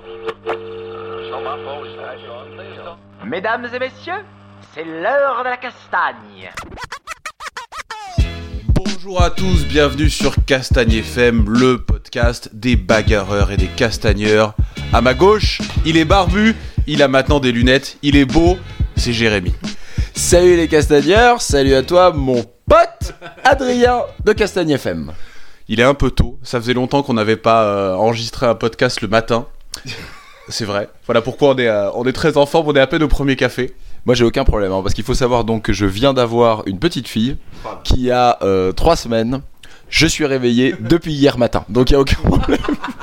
Mesdames et messieurs, c'est l'heure de la castagne. Bonjour à tous, bienvenue sur Castagne FM, le podcast des bagarreurs et des castagneurs. À ma gauche, il est barbu, il a maintenant des lunettes, il est beau, c'est Jérémy. Salut les castagneurs, salut à toi mon pote Adrien de Castagne FM. Il est un peu tôt, ça faisait longtemps qu'on n'avait pas enregistré un podcast le matin. C'est vrai, voilà pourquoi on est très en forme, on est à peine au premier café. Moi j'ai aucun problème, parce qu'il faut savoir donc que je viens d'avoir une petite fille qui a 3 semaines. Je suis réveillé depuis hier matin, donc il n'y a aucun problème.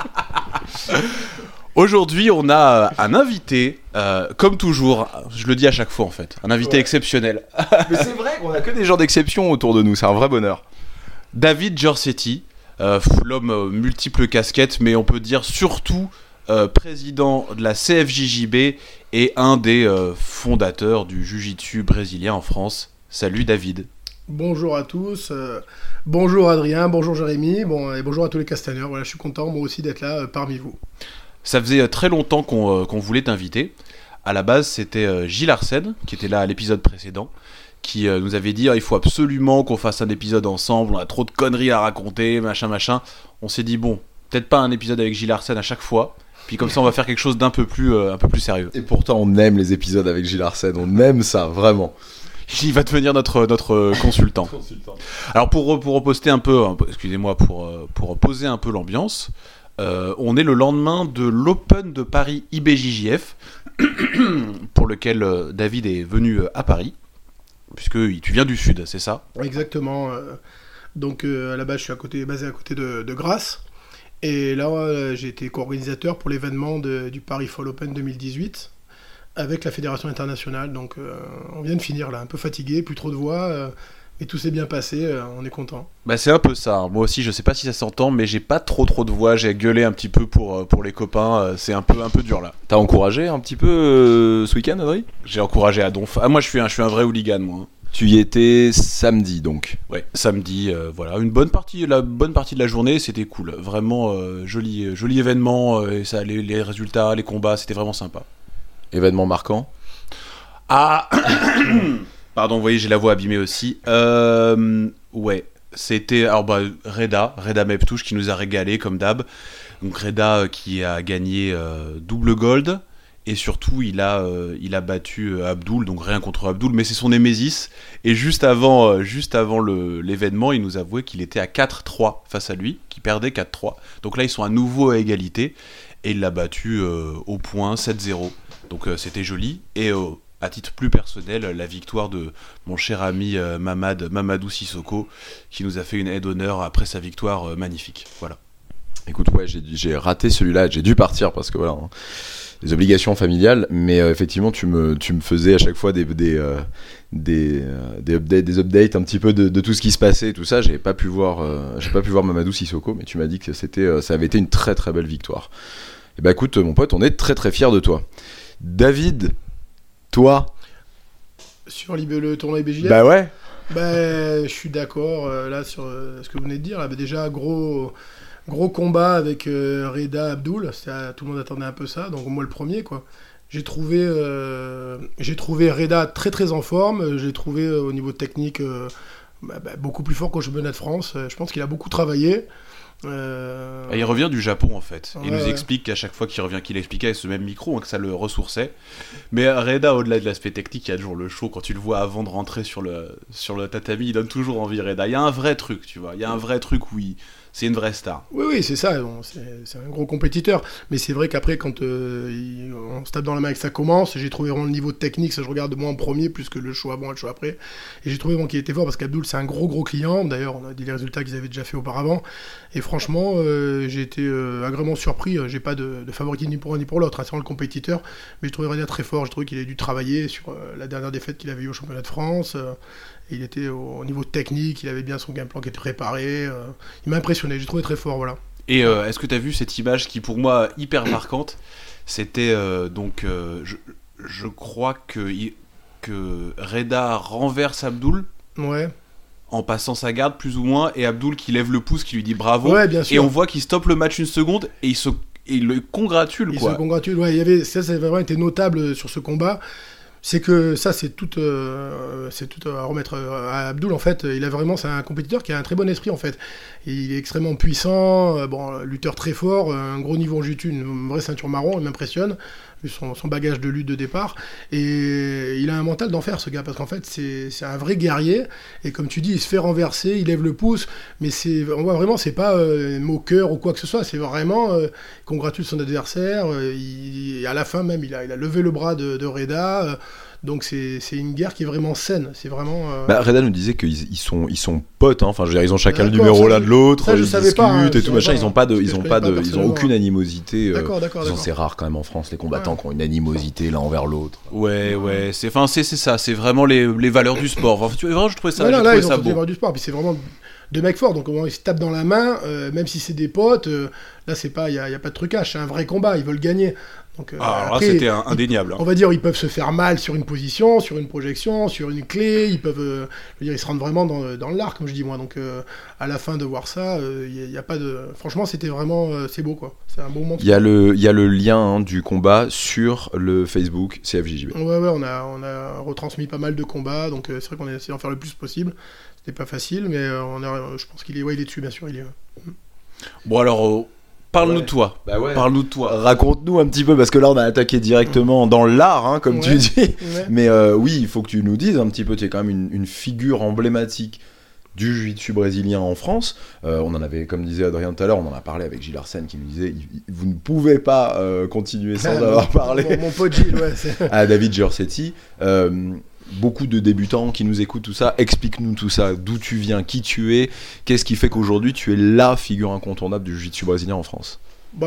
Aujourd'hui on a un invité, comme toujours, je le dis à chaque fois en fait, un invité exceptionnel. Mais c'est vrai qu'on a que des gens d'exception autour de nous, c'est un vrai bonheur. David Giorsetti, l'homme multiples casquettes, mais on peut dire surtout président de la CFJJB et un des fondateurs du Jiu-Jitsu brésilien en France. Salut David. Bonjour à tous, bonjour Adrien, bonjour Jérémy, et bonjour à tous les castagneurs. Voilà, je suis content moi aussi d'être là parmi vous. Ça faisait très longtemps qu'on voulait t'inviter. À la base, c'était Gilles Arsène, qui était là à l'épisode précédent, qui nous avait dit il faut absolument qu'on fasse un épisode ensemble, on a trop de conneries à raconter, machin. On s'est dit bon, peut-être pas un épisode avec Gilles Arsène à chaque fois, puis comme ça on va faire quelque chose d'un peu plus sérieux. Et pourtant on aime les épisodes avec Gilles Arsène, on aime ça, vraiment. Il va devenir notre consultant. Alors pour reposter un peu, excusez-moi, pour poser un peu l'ambiance, on est le lendemain de l'Open de Paris IBJJF, pour lequel David est venu à Paris, puisque tu viens du sud, c'est ça ? Exactement. Donc à la base je suis basé à côté de Grasse. Et là, j'ai été co-organisateur pour l'événement du Paris Fall Open 2018 avec la Fédération Internationale. Donc, on vient de finir là, un peu fatigué, plus trop de voix, mais tout s'est bien passé, on est content. Bah, c'est un peu ça. Moi aussi, je sais pas si ça s'entend, mais j'ai pas trop de voix. J'ai gueulé un petit peu pour les copains. C'est un peu dur là. T'as encouragé un petit peu ce week-end, Adrien ? J'ai encouragé à donf. Ah, moi, je suis un vrai hooligan, moi. Tu y étais samedi donc. Ouais, samedi, voilà, une bonne partie de la journée, c'était cool, vraiment joli événement, et ça, les résultats, les combats, c'était vraiment sympa. Événement marquant ? Ah, pardon, vous voyez, j'ai la voix abîmée aussi. Ouais, c'était Reda Meptouche qui nous a régalé comme d'hab. Donc Reda qui a gagné double gold. Et surtout, il a battu Abdul, donc rien contre Abdul, mais c'est son némésis. Et juste avant l'événement, il nous avouait qu'il était à 4-3 face à lui, qu'il perdait 4-3. Donc là, ils sont à nouveau à égalité, et il l'a battu au point 7-0. Donc c'était joli. Et à titre plus personnel, la victoire de mon cher ami Mamadou Sissoko, qui nous a fait une aide d'honneur après sa victoire magnifique. Voilà. Écoute, ouais, j'ai raté celui-là, j'ai dû partir parce que voilà... des obligations familiales, mais effectivement tu me faisais à chaque fois des updates un petit peu de tout ce qui se passait, tout ça. J'ai pas pu voir Mamadou Sissoko, mais tu m'as dit que ça avait été une très très belle victoire. Et bah écoute mon pote, on est très très fiers de toi. David, toi sur le tournoi IBJJF ? Bah ouais. Bah je suis d'accord là sur ce que vous venez de dire. Là, bah, déjà gros combat avec Reda Abdul, tout le monde attendait un peu ça, donc moi le premier quoi. J'ai trouvé Reda très très en forme, j'ai trouvé au niveau technique beaucoup plus fort qu'au championnat de France. Je pense qu'il a beaucoup travaillé. Il revient du Japon en fait. Il nous explique qu'à chaque fois qu'il expliquait avec ce même micro, que ça le ressourçait. Mais Reda, au-delà de l'aspect technique, il y a toujours le show. Quand tu le vois avant de rentrer sur le tatami, il donne toujours envie Reda. Il y a un vrai truc, tu vois. Il y a un vrai truc où c'est une vraie star. Oui, c'est ça. C'est un gros compétiteur. Mais c'est vrai qu'après, quand on se tape dans la main et que ça commence, j'ai trouvé vraiment le niveau technique. Ça, je regarde moi en premier, plus que le show avant et le show après. Et j'ai trouvé vraiment qu'il était fort parce qu'Abdul, c'est un gros client. D'ailleurs, on a dit les résultats qu'ils avaient déjà fait auparavant. Et franchement, j'ai été agréablement surpris. J'ai pas de favori ni pour un ni pour l'autre. C'est vraiment le compétiteur. Mais je trouvais Reda très fort. Je trouvais qu'il avait dû travailler sur la dernière défaite qu'il avait eue au championnat de France. Il était au niveau technique, il avait bien son game plan qui était préparé. Il m'a impressionné, j'ai trouvé très fort, voilà. Et est-ce que tu as vu cette image qui, pour moi, hyper marquante ? C'était je crois que Reda renverse Abdul. Ouais. En passant sa garde, plus ou moins, et Abdul qui lève le pouce, qui lui dit bravo. Ouais, bien sûr. Et on voit qu'il stoppe le match une seconde, et il le congratule, Il quoi. se congratule. Ouais, il y avait, ça a vraiment été notable sur ce combat. C'est que ça, c'est tout à remettre à Abdul. En fait, c'est un compétiteur qui a un très bon esprit, en fait. Et il est extrêmement puissant, lutteur très fort, un gros niveau en jiu-jitsu, une vraie ceinture marron, il m'impressionne, vu son bagage de lutte de départ. Et il a un mental d'enfer, ce gars, parce qu'en fait, c'est un vrai guerrier. Et comme tu dis, il se fait renverser, il lève le pouce, mais on voit vraiment, c'est pas moqueur ou quoi que ce soit, c'est vraiment, il congratule son adversaire, à la fin même, il a levé le bras de Reda. Donc c'est une guerre qui est vraiment saine. C'est vraiment. Reda nous disait qu'ils sont potes. Hein. Enfin, je veux dire, ils ont chacun le D'accord, numéro ça, l'un de l'autre. ça, je Ils savais discutent pas, hein, et tout machin. Ils ont pas de, parce que je connais pas ils ont personnellement. aucune animosité. D'accord. C'est rare quand même en France les combattants qui ont une animosité l'un envers l'autre. Ouais, c'est ça, c'est vraiment les valeurs du sport. Enfin, vraiment, je trouvais ça, Là, ils ont ça fait des beau. valeurs du sport. Puis c'est vraiment deux mecs forts. Donc au moment où ils se tapent dans la main, même si c'est des potes, là c'est pas, il y a pas de trucage. C'est un vrai combat. Ils veulent gagner. Donc, Alors après, là, c'était indéniable. On va dire, ils peuvent se faire mal sur une position, sur une projection, sur une clé. Ils peuvent, je veux dire, ils se rendent vraiment dans le lard, comme je dis moi. Donc, à la fin de voir ça, il y a pas de. Franchement, c'était vraiment, c'est beau quoi. C'est un beau moment. Il y a le lien du combat sur le Facebook CFJJB. Ouais, on a retransmis pas mal de combats. Donc, c'est vrai qu'on a essayé d'en faire le plus possible. C'était pas facile, mais je pense qu'il est, il est dessus, bien sûr. Il est. Bon, alors. Parle-nous de toi. Bah ouais. Parle-nous de toi. Raconte-nous un petit peu, parce que là on a attaqué directement dans l'art, hein, comme tu dis. Ouais. Mais oui, il faut que tu nous dises un petit peu, tu es quand même une figure emblématique du jiu-jitsu brésilien en France. On en avait, comme disait Adrien tout à l'heure, on en a parlé avec Gilles Arsène qui nous disait vous ne pouvez pas continuer sans avoir parlé Mon pote Gilles, ouais. à David Giorsetti. Beaucoup de débutants qui nous écoutent tout ça, explique-nous tout ça, d'où tu viens, qui tu es, qu'est-ce qui fait qu'aujourd'hui tu es la figure incontournable du jiu-jitsu brésilien en France.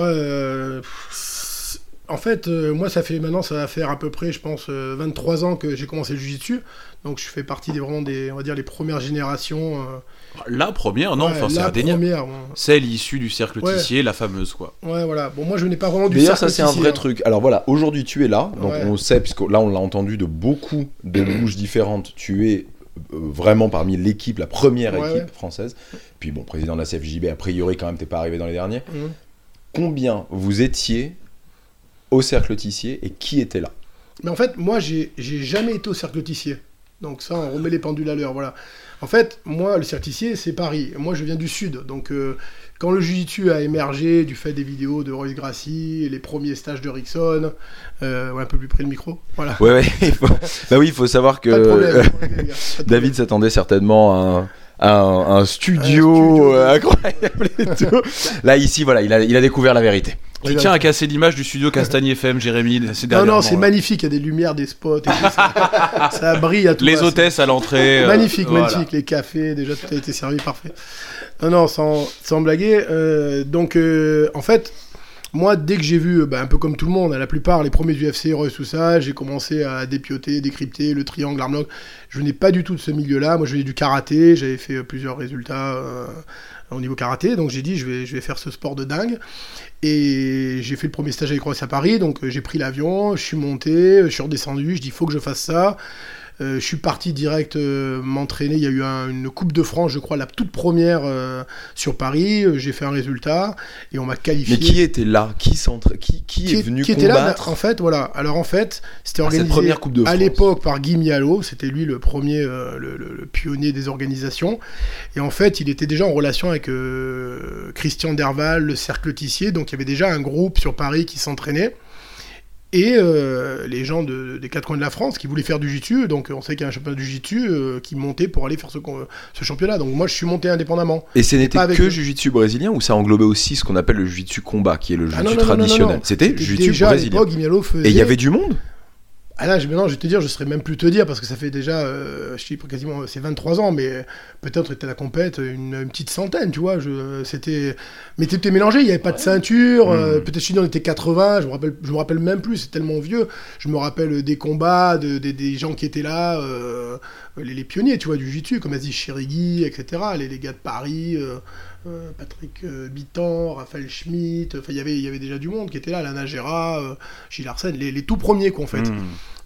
En fait, moi ça va faire à peu près, je pense, 23 ans que j'ai commencé le jiu-jitsu, donc je fais partie on va dire, les premières générations. La première, non, enfin c'est la indéniable. première, ouais. Celle issue du cercle Ouais. Tissier, la fameuse, quoi. Ouais, voilà. Bon, moi je n'ai pas vraiment du D'ailleurs, cercle ça c'est un Tissier, vrai hein. truc. Alors voilà, aujourd'hui tu es là, donc Ouais. on sait, puisque là on l'a entendu de beaucoup de bouches différentes, tu es vraiment parmi l'équipe, la première Ouais, équipe ouais. française. Puis bon, président de la CFJB, a priori quand même t'es pas arrivé dans les derniers. Mhm. Combien vous étiez au cercle Tissier et qui était là? Mais en fait, moi j'ai jamais été au cercle Tissier. Donc ça, on remet les pendules à l'heure, voilà. En fait, moi, le cercle Tissier, c'est Paris. Moi, je viens du Sud. Donc, quand le jiu-jitsu a émergé du fait des vidéos de Royce Gracie, les premiers stages de Rickson, un peu plus près le micro, voilà. Ouais, il faut savoir que Pas de problème, les gars, pas de problème. David s'attendait certainement à un studio incroyable et tout. Là, ici, voilà, il a découvert la vérité. Tu tiens à casser l'image du studio Castagne FM, Jérémy, ces derniers Non, c'est moments, là. magnifique, il y a des lumières, des spots, et tout, ça brille à tout Les va, hôtesses à l'entrée. magnifique, voilà. magnifique, les cafés, déjà tout a été servi, parfait. Non, sans blaguer. En fait, moi, dès que j'ai vu, un peu comme tout le monde, la plupart, les premiers UFC, Royce, tout ça, j'ai commencé à dépioter, décrypter le triangle, armlock. Je venais pas du tout de ce milieu-là. Moi, je venais du karaté. J'avais fait plusieurs résultats au niveau karaté. Donc, j'ai dit, je vais faire ce sport de dingue. Et j'ai fait le premier stage avec Royce à Paris. Donc, j'ai pris l'avion, je suis monté, je suis redescendu. Je dis, il faut que je fasse ça. Je suis parti direct m'entraîner. Il y a eu une Coupe de France, je crois, la toute première sur Paris. J'ai fait un résultat et on m'a qualifié. Mais qui était là? Qui est venu qui était là, combattre en fait, voilà. Alors en fait, c'était cette organisé première Coupe de à France. l'époque par Guy Mialo. C'était lui le premier, le pionnier des organisations. Et en fait, il était déjà en relation avec Christian Derval, le Cercle Tissier. Donc il y avait déjà un groupe sur Paris qui s'entraînait. Et les gens des quatre coins de la France qui voulaient faire du jiu-jitsu, donc on sait qu'il y a un championnat du jiu-jitsu qui montait pour aller faire ce championnat. Donc moi je suis monté indépendamment. Et ce n'était pas avec que eux. jiu-jitsu brésilien ou ça englobait aussi ce qu'on appelle le jiu-jitsu combat, qui est le jiu-jitsu Non, traditionnel? C'était jiu-jitsu déjà brésilien. à l'époque, Guimialo faisait. Et il y avait du monde? Ah là, maintenant, je vais te dire, je saurais même plus te dire, parce que ça fait déjà, je sais pas, quasiment, c'est 23 ans, mais peut-être était la compète une petite centaine, tu vois. Mais t'étais mélangé, il n'y avait pas de ceinture, peut-être je dis on était 80, je me rappelle même plus, c'est tellement vieux. Je me rappelle des combats, des gens qui étaient là, les pionniers, tu vois, du jiu-jitsu, comme Aziz Chirigui, etc., les gars de Paris, Patrick Bittan, Raphaël Schmitt, enfin il y avait déjà du monde qui était là, Lana Gera, Gilles Arsène, les tout premiers qu'on fait.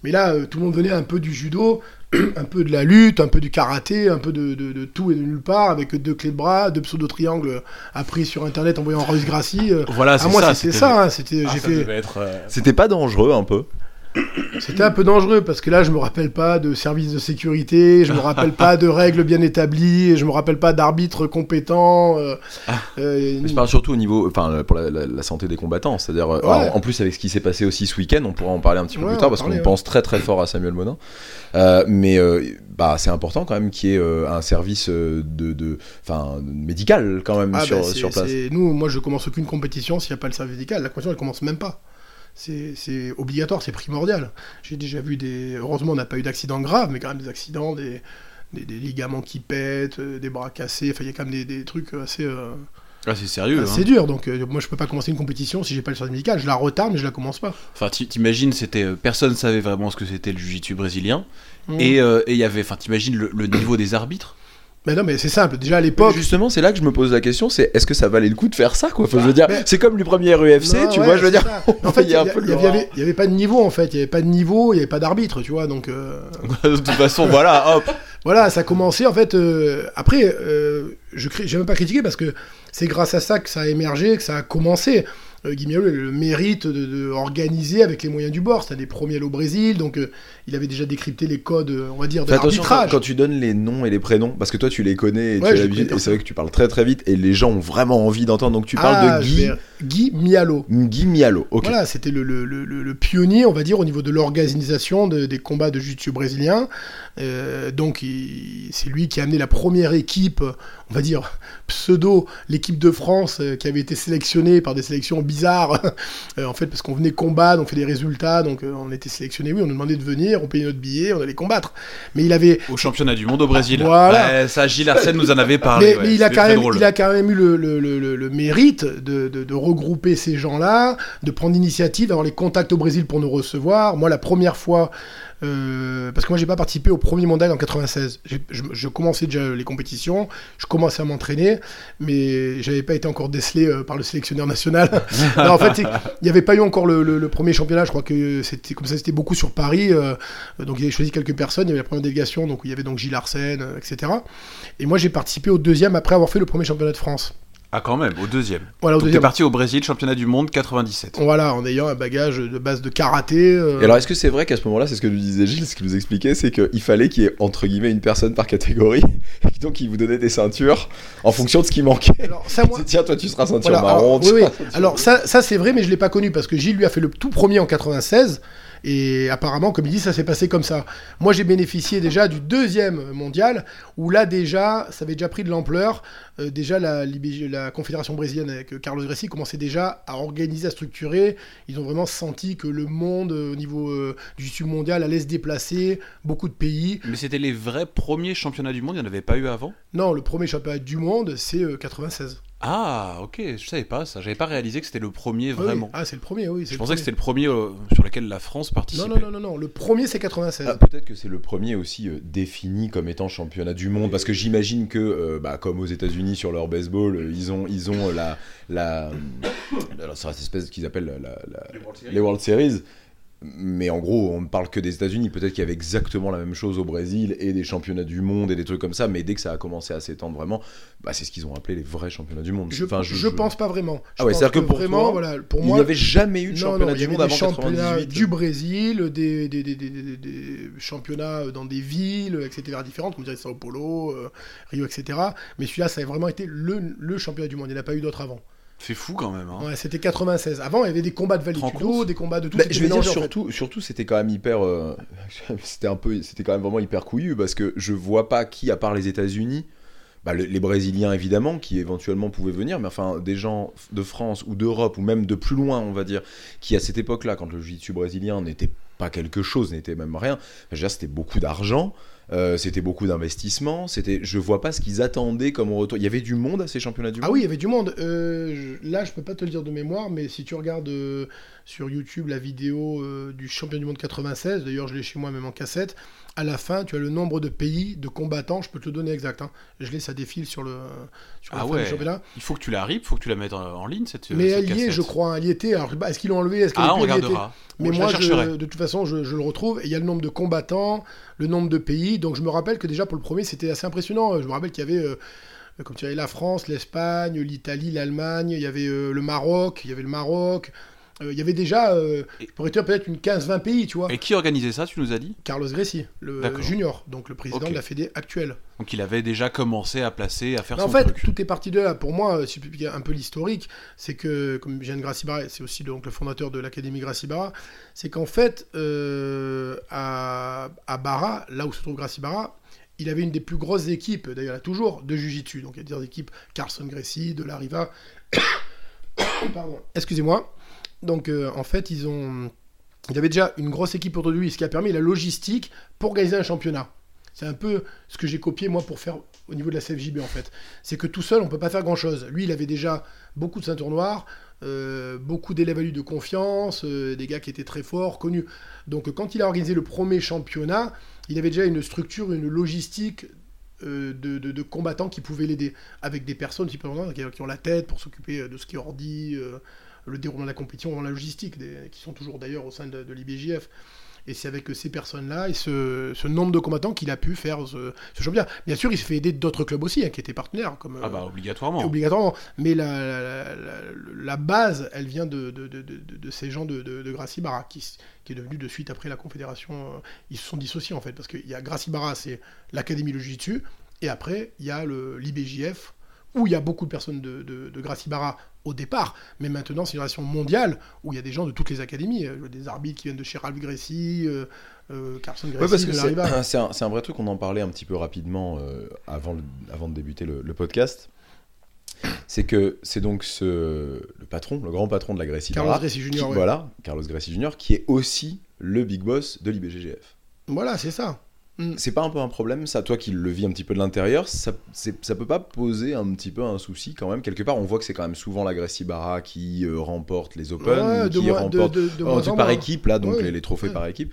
Mais là, tout le monde venait un peu du judo, un peu de la lutte, un peu du karaté, un peu de tout et de nulle part, avec 2 clés de bras, 2 pseudo-triangles appris sur internet en voyant Royce Gracie. Voilà, c'est moi, ça. c'était ça. Hein, j'ai ça fait... devait être, C'était pas dangereux un peu? C'était un peu dangereux parce que là, je me rappelle pas de services de sécurité, je me rappelle pas de règles bien établies, je me rappelle pas d'arbitres compétents. Mais je parle surtout au niveau, enfin, pour la santé des combattants, c'est-à-dire en plus avec ce qui s'est passé aussi ce week-end, on pourra en parler un petit peu plus tard parce qu'on pense très très fort à Samuel Monin. Mais c'est important quand même qu'il y ait un service médical quand même sur place. Moi, je commence aucune compétition s'il n'y a pas le service médical. La compétition, elle commence même pas. C'est obligatoire, c'est primordial. J'ai déjà vu heureusement, on n'a pas eu d'accidents graves, mais quand même des accidents, des ligaments qui pètent, des bras cassés. Enfin, il y a quand même des trucs assez. C'est sérieux. C'est dur, donc moi je peux pas commencer une compétition si j'ai pas le service médical. Je la retarde, mais je la commence pas. Enfin, t'imagines, personne savait vraiment ce que c'était le jiu-jitsu brésilien. Et il y avait, t'imagines le niveau des arbitres. Mais non, mais c'est simple. Déjà à l'époque. Justement, c'est là que je me pose la question, c'est est-ce que ça valait le coup de faire ça, quoi? Enfin, je veux dire, c'est comme le premier UFC, non, tu vois, je veux dire. En fait, il y avait pas de niveau, en fait. Il y avait pas de niveau, il y avait pas d'arbitre, tu vois. Donc. De toute façon, voilà, hop. Voilà, ça a commencé en fait. Après, j'ai même pas critiqué parce que c'est grâce à ça que ça a émergé, que ça a commencé. Guy Mialo a eu le mérite de organiser avec les moyens du bord. C'était un des premiers à aller au Brésil, donc il avait déjà décrypté les codes, on va dire, de l'arbitrage. Quand tu donnes les noms et les prénoms, parce que toi tu les connais et tu as l'habitude, et c'est vrai que tu parles très très vite et les gens ont vraiment envie d'entendre. Donc tu parles de Guy Mialo. Guy Mialo, ok. Voilà, c'était le pionnier, on va dire, au niveau de l'organisation des combats de jiu-jitsu brésilien. Donc c'est lui qui a amené la première équipe, on va dire pseudo, l'équipe de France qui avait été sélectionnée par des sélections bizarres en fait parce qu'on venait combattre, on fait des résultats, donc on était sélectionnés, on nous demandait de venir, on payait notre billet, on allait combattre. Mais il avait au championnat du monde au Brésil. Voilà. Ça, Gilles Arsène nous en avait parlé. Mais il a quand même eu le mérite de regrouper ces gens-là, de prendre l'initiative, d'avoir les contacts au Brésil pour nous recevoir. Moi, la première fois. Parce que moi j'ai pas participé au premier mondial en 96. Je commençais déjà les compétitions, je commençais à m'entraîner, mais j'avais pas été encore décelé par le sélectionneur national. Non, en fait, il n'y avait pas eu encore le premier championnat. Je crois que c'était comme ça, c'était beaucoup sur Paris. Donc il avait choisi quelques personnes. Il y avait la première délégation, donc où il y avait donc Gilles Arsène, etc. Et moi j'ai participé au deuxième après avoir fait le premier championnat de France. Ah, quand même, au deuxième. Voilà, donc t'es parti au Brésil, championnat du monde 97. Voilà, en ayant un bagage de base de karaté. Et alors, est-ce que c'est vrai qu'à ce moment-là, c'est ce que nous disait Gilles, ce qu'il nous expliquait, c'est qu'il fallait qu'il y ait entre guillemets une personne par catégorie, et donc il vous donnait des ceintures en fonction de ce qui manquait. Alors, ça, moi... Tiens, toi tu seras ceinture marron. Oui. Alors ça c'est vrai, mais je l'ai pas connu parce que Gilles lui a fait le tout premier en 96. Et apparemment, comme il dit, ça s'est passé comme ça. Moi, j'ai bénéficié déjà du deuxième mondial, où là, déjà, ça avait déjà pris de l'ampleur. Déjà, la Confédération brésilienne avec Carlos Gracie commençait déjà à organiser, à structurer. Ils ont vraiment senti que le monde, au niveau du jiu-jitsu mondial, allait se déplacer, beaucoup de pays. Mais c'était les vrais premiers championnats du monde, il n'y en avait pas eu avant ? Non, le premier championnat du monde, c'est 96. Ah, ok, je savais pas ça. J'avais pas réalisé que c'était le premier vraiment. Oui. Ah, c'est le premier, oui. Je pensais que c'était le premier sur lequel la France participait. Non. Le premier, c'est 96. Ah, peut-être que c'est le premier aussi défini comme étant championnat du monde, parce que j'imagine que, comme aux États-Unis sur leur baseball, ils ont cette espèce qu'ils appellent les World Series. Mais en gros, on ne parle que des États-Unis. Peut-être qu'il y avait exactement la même chose au Brésil et des championnats du monde et des trucs comme ça. Mais dès que ça a commencé à s'étendre vraiment, c'est ce qu'ils ont appelé les vrais championnats du monde. Je pense pas vraiment. C'est-à-dire que pour vraiment, toi, pour il moi, n'y avait jamais eu de championnat du monde avant 98. Il y avait des championnats du Brésil, des championnats dans des villes, etc. différentes, comme dirait Sao Paulo, Rio, etc. Mais celui-là, ça a vraiment été le championnat du monde. Il n'y en a pas eu d'autre avant. C'est fou quand même. Hein. Ouais, c'était 96. Avant, il y avait des combats de valijudo, des combats de tout. Je veux dire surtout, c'était quand même hyper. C'était quand même vraiment hyper couillu parce que je vois pas qui, à part les États-Unis, les Brésiliens évidemment, qui éventuellement pouvaient venir, mais enfin des gens de France ou d'Europe ou même de plus loin, on va dire, qui à cette époque-là, quand le jiu-jitsu brésilien n'était pas quelque chose, n'était même rien. Je veux dire, c'était beaucoup d'argent. C'était beaucoup d'investissement. Je vois pas ce qu'ils attendaient comme retour. Il y avait du monde à ces championnats du monde. Ah oui, il y avait du monde. Là, je peux pas te le dire de mémoire, mais si tu regardes sur YouTube la vidéo du champion du monde 96. D'ailleurs, je l'ai chez moi même en cassette. À la fin, tu as le nombre de pays, de combattants. Je peux te le donner exact. Hein. Je l'ai, ça défile sur la fin du championnat. Il faut que tu la ripes, il faut que tu la mettes en ligne cette Mais cette elle y est, cassette. je crois. Elle y était. Alors, est-ce qu'ils l'ont enlevé? Est-ce qu'elle Ah, est on plus, elle y était regardera. Mais Je moi, la chercherai. de toute façon, je le retrouve. Et il y a le nombre de combattants, le nombre de pays. Donc, je me rappelle que déjà, pour le premier, c'était assez impressionnant. Je me rappelle qu'il y avait, comme tu avais la France, l'Espagne, l'Italie, l'Allemagne. Il y avait le Maroc. Il y avait déjà, pour être peut-être une 15-20 pays, tu vois. Et qui organisait ça, tu nous as dit? Carlos Gracie, le D'accord. junior, donc le président Ok. de la Fédé actuelle. Donc il avait déjà commencé à placer, à faire Mais en son fait, truc. tout est parti de là. Pour moi, si je peux piquer un peu l'historique, c'est que, comme Jeanne Gracie Barra, c'est aussi donc le fondateur de l'Académie Gracie Barra, c'est qu'en fait, à Barra, là où se trouve Gracie Barra, il avait une des plus grosses équipes, d'ailleurs, il y a toujours, de Jiu-Jitsu. Donc il y a des équipes Carlson Gracie, de la Riva. Pardon, excusez-moi. Donc en fait, il avait déjà une grosse équipe autour de lui, ce qui a permis la logistique pour organiser un championnat. C'est un peu ce que j'ai copié moi pour faire au niveau de la CFJB en fait. C'est que tout seul, on peut pas faire grand-chose. Lui, il avait déjà beaucoup de ceintures noires, beaucoup d'élèves à lui de confiance, des gars qui étaient très forts, connus. Donc quand il a organisé le premier championnat, il avait déjà une structure, une logistique de combattants qui pouvaient l'aider, avec des personnes qui ont la tête pour s'occuper de ce qui est ordi, le déroulement de la compétition, la logistique, qui sont toujours d'ailleurs au sein de l'IBJF. Et c'est avec ces personnes-là et ce nombre de combattants qu'il a pu faire ce championnat. Bien sûr, il s'est fait aider d'autres clubs aussi, hein, qui étaient partenaires. Comme, Ah bah obligatoirement. obligatoirement. Mais la base, elle vient de ces gens de Gracie Barra, qui est devenu de suite après la Confédération. Ils se sont dissociés en fait, parce qu'il y a Gracie Barra, c'est l'Académie de Jiu-Jitsu, et après, il y a l'IBJF, où il y a beaucoup de personnes de Gracie Barra au départ, mais maintenant c'est une relation mondiale où il y a des gens de toutes les académies, des arbitres qui viennent de chez Ralph Gracie, Carlson Gracie, Ouais, parce que de la Riva. c'est un vrai truc, on en parlait un petit peu rapidement avant de débuter le podcast. C'est que c'est donc le grand patron de la Gracie Carlos Barra, Gracie Junior, ouais. voilà, Carlos Gracie Junior, qui est aussi le big boss de l'IBJJF. Voilà, c'est ça. C'est pas un peu un problème, ça, toi qui le vis un petit peu de l'intérieur, ça peut pas poser un petit peu un souci quand même? Quelque part, on voit que c'est quand même souvent la Gracie Barra qui remporte les Open, Ouais, qui remporte moins en par moins. équipe, là, donc Ouais, les trophées ouais. par équipe.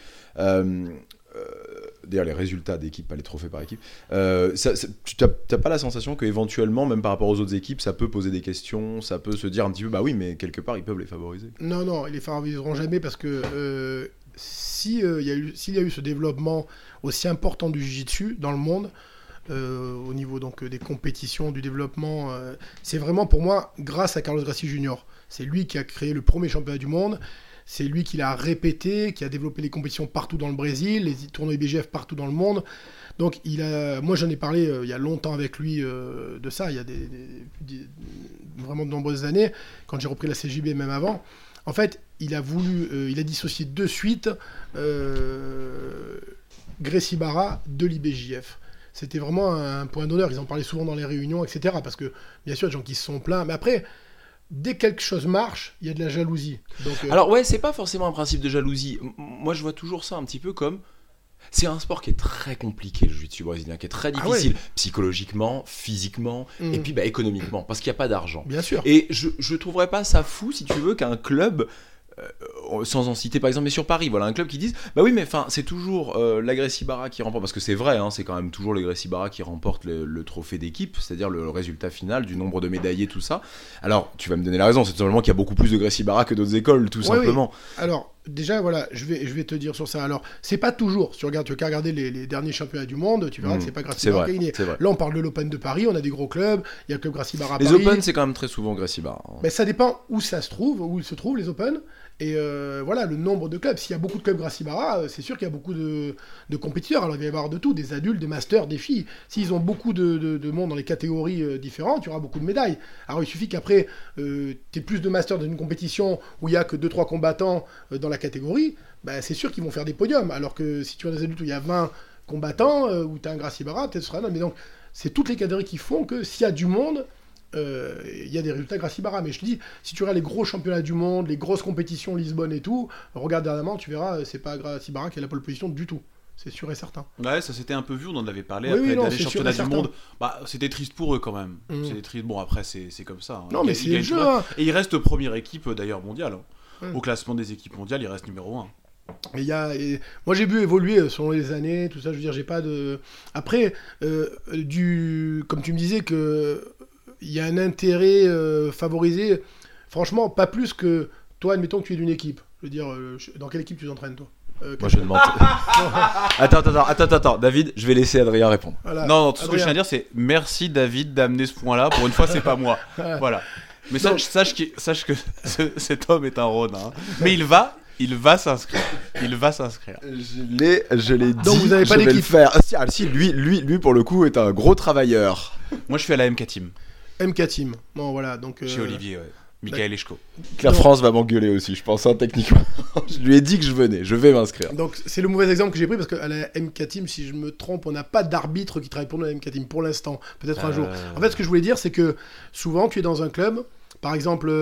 D'ailleurs, les résultats d'équipe, pas les trophées par équipe. Tu t'as pas la sensation qu'éventuellement, même par rapport aux autres équipes, ça peut poser des questions, ça peut se dire un petit peu, bah oui, mais quelque part, ils peuvent les favoriser. Non, ils les favoriseront jamais parce que s'il y a eu ce développement aussi important du Jiu-Jitsu dans le monde, au niveau donc des compétitions, du développement, c'est vraiment pour moi grâce à Carlos Gracie Junior. C'est lui qui a créé le premier championnat du monde. C'est lui qui l'a répété, qui a développé les compétitions partout dans le Brésil, les tournois IBJF partout dans le monde. Donc moi j'en ai parlé il y a longtemps avec lui de ça, il y a vraiment de nombreuses années, quand j'ai repris la CJB même avant. En fait, il a dissocié de suite Gracie Barra de l'IBJF. C'était vraiment un point d'honneur, ils en parlaient souvent dans les réunions, etc. Parce que bien sûr, il y a des gens qui se sont plaints, mais après, dès que quelque chose marche, il y a de la jalousie. Donc, Alors ouais, c'est pas forcément un principe de jalousie. Moi, je vois toujours ça un petit peu comme... C'est un sport qui est très compliqué, le jiu-jitsu brésilien, qui est très difficile, psychologiquement, physiquement, et puis économiquement, parce qu'il n'y a pas d'argent. bien sûr. Et je trouverais pas ça fou, si tu veux, qu'un club, sans en citer par exemple, mais sur Paris, voilà, un club qui dise, bah oui, mais enfin, c'est toujours la Gracie Barra qui remporte, parce que c'est vrai, hein, c'est quand même toujours le Gracie Barra qui remporte le trophée d'équipe, c'est-à-dire le résultat final du nombre de médaillés, tout ça. Alors, tu vas me donner la raison, c'est tout simplement qu'il y a beaucoup plus de Gracie Barra que d'autres écoles, tout simplement. Oui. Alors, déjà, voilà, je vais te dire sur ça. Alors, c'est pas toujours. Tu veux qu'à regarder les derniers championnats du monde, tu verras que c'est pas Gracie Barra qui a gagné. C'est vrai. Là, on parle de l'Open de Paris, on a des gros clubs, il y a le club Gracie Barra à Les Paris. Open, c'est quand même très souvent Gracie Barra. Mais ça dépend où ça se trouve, où ils se trouvent les Open. Et voilà, le nombre de clubs. S'il y a beaucoup de clubs Gracie Barra, c'est sûr qu'il y a beaucoup de compétiteurs. Alors il va y avoir de tout, des adultes, des masters, des filles. S'ils ont beaucoup de monde dans les catégories différentes, il y aura beaucoup de médailles. Alors il suffit qu'après, tu aies plus de masters dans une compétition où il n'y a que 2-3 combattants dans la catégorie, bah, c'est sûr qu'ils vont faire des podiums. Alors que si tu as des adultes où il y a 20 combattants, où tu as un Gracie Barra, peut-être ce sera non. Mais donc, c'est toutes les catégories qui font que s'il y a du monde, il y a des résultats Gracie Barra. Mais je te dis, si tu regardes les gros championnats du monde, les grosses compétitions Lisbonne et tout, regarde dernièrement, tu verras, c'est pas Gracie Barra qui a la pole position du tout. C'est sûr et certain. Ouais, ça s'était un peu vu, on en avait parlé Oui, après oui, non, les c'est championnats sûr et du certain. monde. Bah, c'était triste pour eux quand même. Mm. C'était triste. Bon, après, c'est comme ça. Hein. Non, mais Ils c'est le gagnent jeu. tout le Hein. Et il reste première équipe d'ailleurs mondiale. Hein. Au classement des équipes mondiales, il reste numéro 1. Moi j'ai vu évoluer selon les années, tout ça, je veux dire, j'ai pas de... Après, comme tu me disais que il y a un intérêt favorisé, franchement, pas plus que toi, admettons que tu es d'une équipe. Je veux dire, dans quelle équipe tu t'entraînes, toi Moi je demande. Attends, David, je vais laisser Adrien répondre. Voilà. Non, tout ce que je Adrien. tiens à dire, c'est merci David d'amener ce point-là. Pour une fois, c'est pas moi. Voilà. Mais sache que cet homme est un Rhône. Hein. Mais il va s'inscrire. Je l'ai dit. Donc vous avez pas je vais le d'équipe. faire. Ah, si, lui pour le coup est un gros travailleur. Moi, je suis à la MK Team. MK Team. Bon, voilà, donc... Chez Olivier, ouais. Michael Eschko. La Non. France va m'engueuler aussi, je pense, hein, techniquement. Je lui ai dit que je vais m'inscrire. Donc c'est le mauvais exemple que j'ai pris parce qu'à la MK Team, si je me trompe, on n'a pas d'arbitre qui travaille pour nous à la MK Team pour l'instant, peut-être un jour. En fait, ce que je voulais dire, c'est que souvent tu es dans un club, par exemple,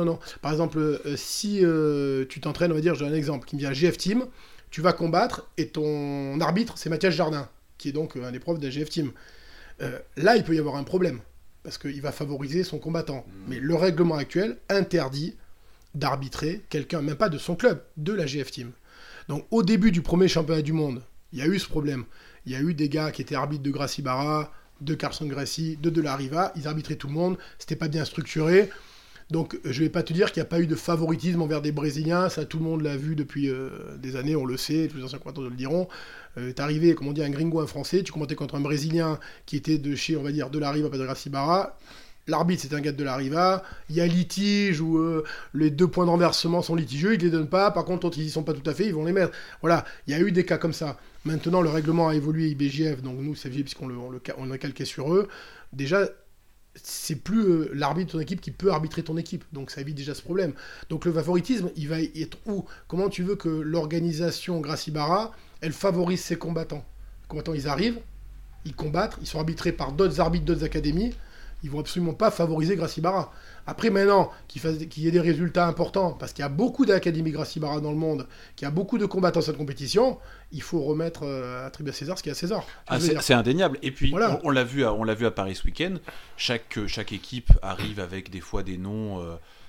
si tu t'entraînes, on va dire, j'ai un exemple qui me vient à GF Team, tu vas combattre et ton arbitre c'est Mathias Jardin, qui est donc un des profs de la GF Team. Là, il peut y avoir un problème parce qu'il va favoriser son combattant. Mais le règlement actuel interdit d'arbitrer quelqu'un, même pas de son club, de la GF Team. Donc au début du premier championnat du monde, il y a eu ce problème. Il y a eu des gars qui étaient arbitres de Gracie Barra, de Carson Gracie, de la Riva, ils arbitraient tout le monde, c'était pas bien structuré. Donc je vais pas te dire qu'il n'y a pas eu de favoritisme envers des Brésiliens, ça tout le monde l'a vu depuis des années, on le sait, tous les anciens combattants le diront. T'es arrivé, comme on dit, un gringo, un français, tu combattais contre un Brésilien qui était de chez, on va dire, de la Riva, pas de Gracie Barra. L'arbitre, c'est un gars de la Riva. Il y a litige où les 2 points de renversement sont litigieux, ils ne les donnent pas. Par contre, ils y sont pas tout à fait, ils vont les mettre. Voilà, il y a eu des cas comme ça. Maintenant, le règlement a évolué, IBJF, donc nous, c'est vieux puisqu'on l'a calqué sur eux. Déjà, c'est plus l'arbitre de ton équipe qui peut arbitrer ton équipe. Donc ça évite déjà ce problème. Donc le favoritisme, il va être où ? Comment tu veux que l'organisation Gracie Barra, elle favorise ses combattants ? Les combattants, ils arrivent, ils combattent, ils sont arbitrés par d'autres arbitres, d'autres académies. Ils vont absolument pas favoriser Gracie Barra. Après, maintenant, qu'il y ait des résultats importants, parce qu'il y a beaucoup d'académies Gracie Barra dans le monde, qu'il y a beaucoup de combattants dans cette compétition, il faut remettre attribuer à César ce qui est à César. C'est indéniable. Et puis, voilà. on l'a vu à Paris ce week-end. Chaque équipe arrive avec des fois des noms.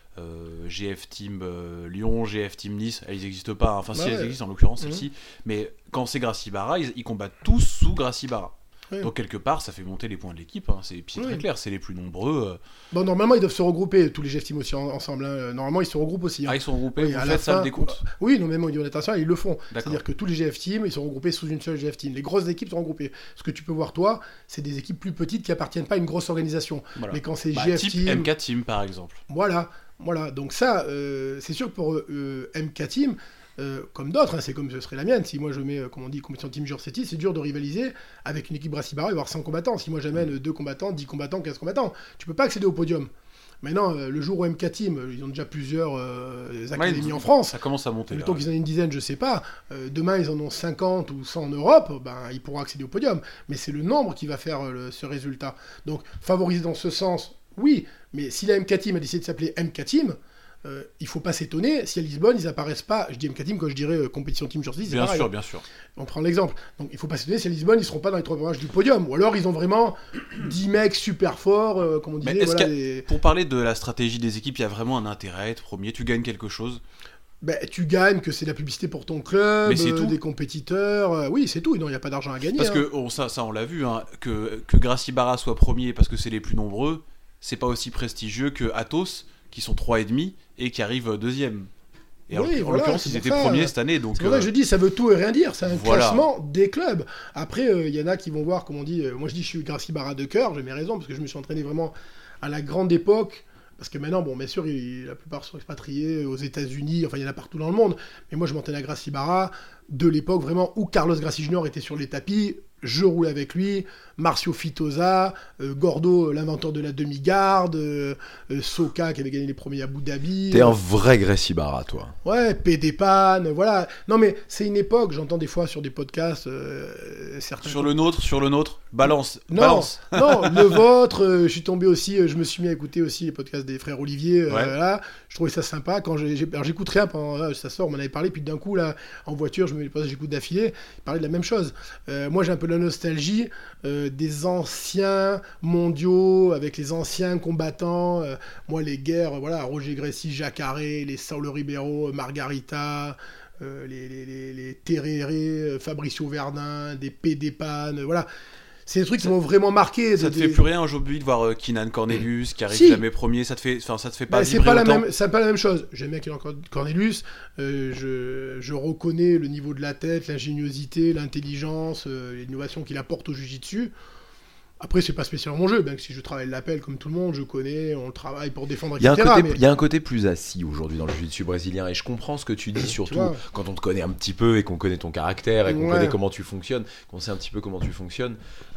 GF Team Lyon, GF Team Nice, elles n'existent pas. Enfin, si elles existent en l'occurrence, celles-ci. Mais quand c'est Gracie Barra, ils combattent tous sous Gracie Barra. Oui. Donc quelque part, ça fait monter les points de l'équipe. Hein. C'est très clair, c'est les plus nombreux. Bon, normalement, ils doivent se regrouper, tous les GF Team aussi ensemble. Hein. Normalement, ils se regroupent aussi. Hein. Ah, ils sont regroupés, vous faites ça le décompte. Oui, non, même au niveau international, ils le font. D'accord. C'est-à-dire que tous les GF Team, ils sont regroupés sous une seule GF Team. Les grosses équipes sont regroupées. Ce que tu peux voir, toi, c'est des équipes plus petites qui appartiennent pas à une grosse organisation. Voilà. Mais quand c'est GF type Team... MK Team, par exemple. Voilà. Donc ça, c'est sûr que pour MK Team... comme d'autres, hein, c'est comme ce serait la mienne. Si moi je mets, comme on dit, compétition Team Jursetti, c'est dur de rivaliser avec une équipe Gracie Barra et avoir 100 combattants. Si moi j'amène 2 combattants, 10 combattants, 15 combattants, tu peux pas accéder au podium. Maintenant, le jour où MK Team, ils ont déjà plusieurs académies en France. Ça commence à monter. Mettons qu'ils en aient une dizaine, je sais pas. Demain, ils en ont 50 ou 100 en Europe, ben, ils pourront accéder au podium. Mais c'est le nombre qui va faire ce résultat. Donc, favoriser dans ce sens, oui. Mais si la MK Team a décidé de s'appeler MK Team, il faut pas s'étonner si à Lisbonne ils apparaissent pas, je dis MK Team quand je dirais compétition Team Jursetti, c'est pareil. Bien sûr. On prend l'exemple. Donc il faut pas s'étonner si à Lisbonne ils seront pas dans les 3 premiers du podium, ou alors ils ont vraiment 10 mecs super forts, comme on disait. Voilà, pour parler de la stratégie des équipes, il y a vraiment un intérêt à être premier, tu gagnes quelque chose. Ben, tu gagnes, que c'est de la publicité pour ton club, des compétiteurs. Oui, c'est tout. Non, il n'y a pas d'argent à gagner. Parce que ça, on l'a vu, hein, que Gracie Barra soit premier parce que c'est les plus nombreux, c'est pas aussi prestigieux que Athos, qui sont 3,5 et qui arrivent deuxième. Et en l'occurrence, ils étaient premiers cette année. Donc, c'est pour ça que je dis, ça veut tout et rien dire. C'est un classement des clubs. Après, il y en a qui vont voir, comme on dit, moi je dis, je suis Gracie Barra de cœur, j'ai mes raisons, parce que je me suis entraîné vraiment à la grande époque. Parce que maintenant, bon, bien sûr, la plupart sont expatriés aux États-Unis, enfin, il y en a partout dans le monde. Mais moi, je m'entraînais à Gracie Barra de l'époque vraiment où Carlos Gracie Junior était sur les tapis. Je roulais avec lui, Marcio Fitosa, Gordo, l'inventeur de la demi-garde, Soka qui avait gagné les premiers à Abu Dhabi. T'es un vrai Gracie Barra, toi. Ouais, Pédépan, voilà. Non mais c'est une époque, j'entends des fois sur des podcasts certains... Sur le nôtre, balance. Non, le vôtre, je suis tombé aussi, je me suis mis à écouter aussi les podcasts des frères Olivier, là, je trouvais ça sympa, quand alors j'écoute rien pendant, ça sort, on m'en avait parlé, puis d'un coup, là, en voiture, j'écoute d'affilée, ils parlaient de la même chose. Moi j'ai un peu la nostalgie des anciens mondiaux avec les anciens combattants. Moi, les guerres, voilà, Roger Gracie, Jacare, les Saulo Ribeiro, Margarita, les Tereré, Fabricio Verdun, des P. Pan, voilà. C'est des trucs qui m'ont vraiment marqué. Ça te fait plus rien aujourd'hui de voir Keenan Cornelius qui arrive Si. jamais premier, ça te fait pas c'est vibrer pas la autant. même, c'est pas la même chose. J'aime bien Keenan Cornelius. Je reconnais le niveau de la tête, l'ingéniosité, l'intelligence, l'innovation qu'il apporte au jiu-jitsu. Après, c'est pas spécialement mon jeu, bien que si je travaille l'appel comme tout le monde, je connais, on travaille pour défendre, Il y a etc. il y a un côté plus assis aujourd'hui dans le jiu-jitsu brésilien et je comprends ce que tu dis, surtout vois. quand on te connaît un petit peu et qu'on connaît ton caractère et qu'on Ouais. connaît comment tu fonctionnes, qu'on sait un petit peu comment tu fonctionnes.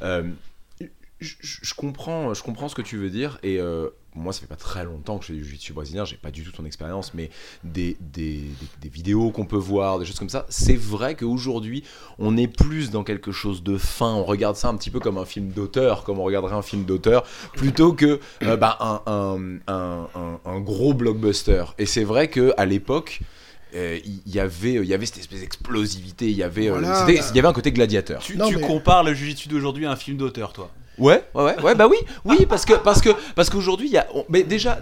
Je comprends ce que tu veux dire et moi ça fait pas très longtemps que je fais du jiu-jitsu brésilien, j'ai pas du tout ton expérience, mais des vidéos qu'on peut voir, des choses comme ça, c'est vrai qu'aujourd'hui on est plus dans quelque chose de fin, on regarde ça un petit peu comme un film d'auteur, comme on regarderait un film d'auteur, plutôt que un gros blockbuster. Et c'est vrai qu'à l'époque il y avait cette espèce d'explosivité, il y avait un côté gladiateur. Tu Non, mais- compares le jiu-jitsu d'aujourd'hui à un film d'auteur, toi. Ouais, bah oui, parce qu'aujourd'hui, mais déjà,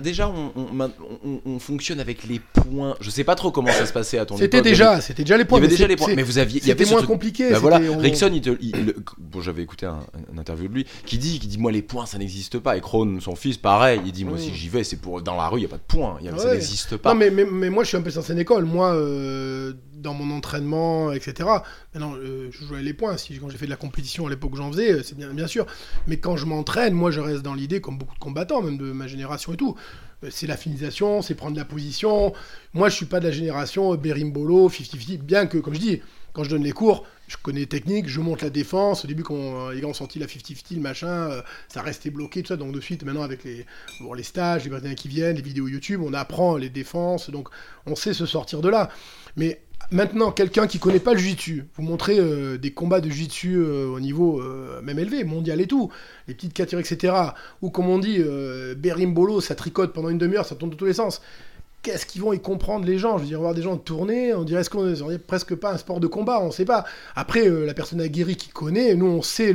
on fonctionne avec les points. Je sais pas trop comment ça se passait à ton C'était époque. déjà les Il points. y avait mais déjà les points, mais vous aviez, il y avait C'était ce moins truc- compliqué. Bah voilà, c'était- Rickson, bon, j'avais écouté un interview de lui qui dit moi les points ça n'existe pas. Et Krohn, son fils, pareil, il dit moi si j'y vais c'est pour dans la rue il y a pas de points, ça Ouais. n'existe pas. Non, mais moi, je suis un peu ancienne école. Moi, dans mon entraînement, etc. Maintenant, je jouais les points. Quand j'ai fait de la compétition à l'époque où j'en faisais, c'est bien sûr. Mais quand je m'entraîne, moi, je reste dans l'idée, comme beaucoup de combattants, même de ma génération et tout. C'est la finisation, c'est prendre la position. Moi, je suis pas de la génération Berimbolo, 50-50. Bien que, comme je dis, quand je donne les cours, je connais les techniques, je monte la défense. Au début, quand les gars ont sorti la 50-50, le machin, ça restait bloqué, tout ça. Donc, de suite, maintenant, avec les stages, les Brésiliens qui viennent, les vidéos YouTube, on apprend les défenses. Donc, on sait se sortir de là. Mais maintenant, quelqu'un qui connaît pas le jiu-jitsu, vous montrez des combats de jiu-jitsu au niveau même élevé, mondial et tout, les petites catégories, etc. Ou comme on dit, Berimbolo, ça tricote pendant une demi-heure, ça tourne de tous les sens. Qu'est-ce qu'ils vont y comprendre les gens ? Je veux dire, voir des gens tourner, on dirait qu'on est presque pas un sport de combat, on sait pas. Après, la personne aguerrie qui connaît, nous on sait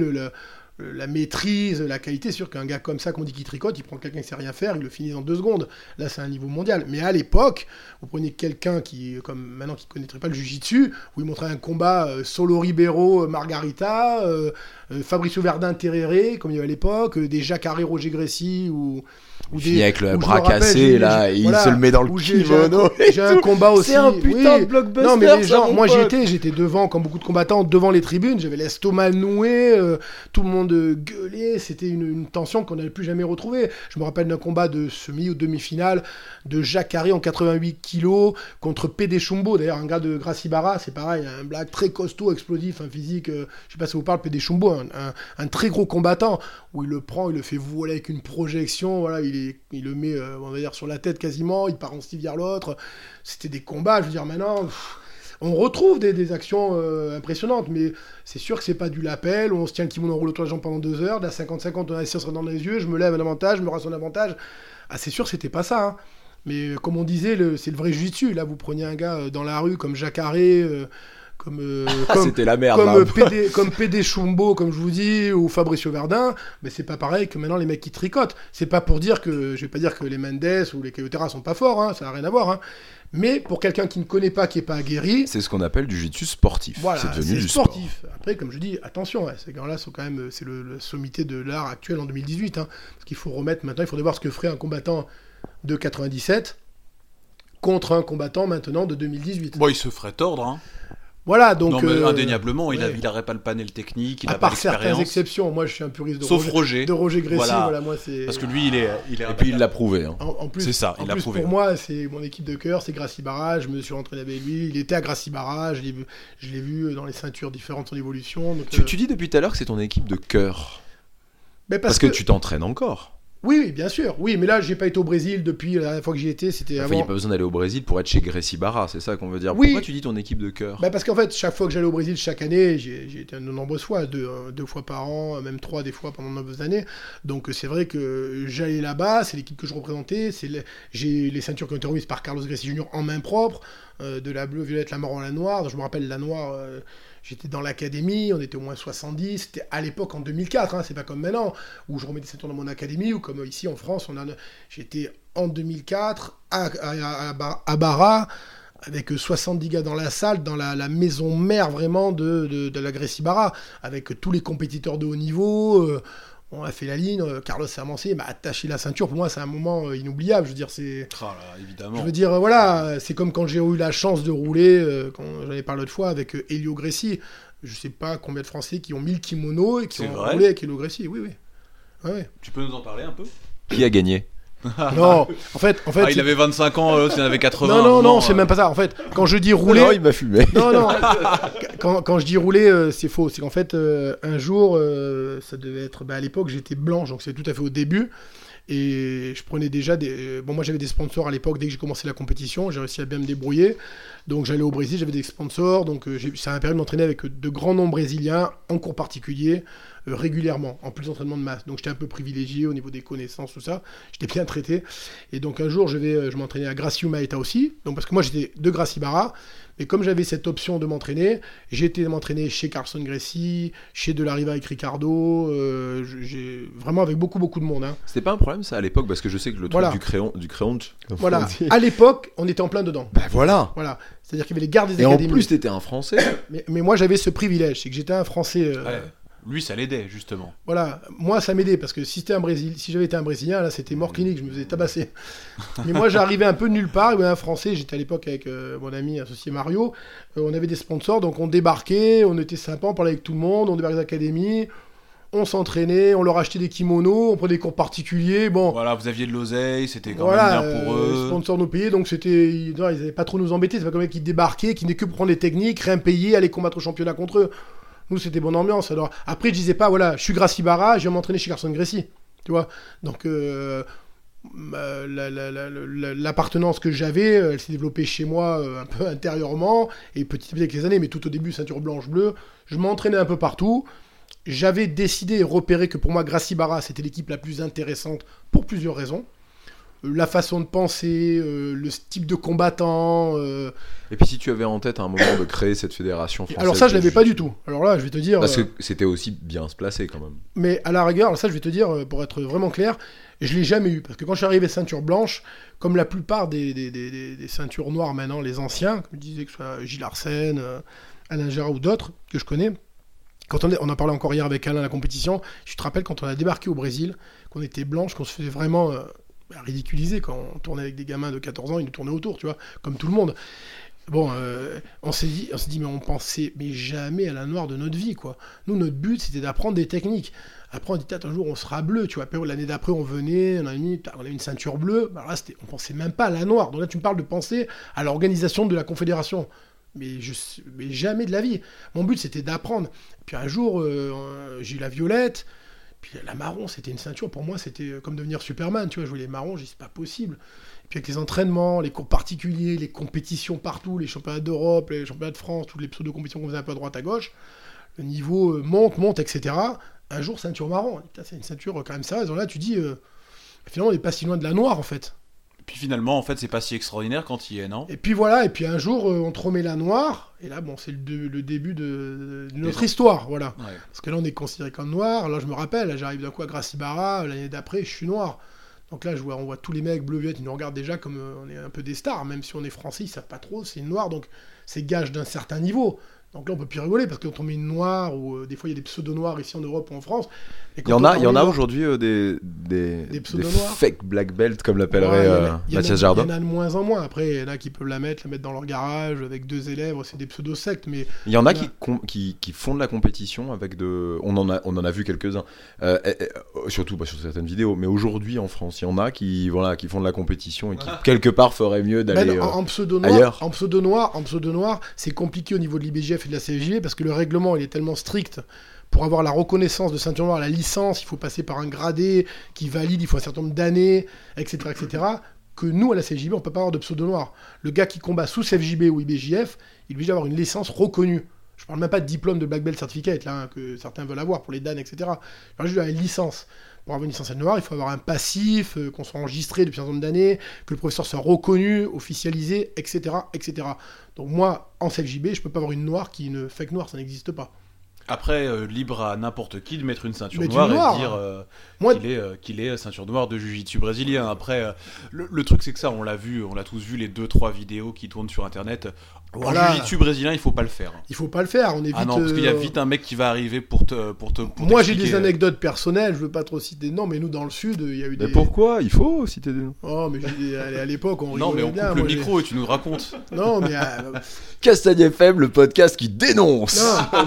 la maîtrise, la qualité. C'est sûr qu'un gars comme ça, qu'on dit qui tricote, il prend quelqu'un qui sait rien faire, il le finit en 2 secondes. Là, c'est un niveau mondial. Mais à l'époque, vous prenez quelqu'un qui, comme maintenant, qui connaîtrait pas le jiu-jitsu, où il montrait un combat Saulo Ribeiro, Margarita, Fabricio Verdun, Tereré, comme il y avait à l'époque, des Jacare, Roger Gracie, ou Il finit avec le où je bras me rappelle, cassé là, et voilà, il se le met dans le où j'ai kimono. j'ai un combat aussi. C'est un putain oui. de blockbuster. Non, mais les ça, gens, mon moi pote. j'étais devant, comme beaucoup de combattants, devant les tribunes, j'avais l'estomac noué, tout le monde gueulait, c'était une tension qu'on n'avait plus jamais retrouvée. Je me rappelle d'un combat de semi ou demi-finale de Jacare en 88 kilos contre Pede Chumbo, d'ailleurs un gars de Gracie Barra, c'est pareil, un blague très costaud, explosif, un physique, je sais pas si vous parle, Pede Chumbo, un très gros combattant, où il le prend, il le fait voler avec une projection, voilà, il le met, on va dire, sur la tête quasiment, il part en style vers l'autre. C'était des combats, je veux dire, maintenant, on retrouve des actions impressionnantes, mais c'est sûr que c'est pas du lapel, on se tient le kimono en roule autour de la jambe pendant 2 heures, de la 50-50, on a laissé se dans les yeux, je me lève un avantage, je me rase un avantage. Ah, c'est sûr que c'était pas ça, hein. Mais comme on disait, c'est le vrai jiu-jitsu. Là, vous preniez un gars dans la rue comme Jacare, comme C'était la merde. là. comme Pede Chumbo, comme je vous dis, ou Fabricio Verdun, mais c'est pas pareil que maintenant les mecs qui tricotent. C'est pas pour dire que, je vais pas dire que les Mendes ou les Kayotera sont pas forts, hein, ça n'a rien à voir, hein. Mais pour quelqu'un qui ne connaît pas, qui est pas aguerri, C'est ce qu'on appelle du jiu-jitsu sportif. voilà, c'est devenu c'est du sportif. Après, comme je dis, attention, ouais, ces gars-là sont quand même, c'est le sommité de l'art actuel en 2018, hein, parce qu'il faut remettre maintenant, il faudrait voir ce que ferait un combattant de 97 contre un combattant maintenant de 2018. Bon, il se ferait tordre, hein. Voilà, donc non, mais indéniablement, il ouais. n'aurait pas le panel technique, il à n'a pas part certaines l'expérience. exceptions, moi je suis un puriste Sauf Roger. de Roger Gracie, Voilà. voilà, moi c'est... Parce que lui, il est Et puis il l'a prouvé. Hein. En plus, C'est ça, il en l'a plus, prouvé. pour moi, c'est mon équipe de cœur, c'est Gracie Barra, je me suis entraîné avec lui, il était à Gracie Barra, je l'ai vu dans les ceintures différentes de son évolution. Donc, Tu dis depuis tout à l'heure que c'est ton équipe de cœur. mais Parce que tu t'entraînes encore. Oui, bien sûr, oui, mais là j'ai pas été au Brésil depuis la dernière fois que j'y étais, c'était Enfin, il n'y avant... a pas besoin d'aller au Brésil pour être chez Gracie Barra, c'est ça qu'on veut dire. Oui. Pourquoi tu dis ton équipe de cœur Bah parce qu'en fait, chaque fois que j'allais au Brésil, chaque année, j'ai été de nombreuses fois, 2 fois par an, même 3 des fois pendant de nombreuses années. Donc c'est vrai que j'allais là-bas, c'est l'équipe que je représentais, j'ai les ceintures qui ont été remises par Carlos Gracie Jr. en main propre. de la bleue, violette, la marron, la noire. Je me rappelle la noire, j'étais dans l'académie, on était au moins 70. C'était à l'époque en 2004, hein, c'est pas comme maintenant, où je remets des ceintures dans mon académie, ou comme ici en France, j'étais en 2004 à Barra, avec 70 gars dans la salle, dans la maison mère vraiment de la Gracie Barra, avec tous les compétiteurs de haut niveau. On a fait la ligne, Carlos Amancé m'a attaché la ceinture. Pour moi, c'est un moment inoubliable. Je veux dire, Évidemment. Je veux dire, voilà, c'est comme quand j'ai eu la chance de rouler, quand j'en ai parlé l'autre fois, avec Elio Gracie. Je sais pas combien de Français qui ont mis le kimono et qui ont roulé avec Elio Gracie. Oui, oui. Ouais. Tu peux nous en parler un peu ? Qui a gagné ? Non, en fait, il avait 25 ans, l'autre il en avait 80. Non, c'est même pas ça. En fait, quand je dis rouler, Non, il m'a fumé. non. Quand je dis rouler, c'est faux. C'est qu'en fait, un jour, ça devait être. À l'époque, j'étais blanche, donc c'est tout à fait au début. Et je prenais déjà des. Bon, moi j'avais des sponsors à l'époque dès que j'ai commencé la compétition. J'ai réussi à bien me débrouiller. Donc j'allais au Brésil, j'avais des sponsors. Donc ça m'a permis de m'entraîner avec de grands noms brésiliens en cours particulier, régulièrement, en plus d'entraînement de masse. Donc j'étais un peu privilégié au niveau des connaissances, tout ça. J'étais bien traité. Et donc un jour, je m'entraînais à Gracie Humaeta aussi. Donc parce que moi j'étais de Gracie Barra. Mais comme j'avais cette option de m'entraîner, j'ai été m'entraîner chez Carlson Gracie, chez De La Riva avec Ricardo, vraiment avec beaucoup de monde. Hein. C'était pas un problème ça à l'époque, parce que je sais que le truc du crayon, voilà. À l'époque, on était en plein dedans. Bah voilà. C'est-à-dire qu'il y avait les gardes des académies. académies. Et en plus, t'étais un Français. mais moi, j'avais ce privilège, c'est que j'étais un Français. Lui, ça l'aidait, justement. Voilà, moi, ça m'aidait, parce que si j'avais été un Brésilien, là, c'était mort clinique, je me faisais tabasser. Mais moi, j'arrivais un peu de nulle part, un Français, j'étais à l'époque avec mon ami associé Mario, on avait des sponsors, donc on débarquait, on était sympa, on parlait avec tout le monde, on débarquait des académies, on s'entraînait, on leur achetait des kimonos, on prenait des cours particuliers, bon... Voilà, vous aviez de l'oseille, c'était quand même bien pour eux. Les sponsors nous payaient, donc ils n'avaient pas trop nous embêter, c'est pas comme qu'ils débarquaient, qui n'est que pour prendre des techniques, rien payer, aller combattre au championnat contre eux. Nous, c'était bonne ambiance. Alors, après, je disais pas, voilà, je suis Gracie Barra, je vais m'entraîner chez Carlson Gracie. Tu vois ? Donc, l'appartenance que j'avais, elle s'est développée chez moi un peu intérieurement. Et petit à petit avec les années, mais tout au début, ceinture blanche-bleue, je m'entraînais un peu partout. J'avais décidé et repéré que pour moi, Gracie Barra, c'était l'équipe la plus intéressante pour plusieurs raisons. La façon de penser, le type de combattant. Et puis si tu avais en tête à un moment de créer cette fédération française... Alors ça, je l'avais pas du tout. Alors là, je vais te dire... Parce que c'était aussi bien se placer quand même. Mais à la rigueur, alors ça, je vais te dire, pour être vraiment clair, je l'ai jamais eu. Parce que quand je suis arrivé ceinture blanche, comme la plupart des ceintures noires maintenant, les anciens, comme je disais, que ce soit Gilles Arsène, Alain Gérard ou d'autres que je connais, quand on en parlait encore hier avec Alain à la compétition, je te rappelle quand on a débarqué au Brésil, qu'on était blanche, qu'on se faisait vraiment... ridiculisé quand on tournait avec des gamins de 14 ans, ils nous tournaient autour, tu vois, comme tout le monde. Bon, on s'est dit, mais on pensait mais jamais à la noire de notre vie, quoi. Nous, notre but, c'était d'apprendre des techniques. Après, on dit, un jour, on sera bleu, tu vois. Après, l'année d'après, on venait, on a une ceinture bleue. Bah, là, on pensait même pas à la noire. Donc là, tu me parles de penser à l'organisation de la confédération. Mais jamais de la vie. Mon but, c'était d'apprendre. Puis un jour, j'ai eu la violette. Puis la marron, c'était une ceinture. Pour moi, c'était comme devenir Superman. Tu vois, je voulais les marrons, j'ai dit, c'est pas possible. Et puis avec les entraînements, les cours particuliers, les compétitions partout, les championnats d'Europe, les championnats de France, toutes les pseudo-compétitions qu'on faisait un peu à droite à gauche, le niveau monte, etc. Un jour, ceinture marron. C'est une ceinture quand même sérieuse. Donc là, tu dis, finalement, on n'est pas si loin de la noire, en fait. Puis finalement, en fait, c'est pas si extraordinaire quand il y est, non ? Et puis voilà, et puis un jour, on te remet la noire, et là, bon, c'est le début de notre histoire, voilà. Ouais. Parce que là, on est considéré comme noir. Là, je me rappelle, là, j'arrive d'un coup à Gracie Barra, l'année d'après, je suis noir. Donc là, on voit tous les mecs bleu-violette, ils nous regardent déjà comme on est un peu des stars, même si on est français, ils savent pas trop, c'est une noire, donc c'est gage d'un certain niveau. Donc là, on peut plus rigoler, parce que quand on met une noire, ou des fois, il y a des pseudo-noirs ici en Europe ou en France. Il y en a aujourd'hui des pseudo-noirs. Fake black belt, comme l'appellerait Mathias Jardin. Il y en a de moins en moins. Après, il y en a qui peuvent la mettre dans leur garage, avec 2 élèves, c'est des pseudo-sectes. Mais il y en a qui font de la compétition avec de... On en a vu quelques-uns, surtout sur certaines vidéos, mais aujourd'hui en France, il y en a qui font de la compétition et qui, quelque part, feraient mieux d'aller en ailleurs. En pseudo-noir, c'est compliqué au niveau de l'IBGF et de la CFJB, parce que le règlement, il est tellement strict. Pour avoir la reconnaissance de ceinture noire, la licence, il faut passer par un gradé qui valide, il faut un certain nombre d'années, etc., que nous, à la CFJB, on ne peut pas avoir de pseudo noir. Le gars qui combat sous CFJB ou IBJF, il est obligé d'avoir une licence reconnue. Je parle même pas de diplôme de Black Belt Certificate, là, hein, que certains veulent avoir pour les Dan, etc. Je parle juste de la licence. Pour avoir une licence noire, il faut avoir un passif, qu'on soit enregistré depuis un certain nombre d'années, que le professeur soit reconnu, officialisé, etc., etc. Donc moi, en CFJB, je peux pas avoir une noire qui est une fake noire, ça n'existe pas. Après, libre à n'importe qui de mettre une ceinture Mettre noire une noire. et de dire Moi- qu'il est ceinture noire de jiu-jitsu brésilien. Après, le truc c'est que ça, on l'a tous vu, les 2-3 vidéos qui tournent sur internet. Voilà. En jiu-jitsu brésilien, il faut pas le faire. Il faut pas le faire, on est vite... Ah non, parce qu'il y a vite un mec qui va arriver pour Moi, j'ai t'expliquer. des anecdotes personnelles, je veux pas trop citer de noms, mais nous, dans le Sud, il y a eu Mais des... pourquoi il faut citer des noms. Oh, mais à l'époque, on Non, mais rigolait on bien. coupe le moi, j'ai- micro et tu nous racontes. Non, mais... Castagne FM, le podcast qui dénonce.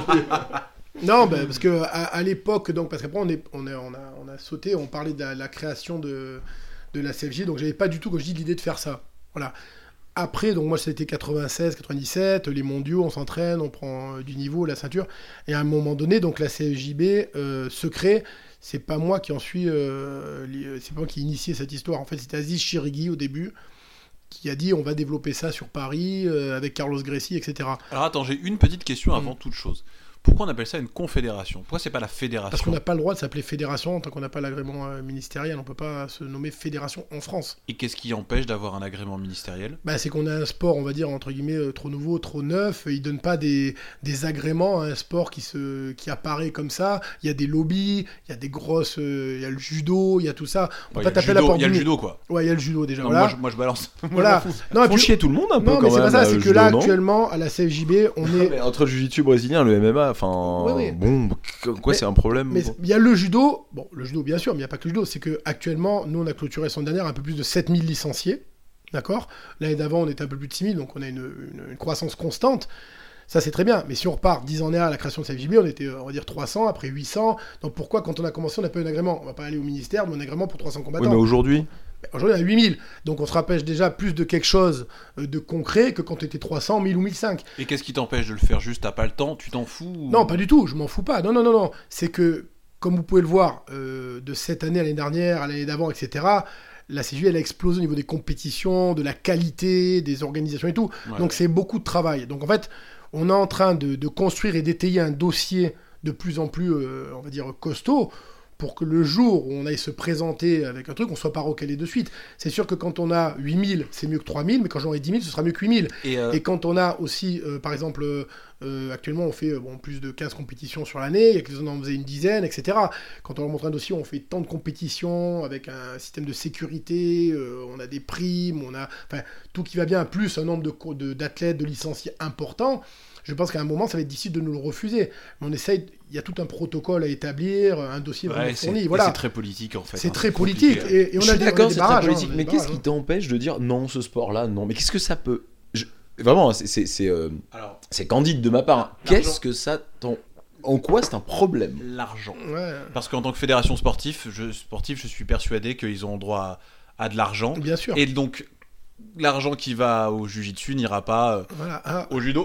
Non, bah, parce que à l'époque, donc parce qu'après on a sauté, on parlait de la création de la CFJ, donc j'avais pas du tout, quand je dis, l'idée de faire ça. Voilà. Après, donc moi c'était 96, 97, les mondiaux, on s'entraîne, on prend du niveau, la ceinture, et à un moment donné, donc la CFJB se crée. C'est pas moi qui en suis, c'est pas moi qui initié cette histoire. En fait, c'était Aziz Chirigui au début qui a dit on va développer ça sur Paris avec Carlos Gracie, etc. Alors attends, j'ai une petite question avant toute chose. Pourquoi on appelle ça une confédération? Pourquoi c'est pas la fédération? Parce qu'on n'a pas le droit de s'appeler fédération tant qu'on n'a pas l'agrément ministériel. On peut pas se nommer fédération en France. Et qu'est-ce qui empêche d'avoir un agrément ministériel? Bah, c'est qu'on a un sport, on va dire, entre guillemets, trop nouveau, trop neuf. Ils donnent pas des agréments à un sport qui apparaît comme ça. Il y a des lobbies, il y a des grosses... il y a le judo, il y a tout ça. On peut pas taper la porte Il y a du le nez. judo, quoi. Ouais, il y a le judo déjà. Non, voilà. moi, je balance. Voilà. Non, et Font puis- chier tout le monde un peu non, mais quand c'est pas même. ça, c'est le que judo, là, non actuellement, à la CFJB, on est... Mais entre le jiu-jitsu brésilien, le MMA, enfin, Oui, oui. bon, quoi, Mais- c'est un problème. Mais bon. il y a le judo, bon, le judo bien sûr, mais il n'y a pas que le judo, c'est que actuellement, nous on a clôturé l'année dernière un peu plus de 7000 licenciés, d'accord? L'année d'avant on était un peu plus de 6000, donc on a une croissance constante, ça c'est très bien, mais si on repart 10 ans en arrière à la création de CFJB, on était, on va dire 300, après 800, donc pourquoi quand on a commencé on n'a pas eu un agrément? On va pas aller au ministère, mais un agrément pour 300 Oui, combattants. mais aujourd'hui, Aujourd'hui on a 8000, donc on se rapproche déjà plus de quelque chose de concret que quand on était 300, 1000 ou 1005. Et qu'est-ce qui t'empêche de le faire juste? T'as pas le temps? Tu t'en fous? Non, pas du tout, je m'en fous pas. Non, non, non, non. C'est que, comme vous pouvez le voir, de cette année à l'année dernière, à l'année d'avant, etc., la CJU, elle a explosé au niveau des compétitions, de la qualité, des organisations et tout. Ouais. Donc c'est beaucoup de travail. Donc en fait, on est en train de construire et d'étayer un dossier de plus en plus, on va dire, costaud, pour que le jour où on aille se présenter avec un truc, on soit pas recalé de suite. C'est sûr que quand on a 8000, c'est mieux que 3000, mais quand j'aurai 10 000, ce sera mieux que 8000. Et quand on a aussi, par exemple, actuellement on fait plus de 15 compétitions sur l'année, il y a quelques années on en faisait une dizaine, etc. Quand on leur montre un dossier, on fait tant de compétitions avec un système de sécurité, on a des primes, on a tout qui va bien, plus un nombre d'athlètes, de licenciés importants. Je pense qu'à un moment, ça va être difficile de nous le refuser. Mais on essaye, il y a tout un protocole à établir, un dossier vraiment fourni. Voilà. C'est très politique en fait. C'est hein, très compliqué. politique. Et on je a suis des, d'accord, on a des c'est barrages, très politique, on a mais des qu'est-ce barrages, qui t'empêche de dire non, ce sport-là, non? Mais qu'est-ce que ça peut. Vraiment, Alors, c'est candide de ma part. L'argent. Qu'est-ce que ça t'en. En quoi c'est un problème? l'argent. Ouais, Parce qu'en tant que fédération sportive, je suis persuadé qu'ils ont droit à de l'argent. bien sûr. Et donc, l'argent qui va au jiu-jitsu n'ira pas Voilà. Ah, au judo.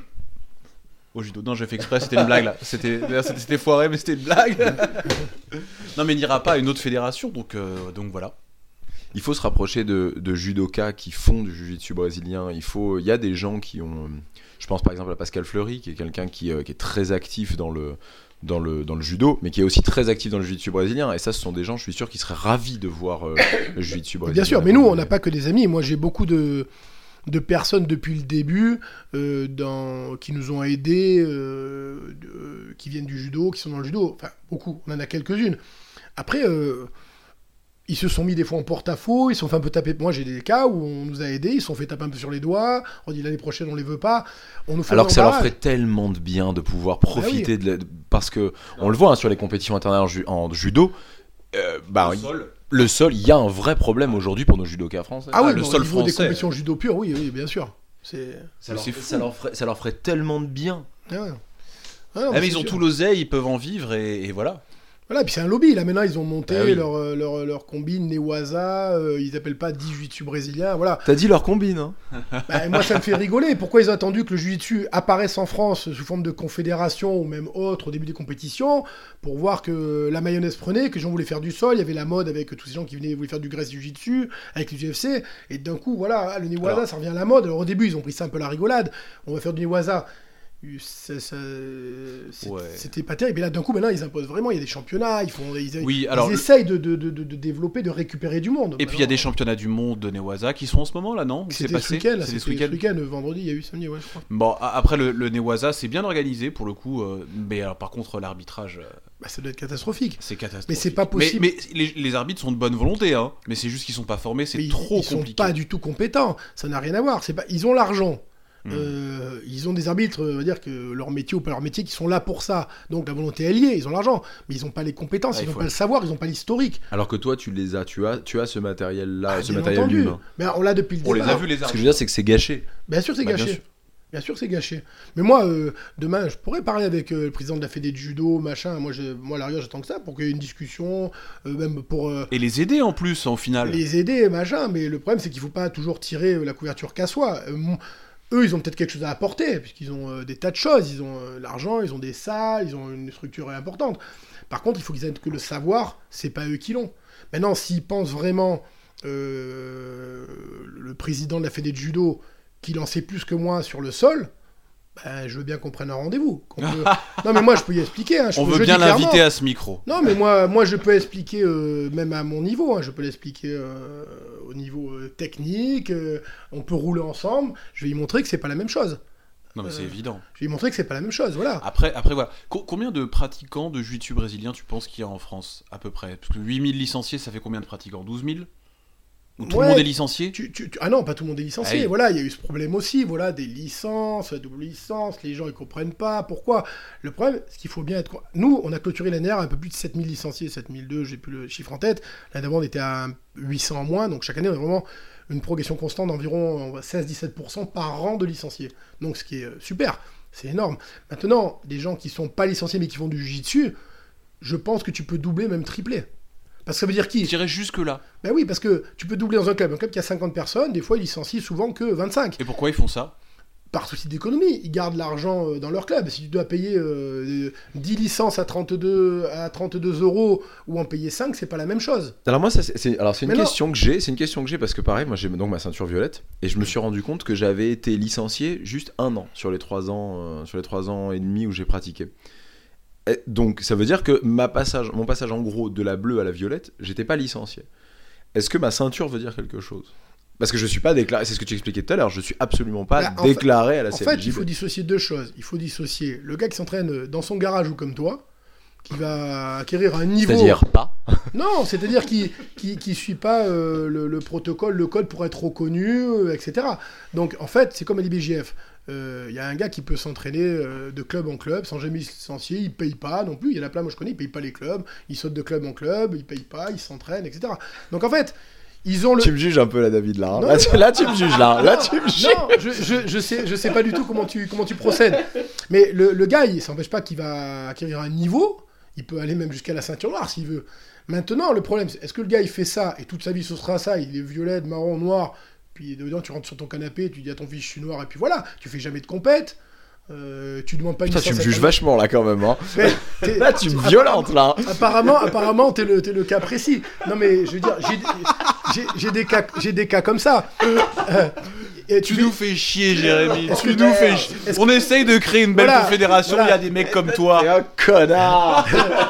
Au judo. Non, j'ai fait exprès, c'était une blague là. C'était foiré, mais c'était une blague. Non, mais n'ira pas à une autre fédération, donc voilà. Il faut se rapprocher de judokas qui font du jiu-jitsu brésilien. Il y a des gens qui ont. Je pense par exemple à Pascal Fleury, qui est quelqu'un qui est très actif dans le judo, mais qui est aussi très actif dans le jiu-jitsu brésilien. Et ça, ce sont des gens, je suis sûr, qui seraient ravis de voir le jiu-jitsu brésilien. bien sûr, mais nous, on n'a pas que des amis. Moi, j'ai beaucoup de personnes depuis le début qui nous ont aidés, qui viennent du judo, qui sont dans le judo. Enfin, beaucoup. On en a quelques-unes. Après, ils se sont mis des fois en porte-à-faux, ils se sont fait un peu taper. Moi, j'ai des cas où on nous a aidés, ils se sont fait taper un peu sur les doigts. On dit l'année prochaine, on les veut pas. On nous fait Alors que ça leur barrage. ferait tellement de bien de pouvoir profiter parce que on le voit sur les compétitions internationales en judo. Le sol, il y a un vrai problème aujourd'hui pour nos judokas français. Ah oui, le bon, sol au niveau des français. compétitions judo pures, oui, bien sûr. C'est... Ça Mais c'est fou. ça leur ferait tellement de bien. Ah ouais. Ah non, Ah, mais c'est ils ont sûr. tout l'oseille, ils peuvent en vivre et voilà. Voilà, et puis c'est un lobby. Là, maintenant, ils ont monté Bah oui. leur combine Newaza. Ils appellent pas jiu-jitsu brésilien. Voilà. T'as dit leur combine, hein? Bah, moi, ça me fait rigoler. Pourquoi ils ont attendu que le jiu-jitsu apparaisse en France sous forme de confédération ou même autre au début des compétitions pour voir que la mayonnaise prenait, que les gens voulaient faire du sol. Il y avait la mode avec tous ces gens qui voulaient faire du graisse jiu-jitsu avec les UFC. Et d'un coup, voilà, le Newaza, Alors- ça revient à la mode. Alors au début, ils ont pris ça un peu à la rigolade. On va faire du Newaza. C'était pas terrible. Et là, d'un coup, maintenant, ils imposent vraiment. Il y a des championnats, Oui, ils essayent de développer, de récupérer du monde. Et puis il y a des championnats du monde de Newaza qui sont en ce moment là, non? C'était ce week-end, vendredi, il y a eu samedi, ouais, je crois. Bon, après le Newaza, c'est bien organisé pour le coup, mais alors, par contre, l'arbitrage. Ça doit être catastrophique. C'est catastrophique. Mais c'est pas possible. Mais les arbitres sont de bonne volonté, hein. Mais c'est juste qu'ils sont pas formés, c'est trop compliqué. Ils sont pas du tout compétents. Ça n'a rien à voir. Ils ont l'argent. Ils ont des arbitres, on va dire que leur métier ou pas leur métier, qui sont là pour ça. Donc la volonté est liée, ils ont l'argent, mais ils n'ont pas les compétences, ils n'ont pas le savoir, ils n'ont pas l'historique. Alors que toi, tu as ce matériel-là, ce bien matériel entendu. humain. Mais on l'a depuis le départ. On les a vus les arbitres. Ce que je veux dire, c'est que c'est gâché. Bien sûr, c'est Bien gâché. sûr. Bien sûr, c'est gâché. Mais moi, demain, je pourrais parler avec le président de la Fédé de judo, machin. Moi, à l'arrière, j'attends que ça pour qu'il y ait une discussion, même pour. Et les aider en plus, en finale. Les aider, machin. Mais le problème, c'est qu'il ne faut pas toujours tirer la couverture qu'à soi. Eux, ils ont peut-être quelque chose à apporter, puisqu'ils ont des tas de choses. Ils ont l'argent, ils ont des salles, ils ont une structure importante. Par contre, il faut qu'ils aient que le savoir, c'est pas eux qui l'ont. Maintenant, s'ils pensent vraiment, le président de la Fédé de judo, qu'il en sait plus que moi sur le sol, je veux bien qu'on prenne un rendez-vous. Non, mais moi, je peux y expliquer. Hein. On veut bien l'inviter à ce micro. Non, mais moi je peux expliquer, même à mon niveau. Hein. Je peux l'expliquer au niveau technique. On peut rouler ensemble. Je vais lui montrer que c'est pas la même chose. Non, mais c'est évident. Je vais lui montrer que c'est pas la même chose. Voilà. Après voilà. Combien de pratiquants de jiu-jitsu brésilien tu penses qu'il y a en France, à peu près? Parce que 8000 licenciés, ça fait combien de pratiquants? 12 000? Où tout le monde est licencié? Ah non, pas tout le monde est licencié. Ah oui. Voilà, il y a eu ce problème aussi. Voilà, des licences, la double licence, les gens ils comprennent pas pourquoi. Le problème, c'est qu'il faut bien être. Nous, on a clôturé l'année dernière un peu plus de 7000 licenciés, 7002, j'ai plus le chiffre en tête. L'année d'avant, on était à 800 en moins. Donc chaque année, on a vraiment une progression constante d'environ 16-17% par an de licenciés. Donc ce qui est super, c'est énorme. Maintenant, des gens qui sont pas licenciés mais qui font du jiu-jitsu, je pense que tu peux doubler, même tripler. Parce que ça veut dire qui? Je dirais jusque-là. Ben oui, parce que tu peux doubler dans un club. Un club qui a 50 personnes, des fois, ils licencient souvent que 25. Et pourquoi ils font ça? Par souci d'économie. Ils gardent l'argent dans leur club. Si tu dois payer 10 licences à 32 euros ou en payer 5, c'est pas la même chose. Alors moi, c'est une question que j'ai. C'est une question que j'ai parce que pareil, moi j'ai donc ma ceinture violette et je me suis rendu compte que j'avais été licencié juste 1 an sur les 3 ans et demi où j'ai pratiqué. Donc ça veut dire que mon passage en gros de la bleue à la violette, j'étais pas licencié. Est-ce que ma ceinture veut dire quelque chose? Parce que je suis pas déclaré, c'est ce que tu expliquais tout à l'heure, je suis absolument pas déclaré à la CFJB. En fait, il faut dissocier deux choses. Il faut dissocier le gars qui s'entraîne dans son garage ou comme toi, qui va acquérir un niveau... C'est-à-dire pas. Non, c'est-à-dire qui suit pas le protocole, le code pour être reconnu, etc. Donc en fait, c'est comme à l'IBJF. Il y a un gars qui peut s'entraîner de club en club sans jamais se licencier, il paye pas non plus. Il y en a plein, moi je connais, ils payent pas les clubs, ils sautent de club en club, ils payent pas, ils s'entraînent, etc. Donc en fait, ils ont le... Tu me juges un peu là, David, là. Hein. Non, là, tu me juges là. Là, tu me juges. Non, je sais pas du tout comment tu procèdes. Mais le gars, il s'empêche pas qu'il va acquérir un niveau. Il peut aller même jusqu'à la ceinture noire s'il veut. Maintenant, le problème, c'est est-ce que le gars il fait ça et toute sa vie ce sera ça, il est violet, marron, noir. Puis dedans, tu rentres sur ton canapé, tu dis à ton fils, je suis noir, et puis voilà, tu fais jamais de compète, tu demandes pas une licence. Tu me juges vachement là quand même. Hein. Là, tu me violentes là. Apparemment, t'es le cas précis. Non mais je veux dire, j'ai des cas comme ça. Tu nous fais chier, Jérémy. Tu nous fais chier. On essaye de créer une belle confédération. Il y a des mecs comme toi. T'es un connard.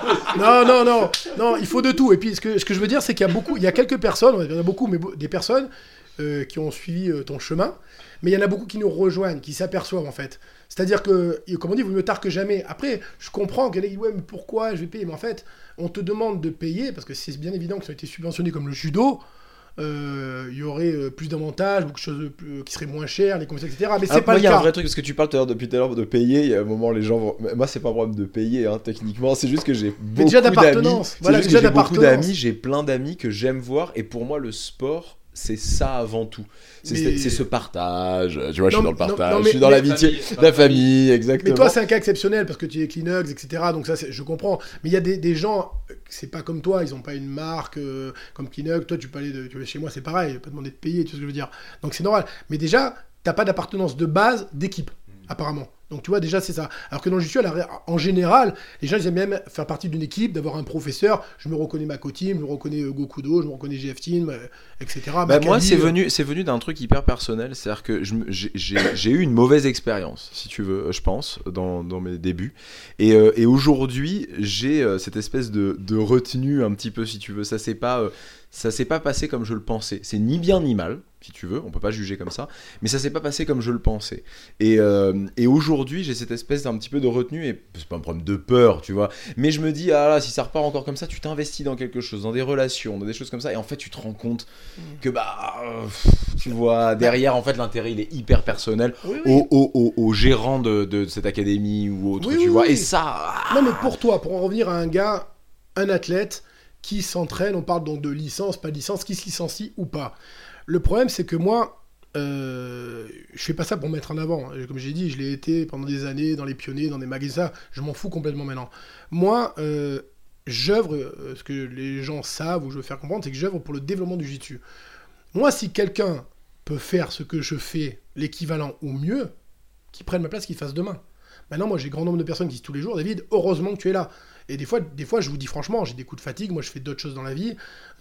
Non, il faut de tout. Et puis ce que je veux dire, c'est qu'il y a quelques personnes, il y en a beaucoup, mais des personnes qui ont suivi ton chemin, mais il y en a beaucoup qui nous rejoignent, qui s'aperçoivent en fait. C'est-à-dire que, comme on dit, il vaut mieux tard que jamais. Après, je comprends qu'il y en a qui disent, ouais, mais pourquoi je vais payer? Mais en fait, on te demande de payer, parce que c'est bien évident qu'ils ont été subventionnés comme le judo, il y aurait plus d'avantages, beaucoup de choses qui seraient moins chères, les commissions, etc. Mais c'est pas le cas. Il y a un vrai truc, parce que tu parles depuis tout à l'heure de payer, il y a un moment, les gens vont... Moi, c'est pas un problème de payer, hein, techniquement, c'est juste que j'ai beaucoup d'appartenance. Voilà, j'ai beaucoup d'amis, j'ai plein d'amis que j'aime voir, et pour moi, le sport... c'est ça avant tout. C'est ce partage. Tu vois, je suis dans le partage, je suis dans l'amitié, la famille, exactement. Mais toi, c'est un cas exceptionnel parce que tu es Kleenex, etc. Donc ça, je comprends. Mais il y a des gens, c'est pas comme toi, ils ont pas une marque comme Kleenex. Toi, tu peux aller chez moi, c'est pareil, pas demander de payer, tu vois ce que je veux dire. Donc c'est normal. Mais déjà, t'as pas d'appartenance de base d'équipe, apparemment. Donc tu vois, déjà c'est ça. Alors que dans le jiu-jitsu, en général, les gens ils aiment même faire partie d'une équipe, d'avoir un professeur. Je me reconnais Makoti, je me reconnais Gokudo, je me reconnais GF Team, etc. Bah, Maccabi, moi, c'est venu d'un truc hyper personnel. C'est-à-dire que j'ai eu une mauvaise expérience, si tu veux, je pense, dans mes débuts. Et aujourd'hui, j'ai cette espèce de retenue un petit peu, si tu veux. Ça s'est pas passé comme je le pensais. C'est ni bien ni mal, si tu veux. On peut pas juger comme ça. Mais ça s'est pas passé comme je le pensais. Et aujourd'hui, j'ai cette espèce d'un petit peu de retenue. Et c'est pas un problème de peur, tu vois. Mais je me dis, ah là, si ça repart encore comme ça, tu t'investis dans quelque chose, dans des relations, dans des choses comme ça. Et en fait, tu te rends compte que, tu vois, derrière, en fait, l'intérêt, il est hyper personnel au gérant de cette académie ou autre, tu vois. Et ça... Non, mais pour en revenir à un gars, un athlète qui s'entraîne, on parle donc de licence, pas de licence, qui se licencie ou pas. Le problème, c'est que moi, je fais pas ça pour me mettre en avant. Comme j'ai dit, je l'ai été pendant des années dans les pionniers, dans des magasins. Je m'en fous complètement maintenant. Moi, j'œuvre, ce que les gens savent ou je veux faire comprendre, c'est que j'œuvre pour le développement du jiu-jitsu. Moi, si quelqu'un peut faire ce que je fais, l'équivalent ou mieux, qu'il prenne ma place, qu'il fasse demain. Maintenant, moi, j'ai grand nombre de personnes qui disent tous les jours, David, heureusement que tu es là. Et des fois, je vous dis franchement, j'ai des coups de fatigue. Moi, je fais d'autres choses dans la vie.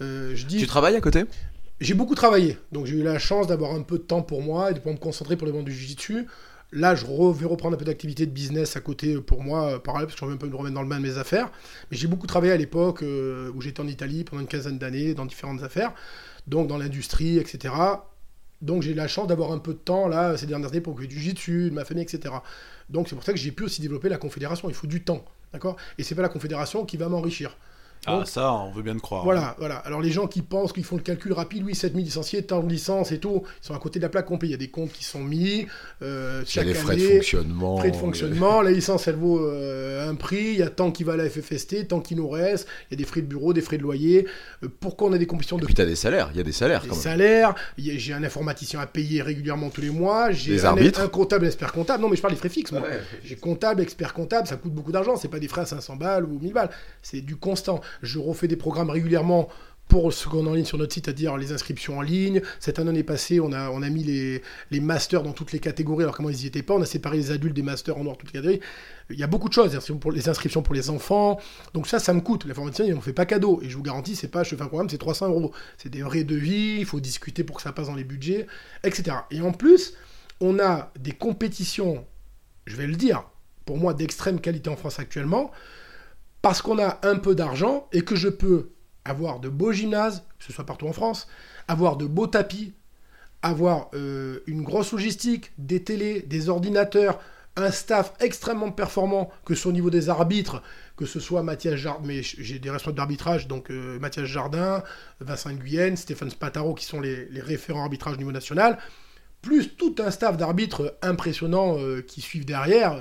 Tu travailles à côté ? J'ai beaucoup travaillé. Donc, j'ai eu la chance d'avoir un peu de temps pour moi et de pouvoir me concentrer pour le monde du jiu-jitsu. Là, je vais reprendre un peu d'activité de business à côté pour moi, parallèle, parce que j'ai envie un peu de me remettre dans le bain de mes affaires. Mais j'ai beaucoup travaillé à l'époque où j'étais en Italie pendant une quinzaine d'années dans différentes affaires, donc dans l'industrie, etc. Donc, j'ai eu la chance d'avoir un peu de temps là ces dernières années pour m'occuper du jiu-jitsu, de ma famille, etc. Donc, c'est pour ça que j'ai pu aussi développer la confédération. Il faut du temps. D'accord ? Et c'est pas la confédération qui va m'enrichir. Donc, ça, on veut bien te croire. Voilà. Alors les gens qui pensent qu'ils font le calcul rapide, oui, 7000 licenciés, tant de licences et tout, ils sont à côté de la plaque complète. Il y a des comptes qui sont mis chaque année. Frais de fonctionnement. Frais de fonctionnement. La licence, elle vaut un prix. Il y a tant qui va à la FFST, tant qui nous reste. Il y a des frais de bureau, des frais de loyer. Pourquoi on a des compétitions de... Et puis t'as des salaires. Il y a des salaires quand même. Des salaires. J'ai un informaticien à payer régulièrement tous les mois. J'ai un comptable, expert comptable. Non, mais je parle des frais fixes. Moi. Ouais. J'ai comptable, expert comptable. Ça coûte beaucoup d'argent. C'est pas des frais à 500 balles ou 1000 balles. C'est du constant. Je refais des programmes régulièrement pour ce qu'on a en ligne sur notre site, c'est-à-dire les inscriptions en ligne. Cette année passée, on a mis les masters dans toutes les catégories, alors comment ils n'y étaient pas. On a séparé les adultes des masters en noir, toutes les catégories. Il y a beaucoup de choses, les inscriptions pour les enfants. Donc ça me coûte. L'informaticien, il n'en fait pas cadeau. Et je vous garantis, c'est pas je fais un programme, c'est 300 €. C'est des vrais devis, il faut discuter pour que ça passe dans les budgets, etc. Et en plus, on a des compétitions, je vais le dire, pour moi, d'extrême qualité en France actuellement, parce qu'on a un peu d'argent et que je peux avoir de beaux gymnases, que ce soit partout en France, avoir de beaux tapis, avoir une grosse logistique, des télés, des ordinateurs, un staff extrêmement performant, que ce soit au niveau des arbitres, que ce soit Mathias Jardin, mais j'ai des responsables d'arbitrage, donc Mathias Jardin, Vincent Guyenne, Stéphane Spataro, qui sont les référents arbitrage au niveau national, plus tout un staff d'arbitres impressionnants qui suivent derrière.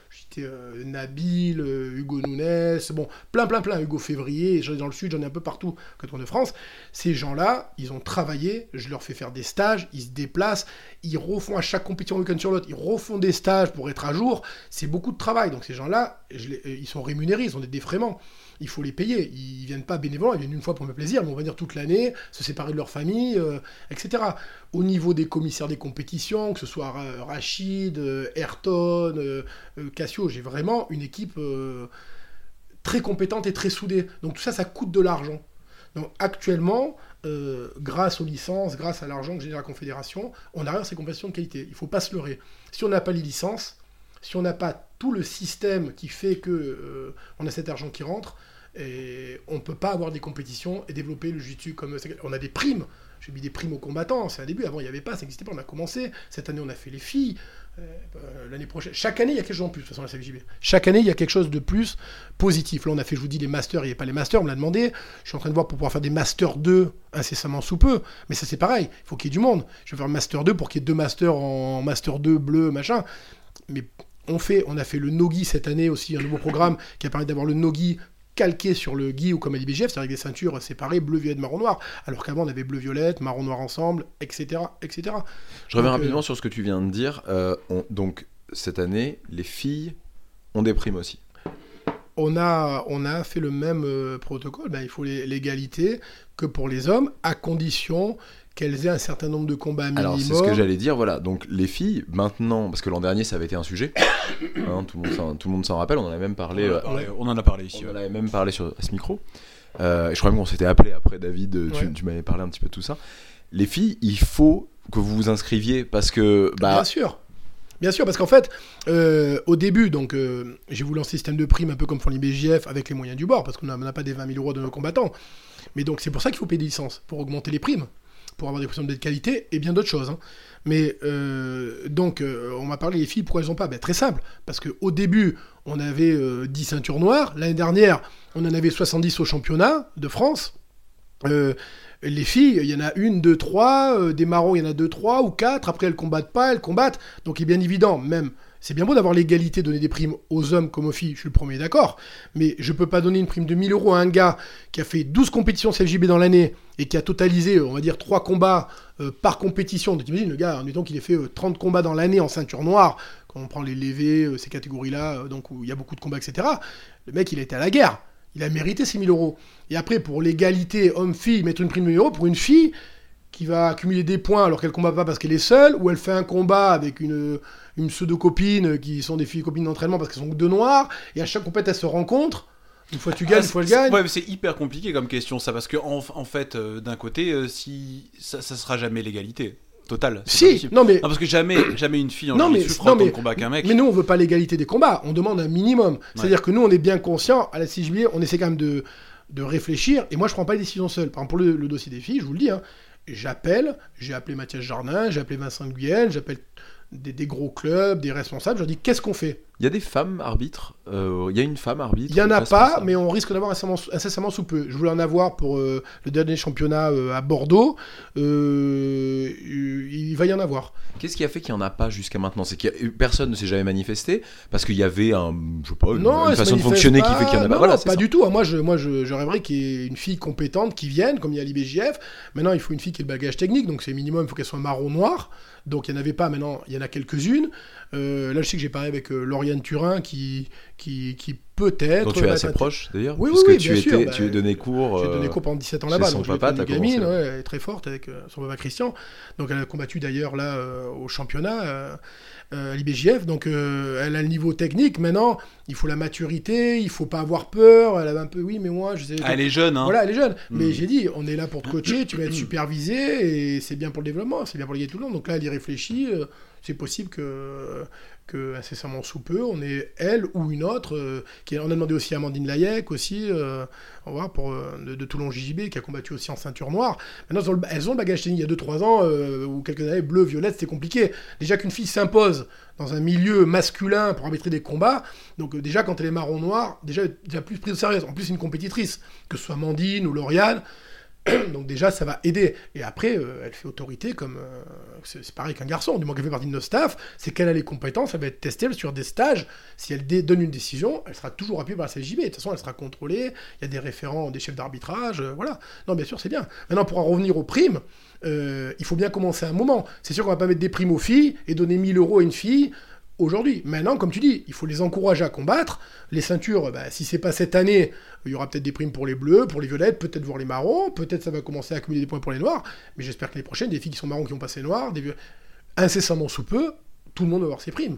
Nabil, Hugo Nunes, bon, plein, Hugo Février, j'en ai dans le sud, j'en ai un peu partout, canton de France. Ces gens-là, ils ont travaillé, je leur fais faire des stages, ils se déplacent, ils refont à chaque compétition week-end sur l'autre, ils refont des stages pour être à jour, c'est beaucoup de travail. Donc ces gens-là, ils sont rémunérés, ils ont des défraiements. Il faut les payer. Ils viennent pas bénévolement, ils viennent une fois pour me plaisir, mais on va dire toute l'année, se séparer de leur famille, etc. Au niveau des commissaires des compétitions, que ce soit Rachid, Ayrton, Cassio, j'ai vraiment une équipe très compétente et très soudée. Donc tout ça, ça coûte de l'argent. Donc actuellement, grâce aux licences, grâce à l'argent que génère la Confédération, on arrive à ces compétitions de qualité. Il ne faut pas se leurrer. Si on n'a pas les licences, si on n'a pas tout le système qui fait que on a cet argent qui rentre, et on ne peut pas avoir des compétitions et développer le jiu-jitsu comme... On a des primes. J'ai mis des primes aux combattants, c'est un début. Avant, il n'y avait pas, ça n'existait pas, on a commencé. Cette année, on a fait les filles. L'année prochaine... Chaque année, il y a quelque chose en plus, de toute façon, la CFJB. Chaque année, il y a quelque chose de plus positif. Là, on a fait, je vous dis, les masters, il n'y avait pas les masters, on me l'a demandé. Je suis en train de voir pour pouvoir faire des masters 2 incessamment sous peu. Mais ça, c'est pareil, il faut qu'il y ait du monde. Je vais faire master 2 pour qu'il y ait 2 masters en master 2 bleu, machin. Mais... On a fait le no-gi cette année aussi, un nouveau programme qui a permis d'avoir le no-gi calqué sur le gi ou comme à l'IBGF, c'est-à-dire avec des ceintures séparées, bleu, violette, marron, noir, alors qu'avant on avait bleu, violette, marron, noir ensemble, etc. etc. Je reviens rapidement sur ce que tu viens de dire. Donc cette année, les filles ont des primes aussi. on a fait le même protocole. Il faut l'égalité que pour les hommes, à condition qu'elles aient un certain nombre de combats minimum. Alors, c'est ce que j'allais dire, voilà. Donc, les filles, maintenant, parce que l'an dernier, ça avait été un sujet, tout le monde s'en rappelle, on en a même parlé. On en a parlé ici. On en avait même parlé à ce micro. Je crois même qu'on s'était appelé après, David, tu m'avais parlé un petit peu de tout ça. Les filles, il faut que vous vous inscriviez, parce que... Bien sûr, parce qu'en fait, au début, donc, j'ai voulu lancer un système de primes un peu comme font les BJF avec les moyens du bord, parce qu'on n'a pas des 20 000 euros de nos combattants. Mais donc, c'est pour ça qu'il faut payer des licences, pour augmenter les primes, pour avoir des primes de qualité et bien d'autres choses. Hein. Mais on m'a parlé des filles, pourquoi elles n'ont pas ? Très simple, parce qu'au début, on avait 10 ceintures noires. L'année dernière, on en avait 70 au championnat de France. Les filles, il y en a 1, 2, 3, des marrons, il y en a 2, 3 ou 4, après elles combattent pas, elles combattent, donc il est bien évident, même, c'est bien beau d'avoir l'égalité, donner des primes aux hommes comme aux filles, je suis le premier d'accord, mais je peux pas donner une prime de 1 000 euros à un gars qui a fait 12 compétitions CFJB dans l'année, et qui a totalisé, on va dire, 3 combats par compétition, donc t'imagines, le gars, admettons qu'il ait fait 30 combats dans l'année en ceinture noire, quand on prend les levées, ces catégories-là, donc où il y a beaucoup de combats, etc., le mec, il a été à la guerre. Il a mérité ces 1 000 euros. Et après, pour l'égalité homme-fille, mettre une prime de 1 000 euros pour une fille qui va accumuler des points alors qu'elle ne combat pas parce qu'elle est seule, ou elle fait un combat avec une pseudo-copine qui sont des filles copines d'entraînement parce qu'elles sont 2 noires, et à chaque compète, elles se rencontrent. Une fois tu gagnes, une fois je gagne. Ouais, mais c'est hyper compliqué comme question, ça, parce que en fait, d'un côté, si ça sera jamais l'égalité. Total. Si, non mais... Non, parce que jamais une fille en jiu-jitsu fera autant de combats qu'un mec. Mais nous, on veut pas l'égalité des combats, on demande un minimum. C'est-à-dire que nous, on est bien conscients, à la CJB, on essaie quand même de réfléchir, et moi, je prends pas les décisions seul. Par exemple, pour le dossier des filles, je vous le dis, hein, j'ai appelé Mathias Jardin, j'ai appelé Vincent Guyenne, j'appelle des gros clubs, des responsables, je leur dis, qu'est-ce qu'on fait ? Il y a des femmes arbitres, il y a une femme arbitre. Il n'y en a pas, mais on risque d'avoir incessamment sous peu. Je voulais en avoir pour le dernier championnat à Bordeaux. Il va y en avoir. Qu'est-ce qui a fait qu'il n'y en a pas jusqu'à maintenant ? C'est que personne ne s'est jamais manifesté parce qu'il y avait une façon de fonctionner qui fait qu'il n'y en a pas. Voilà, pas du tout. Moi, je rêverais qu'il y ait une fille compétente qui vienne, comme il y a à l'IBJF. Maintenant, il faut une fille qui ait le bagage technique, donc c'est minimum, il faut qu'elle soit marron-noir. Donc il n'y en avait pas, maintenant il y en a quelques-unes. Là, je sais que j'ai parlé avec Lauriane Turin qui peut-être... Donc tu es assez proche d'ailleurs, oui, puisque bien sûr. tu as donné cours... J'ai donné cours pendant 17 ans là-bas. Son donc papa, t'as gamine, elle est très forte avec son papa Christian. Donc elle a combattu d'ailleurs là au championnat à l'IBJF. Donc elle a le niveau technique. Maintenant, il faut la maturité, il faut pas avoir peur. Elle avait un peu, oui, mais moi, je sais... Elle est jeune, hein. Voilà, elle est jeune. Mais j'ai dit, on est là pour te coacher, tu vas être supervisé et c'est bien pour le développement, c'est bien pour le gars tout le monde. Donc là, elle y réfléchit. C'est possible que incessamment sous peu, on ait elle ou une autre. On a demandé aussi à Amandine Layek aussi, on va voir, de Toulon JJB, qui a combattu aussi en ceinture noire. Maintenant, elles ont le bagage technique. Il y a 2-3 ans, ou quelques années, bleu, violette, c'était compliqué. Déjà qu'une fille s'impose dans un milieu masculin pour arbitrer des combats, donc déjà quand elle est marron-noir, déjà plus prise au sérieux. En plus, c'est une compétitrice, que ce soit Amandine ou Lauriane. Donc déjà, ça va aider. Et après, elle fait autorité comme... c'est pareil qu'un garçon, du moins qu'elle fait partie de notre staff, c'est qu'elle a les compétences, elle va être testée sur des stages. Si elle donne une décision, elle sera toujours appuyée par la CJB. De toute façon, elle sera contrôlée. Il y a des référents, des chefs d'arbitrage, voilà. Non, bien sûr, c'est bien. Maintenant, pour en revenir aux primes, il faut bien commencer à un moment. C'est sûr qu'on va pas mettre des primes aux filles et donner 1 000 euros à une fille aujourd'hui. Maintenant, comme tu dis, il faut les encourager à combattre. Les ceintures, si c'est pas cette année, il y aura peut-être des primes pour les bleus, pour les violettes, peut-être voir les marrons, peut-être ça va commencer à accumuler des points pour les noirs, mais j'espère que les prochaines, des filles qui sont marrons qui ont passé noirs, incessamment sous peu, tout le monde va avoir ses primes.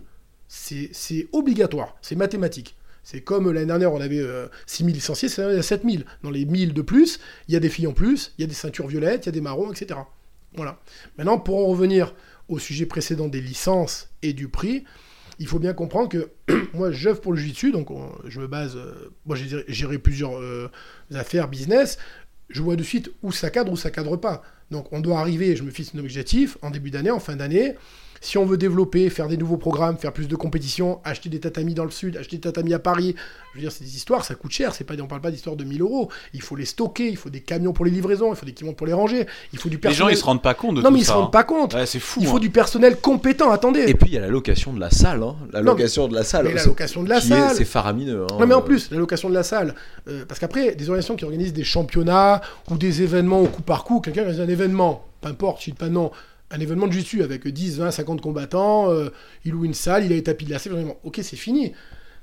C'est obligatoire, c'est mathématique. C'est comme l'année dernière, on avait 6 000 licenciés, c'est l'année, il y a 7 000. Dans les 1 000 de plus, il y a des filles en plus, il y a des ceintures violettes, il y a des marrons, etc. Voilà. Maintenant, pour en revenir au sujet précédent des licences et du prix, il faut bien comprendre que moi, j'œuvre pour le jiu-jitsu, donc je me base... moi, j'ai géré plusieurs affaires, business. Je vois de suite où ça cadre pas. Donc, on doit arriver, je me fixe un objectif, en début d'année, en fin d'année. Si on veut développer, faire des nouveaux programmes, faire plus de compétitions, acheter des tatamis dans le sud, acheter des tatamis à Paris, je veux dire, c'est des histoires, ça coûte cher, on parle pas d'histoires de 1 000 euros. Il faut les stocker, il faut des camions pour les livraisons, il faut des camions pour les ranger, il faut du personnel. Les gens, ils se rendent pas compte de tout ça. Non, mais ils se rendent pas compte. Ouais, c'est fou. Il faut du personnel compétent, attendez. Et puis, il y a la location de la salle, hein. La location de la salle. C'est faramineux. Hein. Non, mais en plus, la location de la salle, parce qu'après, des organisations qui organisent des championnats ou des événements au coup par coup, quelqu'un organise un événement, peu importe, je ne sais pas, non. Un événement de jiu-jitsu avec 10, 20, 50 combattants, il loue une salle, il a les tapis glacés, vraiment. Ok, c'est fini.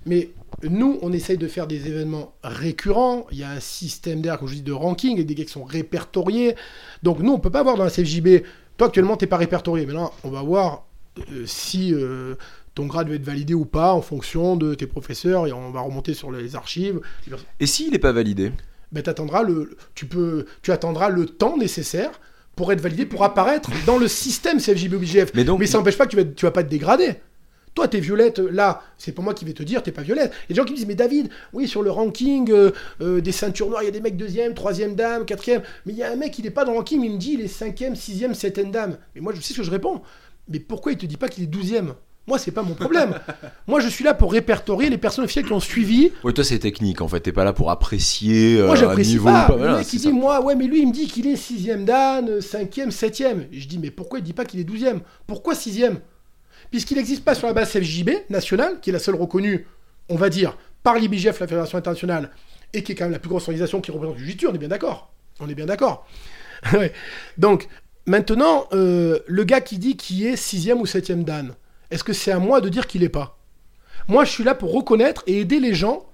Mais nous, on essaye de faire des événements récurrents. Il y a un système d'air, comme je dis, de ranking, et des gars qui sont répertoriés. Donc nous, on peut pas voir dans la CFJB, toi actuellement, t'es pas répertorié. Maintenant, on va voir si ton grade va être validé ou pas en fonction de tes professeurs, et on va remonter sur les archives. Et s'il n'est pas validé? Ben, tu attendras le temps nécessaire pour être validé, pour apparaître dans le système CFJB OBJF. Mais ça n'empêche pas que tu vas pas te dégrader. Toi, t'es violette, là, c'est pas moi qui vais te dire, t'es pas violette. Il y a des gens qui me disent, mais David, oui, sur le ranking des ceintures noires, il y a des mecs 2e, 3e dame, 4e, mais il y a un mec, il est pas dans le ranking, mais il me dit, il est 5e, 6e, 7e dame. Mais moi, je sais ce que je réponds. Mais pourquoi il te dit pas qu'il est 12e? Moi, c'est pas mon problème. Moi, je suis là pour répertorier les personnes officielles qui ont suivi. Oui, toi, c'est technique, en fait. T'es pas là pour apprécier moi, j'apprécie niveau pas. ou pas. Le Voilà, mec, il dit, moi, ouais, mais lui, il me dit qu'il est 6e dan, 5e, 7e. Et je dis, mais pourquoi il dit pas qu'il est 12e? Pourquoi 6e? Puisqu'il n'existe pas sur la base FJB nationale, qui est la seule reconnue, on va dire, par l'IBJF, la Fédération internationale, et qui est quand même la plus grosse organisation qui représente le jiu-jitsu, on est bien d'accord. On est bien d'accord. Ouais. Donc, maintenant, le gars qui dit qu'il est 6e ou 7e dan, est-ce que c'est à moi de dire qu'il n'est pas? Moi, je suis là pour reconnaître et aider les gens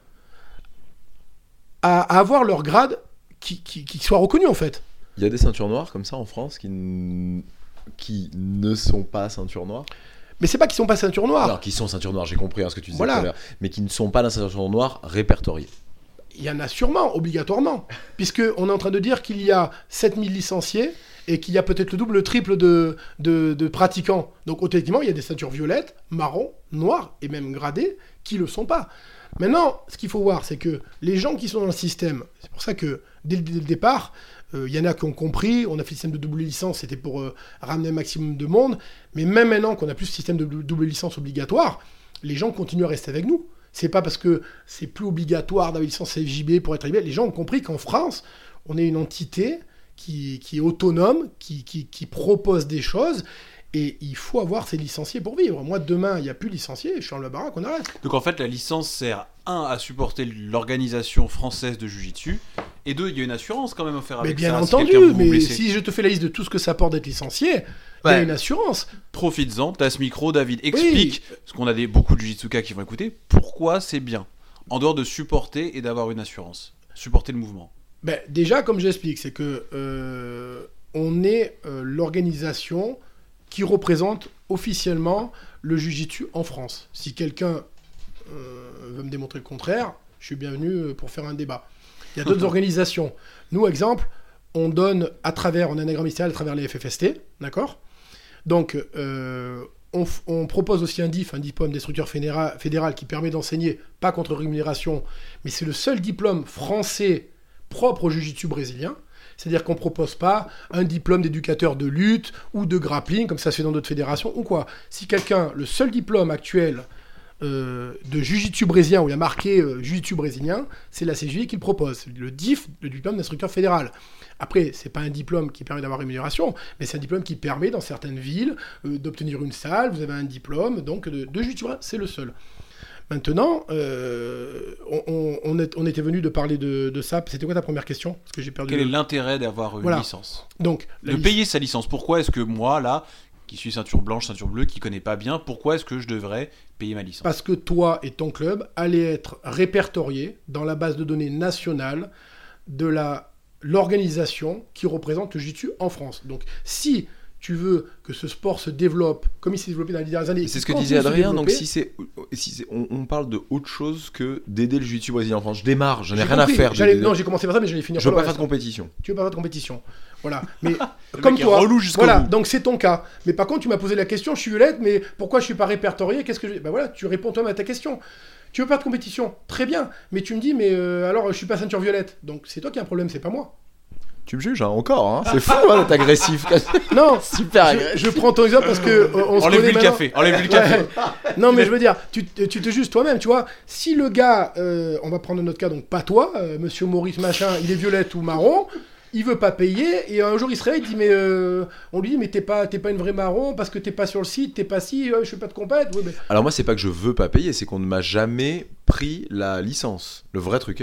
à avoir leur grade qui soit reconnu, en fait. Il y a des ceintures noires comme ça en France qui ne sont pas ceintures noires. Mais c'est pas qu'ils sont pas ceinture noire. Alors, qui sont ceintures noires, j'ai compris ce que tu disais Voilà. tout à l'heure, mais qui ne sont pas la ceinture noire répertoriée. Il y en a sûrement, obligatoirement, puisqu'on est en train de dire qu'il y a 7000 licenciés et qu'il y a peut-être le double, le triple de pratiquants. Donc, automatiquement, il y a des ceintures violettes, marron, noires et même gradées qui le sont pas. Maintenant, ce qu'il faut voir, c'est que les gens qui sont dans le système, c'est pour ça que dès le départ, il y en a qui ont compris, on a fait le système de double licence, c'était pour ramener un maximum de monde, mais même maintenant qu'on n'a plus ce système de double licence obligatoire, les gens continuent à rester avec nous. C'est pas parce que c'est plus obligatoire d'avoir une licence CFJB pour être libéré. Les gens ont compris qu'en France, on est une entité qui est autonome, qui propose des choses, et il faut avoir ses licenciés pour vivre. Moi, demain, il n'y a plus de licenciés, je suis en la baraque, on arrête. Donc en fait, la licence sert, 1, à supporter l'organisation française de Jiu-Jitsu, et 2, il y a une assurance quand même à faire avec mais bien ça. entendu, si quelqu'un vous mais blessez. si je te fais la liste de tout ce que ça apporte d'être licencié, il y a une assurance. Profites-en, t'as ce micro, David, explique, parce qu'on a beaucoup de Jiu-Jitsuka qui vont écouter, pourquoi c'est bien, en dehors de supporter et d'avoir une assurance, supporter le mouvement. Ben, déjà, comme j'explique, c'est que on est l'organisation qui représente officiellement le Jiu-Jitsu en France. Si quelqu'un veut me démontrer le contraire, je suis bienvenu pour faire un débat. Il y a d'autres organisations. Nous, exemple, on donne on a un agrément ministériel à travers les FFST, d'accord ? Donc, on propose aussi un diplôme d'instructeur fédéral qui permet d'enseigner, pas contre rémunération, mais c'est le seul diplôme français propre au Jiu-Jitsu brésilien. C'est-à-dire qu'on ne propose pas un diplôme d'éducateur de lutte ou de grappling, comme ça se fait dans d'autres fédérations, ou quoi. Si quelqu'un, le seul diplôme actuel de Jiu-Jitsu brésilien, où il y a marqué Jiu-Jitsu brésilien, c'est la CJJ qui le propose. Le DIF, le diplôme d'instructeur fédéral. Après, c'est pas un diplôme qui permet d'avoir rémunération, mais c'est un diplôme qui permet, dans certaines villes, d'obtenir une salle. Vous avez un diplôme, donc, de Jiu-Jitsu brésilien, c'est le seul. Maintenant, on était venu de parler de ça. C'était quoi ta première question ? Parce que j'ai perdu. Quel est l'intérêt d'avoir une licence ? Donc, payer sa licence. Pourquoi est-ce que moi, là, qui suis ceinture blanche, ceinture bleue, qui connais pas bien, pourquoi est-ce que je devrais payer ma licence ? Parce que toi et ton club allaient être répertoriés dans la base de données nationale de l'organisation qui représente le Jiu-Jitsu en France. Donc, si tu veux que ce sport se développe comme il s'est développé dans les dernières années. C'est ce que disait Adrien, donc on parle de autre chose que d'aider le jiu-jitsu brésilien en France. Je démarre, j'en ai rien à faire. Non, j'ai commencé par ça, mais j'allais finir. Je veux pas faire de compétition. Tu veux pas faire de compétition. Voilà. Mais comme toi, voilà, donc c'est ton cas. Mais par contre, tu m'as posé la question, je suis violette, mais pourquoi je suis pas répertorié ? Qu'est-ce que je... Ben voilà, tu réponds toi-même à ta question. Tu veux pas de compétition ? Très bien. Mais tu me dis, mais alors je suis pas ceinture violette. Donc c'est toi qui as un problème, c'est pas moi. Tu me juges, hein, encore, hein. C'est fou d'être agressif. Non, super agressif. Je prends ton exemple parce que on se connaît maintenant. Enlève le café. Non, mais je veux dire, tu te juges toi-même, tu vois. Si le gars, on va prendre notre cas, donc pas toi, monsieur Maurice machin, il est violette ou marron, il veut pas payer, et un jour il se réveille, il dit, mais on lui dit, mais t'es pas une vraie marron parce que t'es pas sur le site, t'es pas si, je fais pas de compète. Oui, mais... Alors moi, c'est pas que je veux pas payer, c'est qu'on ne m'a jamais pris la licence. Le vrai truc est là.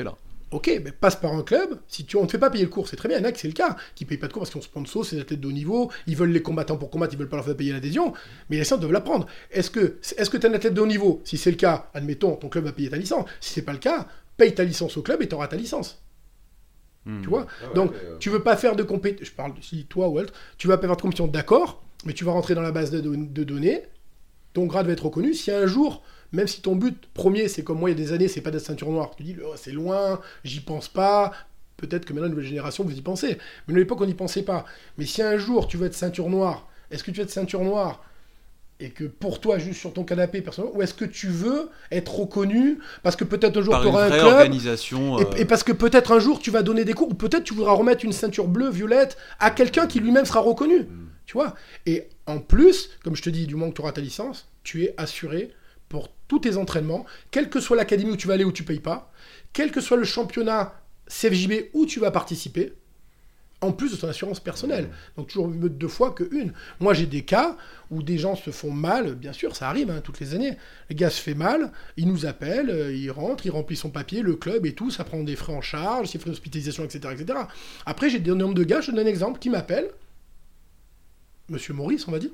Ok, mais passe par un club. Si on ne te fait pas payer le cours, c'est très bien. Il y en a qui c'est le cas, qui ne payent pas de cours parce qu'on sponsor, c'est des athlètes de haut niveau, ils veulent les combattants pour combattre, ils veulent pas leur faire payer l'adhésion, mais les licences doivent l'apprendre. Est-ce que tu es un athlète de haut niveau? Si c'est le cas, admettons, ton club va payer ta licence. Si c'est pas le cas, paye ta licence au club et tu auras ta licence. Tu vois? Donc, tu veux pas faire de compétition. Je parle de si toi, Walt, tu vas pas faire de compétition, d'accord, mais tu vas rentrer dans la base de données, ton grade va être reconnu. Si un jour, même si ton but premier, c'est comme moi il y a des années, c'est pas d'être ceinture noire, tu dis c'est loin, j'y pense pas, peut-être que maintenant, la nouvelle génération, vous y pensez. Mais à l'époque, on n'y pensait pas. Mais si un jour, tu veux être ceinture noire, est-ce que tu veux être ceinture noire et que pour toi, juste sur ton canapé, personnellement, ou est-ce que tu veux être reconnu parce que peut-être un jour, tu auras un club organisation, et parce que peut-être un jour, tu vas donner des cours, ou peut-être tu voudras remettre une ceinture bleue, violette à quelqu'un qui lui-même sera reconnu. Tu vois? Et en plus, comme je te dis, du moment que tu auras ta licence, tu es assuré pour tous tes entraînements, quelle que soit l'académie où tu vas aller, où tu payes pas, quel que soit le championnat CFJB où tu vas participer, en plus de ton assurance personnelle. Donc toujours mieux 2 fois que 1. Moi j'ai des cas où des gens se font mal, bien sûr ça arrive toutes les années. Le gars se fait mal, il nous appelle, il rentre, il remplit son papier, le club et tout, ça prend des frais en charge, ses frais d'hospitalisation, etc., etc. Après j'ai des nombres de gars, je te donne un exemple, qui m'appellent, Monsieur Maurice on va dire.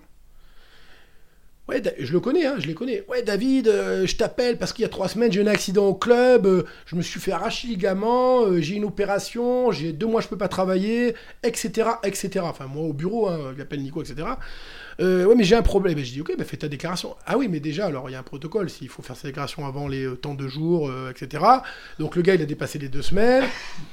Ouais, je le connais, je les connais. Ouais, David, je t'appelle parce qu'il y a 3 semaines, j'ai eu un accident au club, je me suis fait arracher le ligament, j'ai une opération, j'ai 2 mois, je peux pas travailler, etc., etc. Enfin, moi, au bureau, il appelle Nico, etc. Ouais, mais j'ai un problème. Et je dis, ok, fais ta déclaration. Ah oui, mais déjà, alors, il y a un protocole, s'il faut faire sa déclaration avant les temps de jour, etc. Donc, le gars, il a dépassé les 2 semaines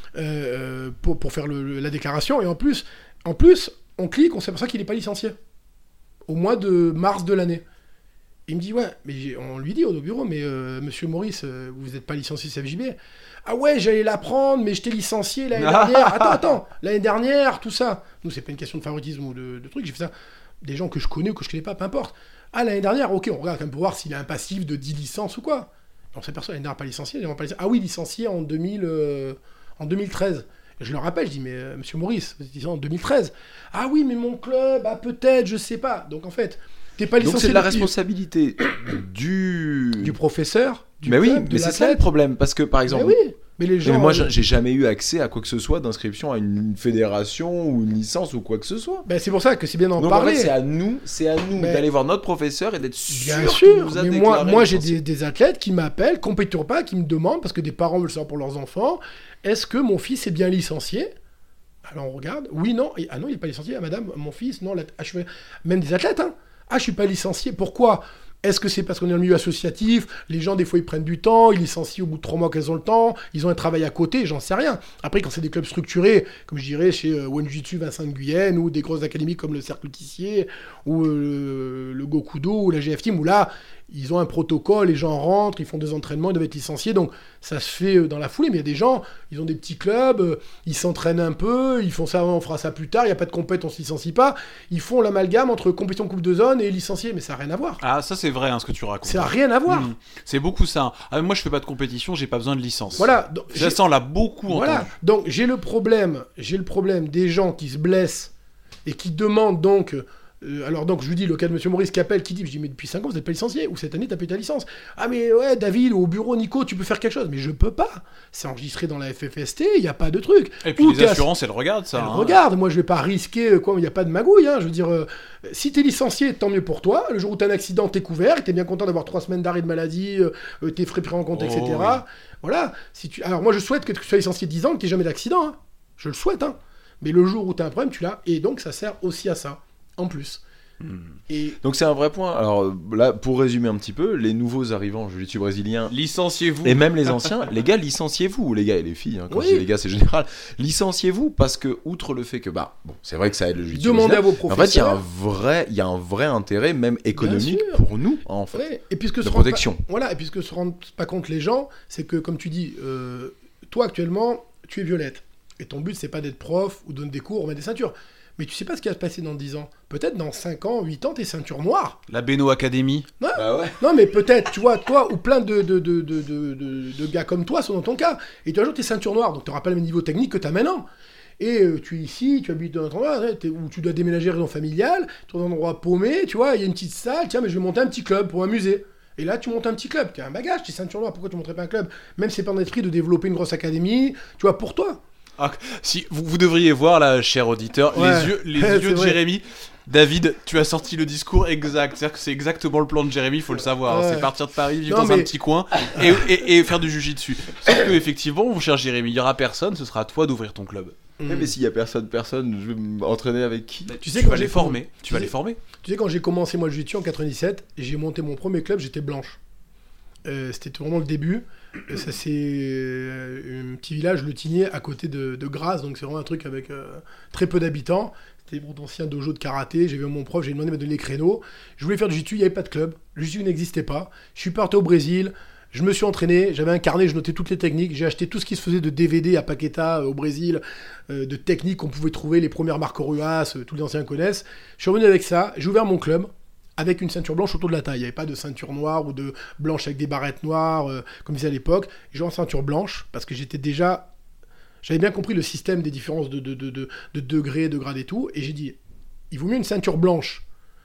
pour faire la déclaration. Et en plus, on clique, on s'aperçoit qu'il n'est pas licencié. Au mois de mars de l'année. Il me dit, ouais, mais on lui dit au bureau, mais monsieur Maurice, vous n'êtes pas licencié CFJB. Ah ouais, j'allais l'apprendre, mais je t'ai licencié l'année dernière. Attends, l'année dernière, tout ça. Nous, c'est pas une question de favoritisme ou de truc, j'ai fait ça. Des gens que je connais ou que je connais pas, peu importe. Ah, l'année dernière, ok, on regarde quand même pour voir s'il a un passif de 10 licences ou quoi. On s'aperçoit, l'année dernière, pas licencié, Ah oui, licencié en 2013. Je le rappelle, je dis, mais monsieur Maurice, vous étiez en 2013. Ah oui, mais mon club, peut-être, je sais pas. Donc en fait, t'es pas licencié. Donc c'est de la responsabilité du professeur, du mais club, oui, mais c'est ça le problème. Parce que par exemple. Mais oui, mais les gens. Mais moi, j'ai jamais eu accès à quoi que ce soit d'inscription à une fédération ou une licence ou quoi que ce soit. Ben, c'est pour ça que c'est bien d'en Donc, parler. En fait, c'est à nous d'aller voir notre professeur et d'être sûr qu'il nous a mais déclaré. moi j'ai des athlètes qui m'appellent, compétiteurs pas, qui me demandent, parce que des parents veulent savoir pour leurs enfants, est-ce que mon fils est bien licencié? Alors on regarde, oui, non, ah non, il n'est pas licencié, madame, mon fils, non, même des athlètes, je suis pas licencié, pourquoi? Est-ce que c'est parce qu'on est dans le milieu associatif? Les gens, des fois, ils prennent du temps, ils licencient au bout de 3 mois qu'elles ont le temps, ils ont un travail à côté, j'en sais rien. Après, quand c'est des clubs structurés, comme je dirais chez Wenjutsu Vincent Nguyen, ou des grosses académies comme le Cercle Tissier, ou le Gokudo, ou la GF Team, où là, ils ont un protocole, les gens rentrent, ils font des entraînements, ils doivent être licenciés, donc ça se fait dans la foulée. Mais il y a des gens, ils ont des petits clubs, ils s'entraînent un peu, ils font ça, on fera ça plus tard, il n'y a pas de compète, on se licencie pas. Ils font l'amalgame entre compétition coupe de zone et licencié, mais ça n'a rien à voir. Ah, ça c'est vrai ce que tu racontes. Ça n'a rien à voir. C'est beaucoup ça. Ah, moi je fais pas de compétition, j'ai pas besoin de licence. Voilà. Donc, ça on l'a beaucoup entendu. Donc j'ai le problème des gens qui se blessent et qui demandent donc... alors donc je lui dis, le cas de monsieur Maurice qui appelle, qui dit, je dis mais depuis 5 ans vous n'êtes pas licencié, ou cette année t'as payé ta licence. Ah mais ouais David, au bureau Nico tu peux faire quelque chose, mais je peux pas, c'est enregistré dans la FFST, il n'y a pas de truc. Et puis les assurances elles regardent ça. Regarde, moi je vais pas risquer, il n'y a pas de magouille, je veux dire, si t'es licencié tant mieux pour toi, le jour où t'as un accident t'es couvert, t'es bien content d'avoir 3 semaines d'arrêt de maladie, tes frais pris en compte, etc. Oui. Voilà, alors moi je souhaite que tu sois licencié 10 ans, que t'aies jamais d'accident, je le souhaite, mais le jour où t'as un problème tu l'as, et donc ça sert aussi à ça, en plus. Et... Donc c'est un vrai point. Alors là, pour résumer un petit peu, les nouveaux arrivants jiu-jitsu brésiliens, licenciez-vous. Et même les anciens, les gars, licenciez-vous, les gars et les filles. Quand je dis les gars, c'est général. Licenciez-vous parce que outre le fait que c'est vrai que ça aide le jiu-jitsu. Demandez à vos professeurs. En fait, il y a un vrai intérêt, même économique pour nous, en fait. Ouais. Et puisque de protection. Et puisque se rendent pas compte les gens, c'est que comme tu dis, toi actuellement, tu es Violette, et ton but c'est pas d'être prof ou de donner des cours ou mettre des ceintures. Mais tu sais pas ce qui va se passer dans 10 ans. Peut-être dans 5 ans, 8 ans, t'es ceinture noire. La Beno Academy. Non, non mais peut-être, tu vois, toi ou plein de gars comme toi sont dans ton cas. Et tu as toujours tes ceintures noires, donc tu n'auras pas le même niveau technique que tu as maintenant. Et tu es ici, tu habites dans un endroit où tu dois déménager résidence familiale, tu es dans un endroit paumé, tu vois, il y a une petite salle, tiens, mais je vais monter un petit club pour m'amuser. Et là, tu montes un petit club. Tu as un bagage, tu es ceinture noire. Pourquoi tu ne monterais pas un club? Même si c'est pas dans l'esprit de développer une grosse académie, tu vois, pour toi. Ah, si vous devriez voir là, cher auditeur, Ouais. les yeux de vrai. Jérémy. David, tu as sorti le discours exact. C'est-à-dire que c'est exactement le plan de Jérémy, il faut le savoir. Ouais. C'est partir de Paris, vivre Non, dans un mais- petit coin et faire du jujitsu. Sauf que, effectivement, mon cher Jérémy, il n'y aura personne, ce sera à toi d'ouvrir ton club. Mais s'il y a personne, je vais m'entraîner avec qui? Tu sais, Tu quand vas j'ai les former. Tu tu vas sais- les former. Tu sais, quand j'ai commencé moi le jiu-jitsu en 97, j'ai monté mon premier club, j'étais blanche. C'était vraiment le début. Ça, c'est un petit village, Le Tigné, à côté de Grasse. Donc c'est vraiment un truc avec très peu d'habitants. C'était mon ancien dojo de karaté. J'ai vu mon prof, j'ai demandé de me donner les créneaux. Je voulais faire du jiu-jitsu, il n'y avait pas de club. Le jiu-jitsu n'existait pas. Je suis parti au Brésil. Je me suis entraîné, j'avais un carnet, je notais toutes les techniques. J'ai acheté tout ce qui se faisait de DVD à Paqueta au Brésil, de techniques qu'on pouvait trouver, les premières marques Ruas, tous les anciens connaissent. Je suis revenu avec ça, j'ai ouvert mon club avec une ceinture blanche autour de la taille. Il n'y avait pas de ceinture noire ou de blanche avec des barrettes noires, comme ils faisaient à l'époque. J'ai joué en ceinture blanche parce que j'avais bien compris le système des différences de degrés, de grades et tout. Et j'ai dit, il vaut mieux une ceinture blanche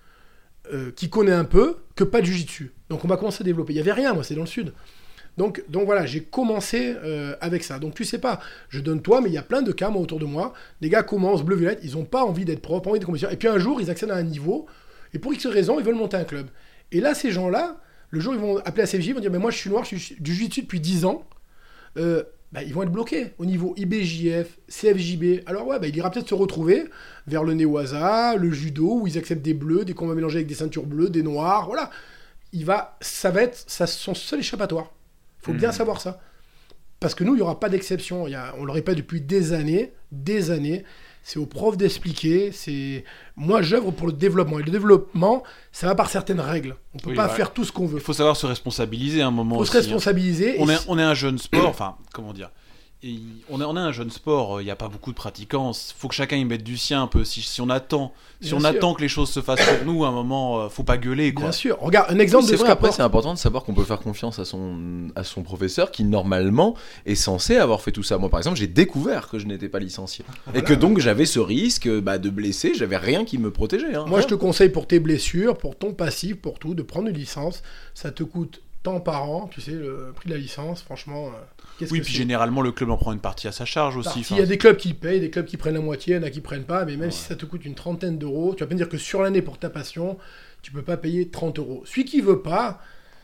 qui connaît un peu que pas de jiu-jitsu. Donc on va commencer à développer. Il n'y avait rien, moi, c'est dans le sud. Donc voilà, j'ai commencé avec ça. Donc tu sais pas, je donne toi, mais il y a plein de cas, moi, autour de moi. Les gars commencent bleu-violette, ils n'ont pas envie d'être propres, pas envie de compétition. Et puis un jour, ils accèdent à un niveau, et pour X raisons, ils veulent monter un club. Et là, ces gens-là, le jour où ils vont appeler la CFJ, ils vont dire, mais moi, je suis noir, je suis du jiu-jitsu depuis 10 ans. Ils vont être bloqués au niveau IBJF, CFJB. Alors ouais, il ira peut-être se retrouver vers le Newaza, le judo, où ils acceptent des bleus, des combats mélangés avec des ceintures bleues, des noirs, voilà. Ça va être son seul échappatoire. Il faut bien savoir ça. Parce que nous, il n'y aura pas d'exception. On le répète depuis des années. C'est aux profs d'expliquer. Moi, j'œuvre pour le développement. Et le développement, ça va par certaines règles. On ne peut pas faire tout ce qu'on veut. Il faut savoir se responsabiliser à un moment. Il faut aussi, se responsabiliser. On est un jeune sport, enfin, comment dire, on est un jeune sport, il n'y a pas beaucoup de pratiquants, il faut que chacun y mette du sien un peu. Si on attend que les choses se fassent pour nous, à un moment, faut pas gueuler, quoi. Bien sûr. Regarde, un exemple de C'est ce vrai, après, qu'apporte. c'est important de savoir qu'on peut faire confiance à son professeur qui, normalement, est censé avoir fait tout ça. Moi, par exemple, j'ai découvert que je n'étais pas licencié. Et que donc, j'avais ce risque de blesser, j'avais rien qui me protégeait. Hein. Moi, je te conseille pour tes blessures, pour ton passif, pour tout, de prendre une licence. Ça te coûte tant par an, tu sais, le prix de la licence, franchement. Oui, puis généralement, le club en prend une partie à sa charge aussi. Il y a des clubs qui payent, des clubs qui prennent la moitié, il y en a qui prennent pas, mais même si ça te coûte une trentaine d'euros, tu vas pas me dire que sur l'année pour ta passion, tu peux pas payer 30 euros. Celui qui veut pas,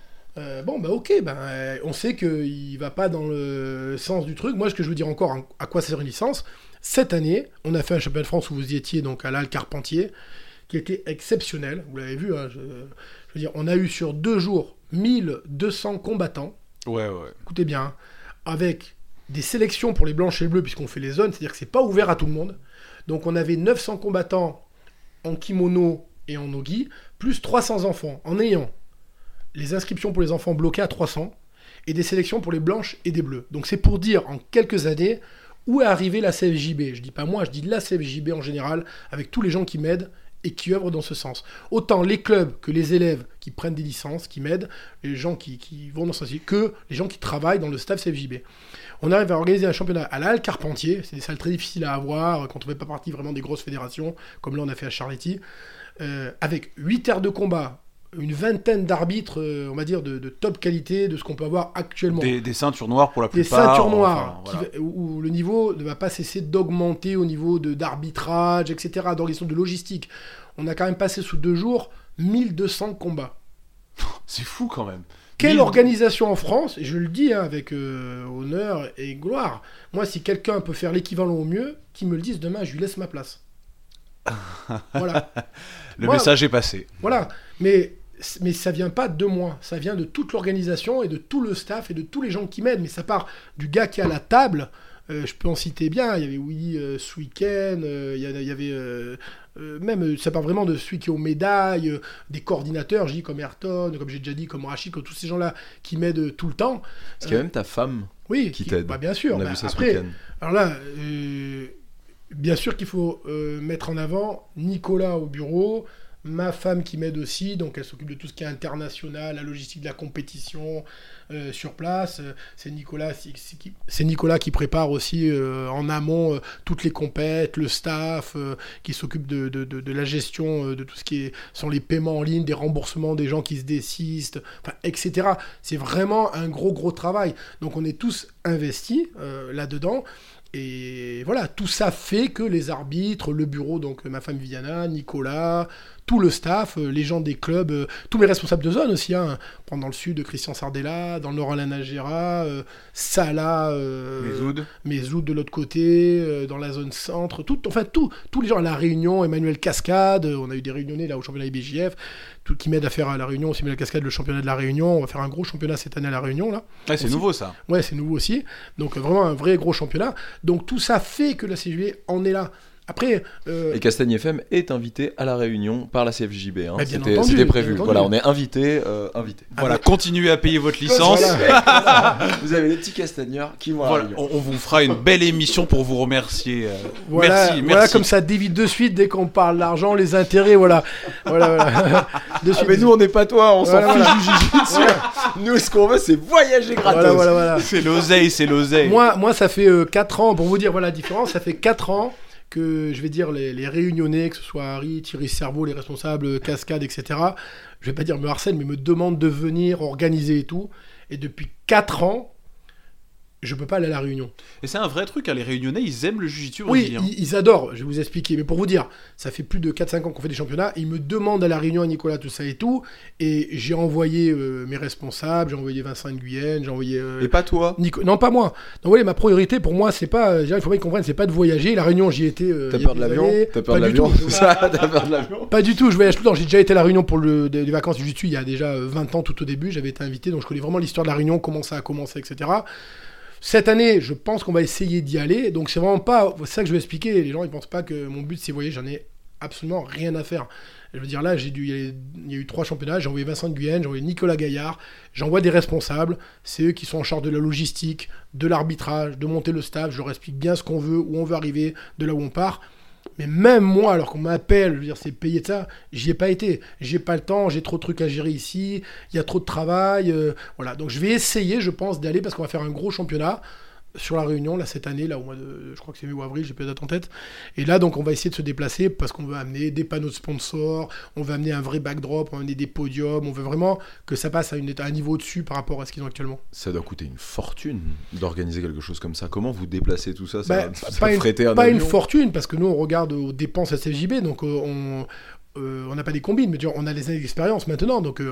on sait qu'il va pas dans le sens du truc. Moi, ce que je veux dire encore, à quoi sert une licence, cette année, on a fait un championnat de France où vous y étiez, donc à l'Al Carpentier, qui était exceptionnel, vous l'avez vu, hein, je veux dire, on a eu sur 2 jours 1200 combattants. Ouais. Écoutez bien, hein, avec des sélections pour les blanches et les bleus, puisqu'on fait les zones, c'est-à-dire que c'est pas ouvert à tout le monde. Donc on avait 900 combattants en kimono et en nogi, plus 300 enfants, en ayant les inscriptions pour les enfants bloquées à 300, et des sélections pour les blanches et des bleus. Donc c'est pour dire, en quelques années, où est arrivée la CFJB. Je dis pas moi, je dis la CFJB en général, avec tous les gens qui m'aident, et qui œuvrent dans ce sens. Autant les clubs que les élèves qui prennent des licences, qui m'aident, les gens qui vont dans ce sens, que les gens qui travaillent dans le staff CFJB. On arrive à organiser un championnat à la Halle Carpentier, c'est des salles très difficiles à avoir, quand on ne fait pas partie vraiment des grosses fédérations, comme là on a fait à Charletti, avec 8 heures de combat, une vingtaine d'arbitres, on va dire, de top qualité, de ce qu'on peut avoir actuellement. Des ceintures noires pour la Des plupart. ceintures noires, voilà. où le niveau ne va pas cesser d'augmenter au niveau d'arbitrage, etc., d'organisation de logistique. On a quand même passé sous 2 jours 1200 combats. C'est fou quand même. Quelle organisation en France, et je le dis avec honneur et gloire. Moi, si quelqu'un peut faire l'équivalent au mieux, qu'il me le dise demain, je lui laisse ma place. Voilà. Le message est passé. Voilà. Mais ça vient pas de moi, ça vient de toute l'organisation et de tout le staff et de tous les gens qui m'aident. Mais ça part du gars qui est à la table. Je peux en citer bien. Il y avait Willy ce week-end. Il y avait même, ça part vraiment de celui qui est aux médailles, des coordinateurs, je dis comme Ayrton, comme j'ai déjà dit, comme Rachid, comme tous ces gens-là qui m'aident tout le temps. Parce qu'il y a même ta femme qui t'aide. Bien sûr. On a vu ça après, ce week-end. alors là, bien sûr qu'il faut mettre en avant Nicolas au bureau, ma femme qui m'aide aussi, donc elle s'occupe de tout ce qui est international, la logistique de la compétition, sur place. C'est Nicolas qui prépare aussi en amont toutes les compètes, le staff qui s'occupe de la gestion de tout ce qui sont les paiements en ligne, des remboursements des gens qui se désistent, etc. C'est vraiment un gros travail. Donc on est tous investis là-dedans. Et voilà, tout ça fait que les arbitres, le bureau, donc ma femme Viviana, Nicolas, tout le staff, les gens des clubs, tous mes responsables de zone aussi, hein, dans le sud, Christian Sardella, dans le nord, Alain Nagera, Salah, Mezoud de l'autre côté, dans la zone centre, tous les gens à La Réunion, Emmanuel Cascade, on a eu des réunionnais là au championnat IBJF, tout qui m'aide à faire à La Réunion, aussi Emmanuel Cascade, le championnat de La Réunion, on va faire un gros championnat cette année à La Réunion là. Ouais, c'est aussi. Nouveau ça. Ouais, c'est nouveau aussi, donc vraiment un vrai gros championnat, donc tout ça fait que la CJB en est là. Après, Et Castagne FM est invité à la Réunion par la CFJB. Hein. Bah, C'était prévu. Voilà, on est invité. Voilà, continuez à payer votre licence. Voilà. Vous avez les petits castagneurs qui vont à la Voilà, Réunion. on vous fera une belle émission pour vous remercier. Voilà, Merci. comme ça d'évite de suite dès qu'on parle d'argent, les intérêts, voilà. De suite. Mais nous, on n'est pas toi, on s'en Voilà, fiche du jiu-jitsu. Nous, ce qu'on veut, c'est voyager gratos. Voilà. C'est l'oseille. Moi, ça fait 4 ans, pour vous dire voilà la différence, ça fait 4 ans que je vais dire les réunionnais, que ce soit Harry, Thierry Cerveau, les responsables, Cascade, etc. Je vais pas dire me harcèlent, mais me demandent de venir organiser et tout. Et depuis 4 ans, je peux pas aller à la Réunion. Et c'est un vrai truc, hein, les Réunionnais, ils aiment le jiu-jitsu Oui, aussi. Hein. ils adorent, je vais vous expliquer. Mais pour vous dire, ça fait plus de 4-5 ans qu'on fait des championnats. Ils me demandent à la Réunion, à Nicolas, tout ça et tout. Et j'ai envoyé mes responsables, j'ai envoyé Vincent Nguyen, j'ai envoyé... Et pas toi. Non, pas moi. Donc voilà, ma priorité pour moi, c'est pas... il faut bien qu'ils comprennent, c'est pas de voyager. La Réunion, j'y étais... T'as peur de l'avion ? T'as peur de l'avion ? T'as peur de l'avion ? Pas du tout, je voyage tout le temps. J'ai déjà été à la Réunion pour les vacances du jiu-jitsu il y a déjà 20 ans, tout au début. J'avais été invité, donc je connais vraiment l'histoire de la Réunion, comment ça a commencé, etc. Cette année, je pense qu'on va essayer d'y aller. Donc c'est vraiment pas... C'est ça que je vais expliquer. Les gens, ils pensent pas que mon but, c'est voyager. J'en ai absolument rien à faire. Je veux dire, là, il y a eu 3 championnats. J'ai envoyé Vincent Nguyen, j'ai envoyé Nicolas Gaillard. J'envoie des responsables. C'est eux qui sont en charge de la logistique, de l'arbitrage, de monter le staff. Je leur explique bien ce qu'on veut, où on veut arriver, de là où on part. Mais même moi, alors qu'on m'appelle, je veux dire, c'est payé de ça, j'y ai pas été. J'ai pas le temps, j'ai trop de trucs à gérer ici, il y a trop de travail. Voilà, donc je vais essayer, je pense, d'aller parce qu'on va faire un gros championnat sur la Réunion, là, cette année, là, au mois de, je crois que c'est mai ou avril, j'ai pas la date en tête. Et là, donc, on va essayer de se déplacer parce qu'on veut amener des panneaux de sponsors, on veut amener un vrai backdrop, on veut amener des podiums, on veut vraiment que ça passe à un niveau au-dessus par rapport à ce qu'ils ont actuellement. Ça doit coûter une fortune d'organiser quelque chose comme ça. Comment vous déplacez tout ça ? Pas une fortune, parce que nous, on regarde aux dépenses à CFJB, donc on n'a pas des combines, mais on a les années d'expérience maintenant, donc...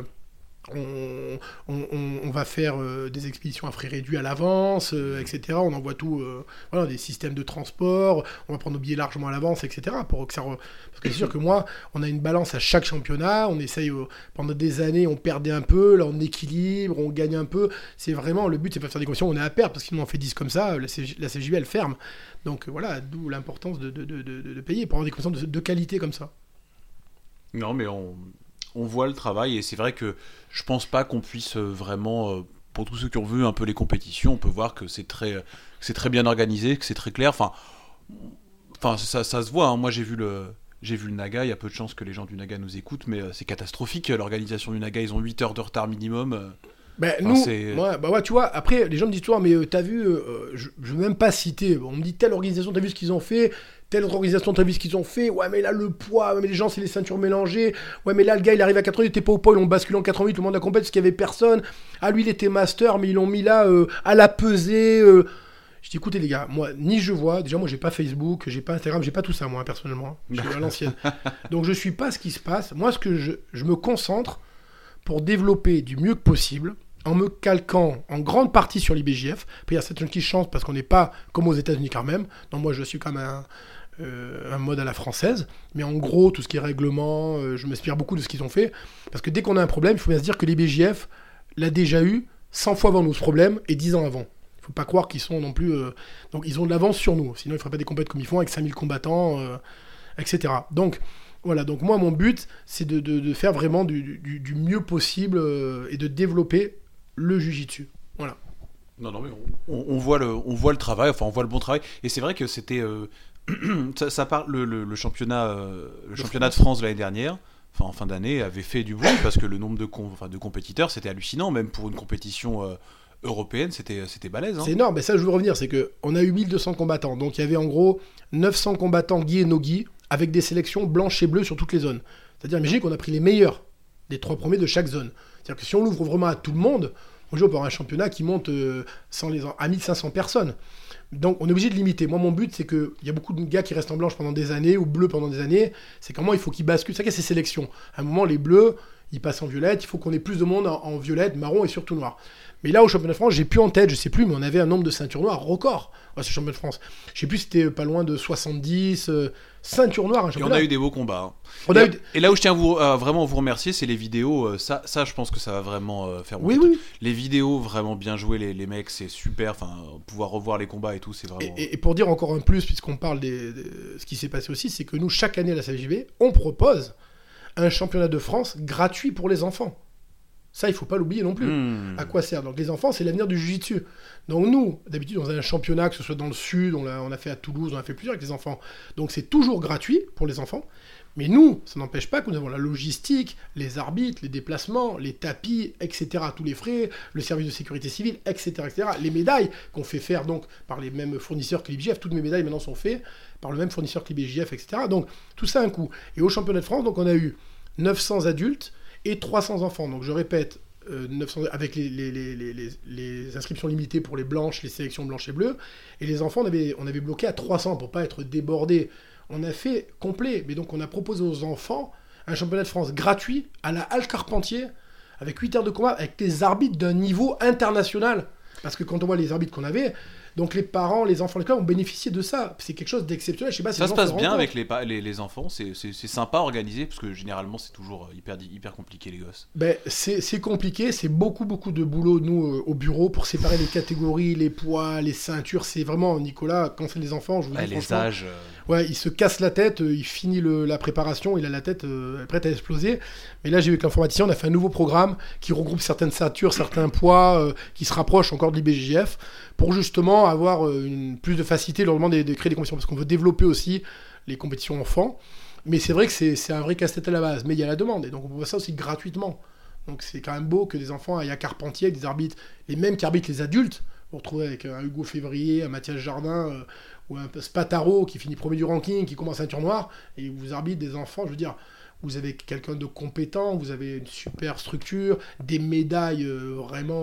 On va faire des expéditions à frais réduits à l'avance, etc. On envoie tout, voilà, des systèmes de transport, on va prendre nos billets largement à l'avance, etc. Pour que ça parce que c'est sûr que moi, on a une balance à chaque championnat, on essaye, pendant des années, on perdait un peu, là on équilibre, on gagne un peu. C'est vraiment, le but c'est pas de faire des conditions, on est à perdre, parce que sinon on fait 10 comme ça, la CJB elle ferme. Donc voilà, d'où l'importance de payer pour avoir des conditions de qualité comme ça. Non, mais on voit le travail et c'est vrai que je pense pas qu'on puisse vraiment, pour tous ceux qui ont vu un peu les compétitions, on peut voir que c'est très bien organisé, que c'est très clair. Enfin ça se voit. Hein. Moi j'ai vu le Naga. Il y a peu de chances que les gens du Naga nous écoutent, mais c'est catastrophique l'organisation du Naga. Ils ont 8 heures de retard minimum. Nous, ouais, tu vois, après les gens me disent toi, mais t'as vu, je veux même pas citer. On me dit telle organisation, t'as vu ce qu'ils ont fait. Telle autre organisation, t'as vu ce qu'ils ont fait. Ouais, mais là, le poids, ouais, mais les gens, c'est les ceintures mélangées. Ouais, mais là, le gars, il arrive à 88, il était pas au poids, ils l'ont basculé en 88, le monde a compété parce qu'il y avait personne. Ah, lui, il était master, mais ils l'ont mis là, à la pesée. Je dis, écoutez, les gars, moi, ni je vois, déjà, moi, j'ai pas Facebook, j'ai pas Instagram, j'ai pas tout ça, moi, personnellement. Je suis à l'ancienne. Donc, je suis pas ce qui se passe. Moi, ce que je me concentre pour développer du mieux que possible, en me calquant en grande partie sur l'IBJF. Puis il y a certaines qui changent parce qu'on n'est pas comme aux États-Unis quand même. Donc, moi, je suis quand même un mode à la française, mais en gros tout ce qui est règlement, je m'inspire beaucoup de ce qu'ils ont fait, parce que dès qu'on a un problème, il faut bien se dire que l'IBJF l'a déjà eu 100 fois avant nous ce problème, et 10 ans avant. Il ne faut pas croire qu'ils sont non plus... Donc ils ont de l'avance sur nous, sinon ils ne feraient pas des compétitions comme ils font, avec 5000 combattants, etc. Donc voilà, donc moi mon but, c'est de faire vraiment du mieux possible, et de développer le jiu-jitsu. Voilà. Non, mais on voit le travail, enfin on voit le bon travail, et c'est vrai que c'était... ça part le championnat de France l'année dernière. en fin d'année, avait fait du bruit parce que le nombre de compétiteurs, c'était hallucinant, même pour une compétition européenne, c'était balèze. Hein. C'est énorme, mais ça je veux revenir, c'est qu'on a eu 1200 combattants, donc il y avait en gros 900 combattants gui et no-gui, avec des sélections blanches et bleues sur toutes les zones. C'est-à-dire, imaginez qu'on a pris les meilleurs, des 3 premiers de chaque zone. C'est-à-dire que si on l'ouvre vraiment à tout le monde, aujourd'hui on peut avoir un championnat qui monte à 1500 personnes. Donc on est obligé de limiter. Moi mon but c'est qu'il y a beaucoup de gars qui restent en blanche pendant des années, ou bleu pendant des années, c'est comment il faut qu'ils basculent. C'est ça qu'il y a ces sélections. À un moment les bleus, ils passent en violette, il faut qu'on ait plus de monde en violette, marron et surtout noir. Mais là, au championnat de France, j'ai plus en tête, je sais plus, mais on avait un nombre de ceintures noires record à ce championnat de France. Je sais plus, c'était pas loin de 70 ceintures noires. Et on a eu des beaux combats. Hein. Et là où je tiens à vraiment vous remercier, c'est les vidéos. Ça, je pense que ça va vraiment faire beaucoup. Oui. Les vidéos, vraiment bien jouées, les mecs, c'est super. Enfin, pouvoir revoir les combats et tout, c'est vraiment... Et pour dire encore un plus, puisqu'on parle de ce qui s'est passé aussi, c'est que nous, chaque année à la CFJB, on propose un championnat de France gratuit pour les enfants. Ça, il ne faut pas l'oublier non plus. À quoi sert ? Donc les enfants, c'est l'avenir du jiu-jitsu. Donc nous, d'habitude, on a un championnat, que ce soit dans le sud, on a fait à Toulouse, on a fait plusieurs avec les enfants. Donc c'est toujours gratuit pour les enfants. Mais nous, ça n'empêche pas que nous avons la logistique, les arbitres, les déplacements, les tapis, etc., tous les frais, le service de sécurité civile, etc., etc. Les médailles qu'on fait faire donc par les mêmes fournisseurs que l'IBJF, toutes mes médailles maintenant sont faites par le même fournisseur que l'IBJF, etc. Donc tout ça a un coût. Et au championnat de France, donc on a eu 900 adultes et 300 enfants. Donc je répète, 900, avec les inscriptions limitées pour les blanches, les sélections blanches et bleues. Et les enfants, on avait bloqué à 300 pour pas être débordés. On a fait complet. Mais donc on a proposé aux enfants un championnat de France gratuit à la Halle Carpentier, avec 8 heures de combat, avec des arbitres d'un niveau international. Parce que quand on voit les arbitres qu'on avait, donc les parents, les enfants, les clubs ont bénéficié de ça. C'est quelque chose d'exceptionnel. Je sais pas si ça se passe bien avec les enfants, c'est sympa à organiser, parce que généralement c'est toujours hyper compliqué les gosses. Ben, c'est compliqué, c'est beaucoup de boulot nous au bureau pour séparer les catégories, les poids, les ceintures. C'est vraiment, Nicolas, quand c'est les enfants, je vous dis les franchement, âges. Ouais, il se casse la tête, il finit la préparation, il a la tête prête à exploser. Mais là, j'ai vu avec l'informaticien, on a fait un nouveau programme qui regroupe certaines ceintures, certains poids, qui se rapprochent encore de l'IBJJF, pour justement avoir plus de facilité lors de créer des compétitions, parce qu'on veut développer aussi les compétitions enfants. Mais c'est vrai que c'est un vrai casse-tête à la base, mais il y a la demande, et donc on peut voir ça aussi gratuitement. Donc c'est quand même beau que des enfants aillent à Carpentier avec des arbitres, les mêmes qui arbitrent les adultes. Vous retrouvez avec un Hugo Février, un Mathias Jardin, ou un Spataro qui finit premier du ranking, qui commence ceinture noire, et vous arbitre des enfants, je veux dire, vous avez quelqu'un de compétent, vous avez une super structure, des médailles vraiment...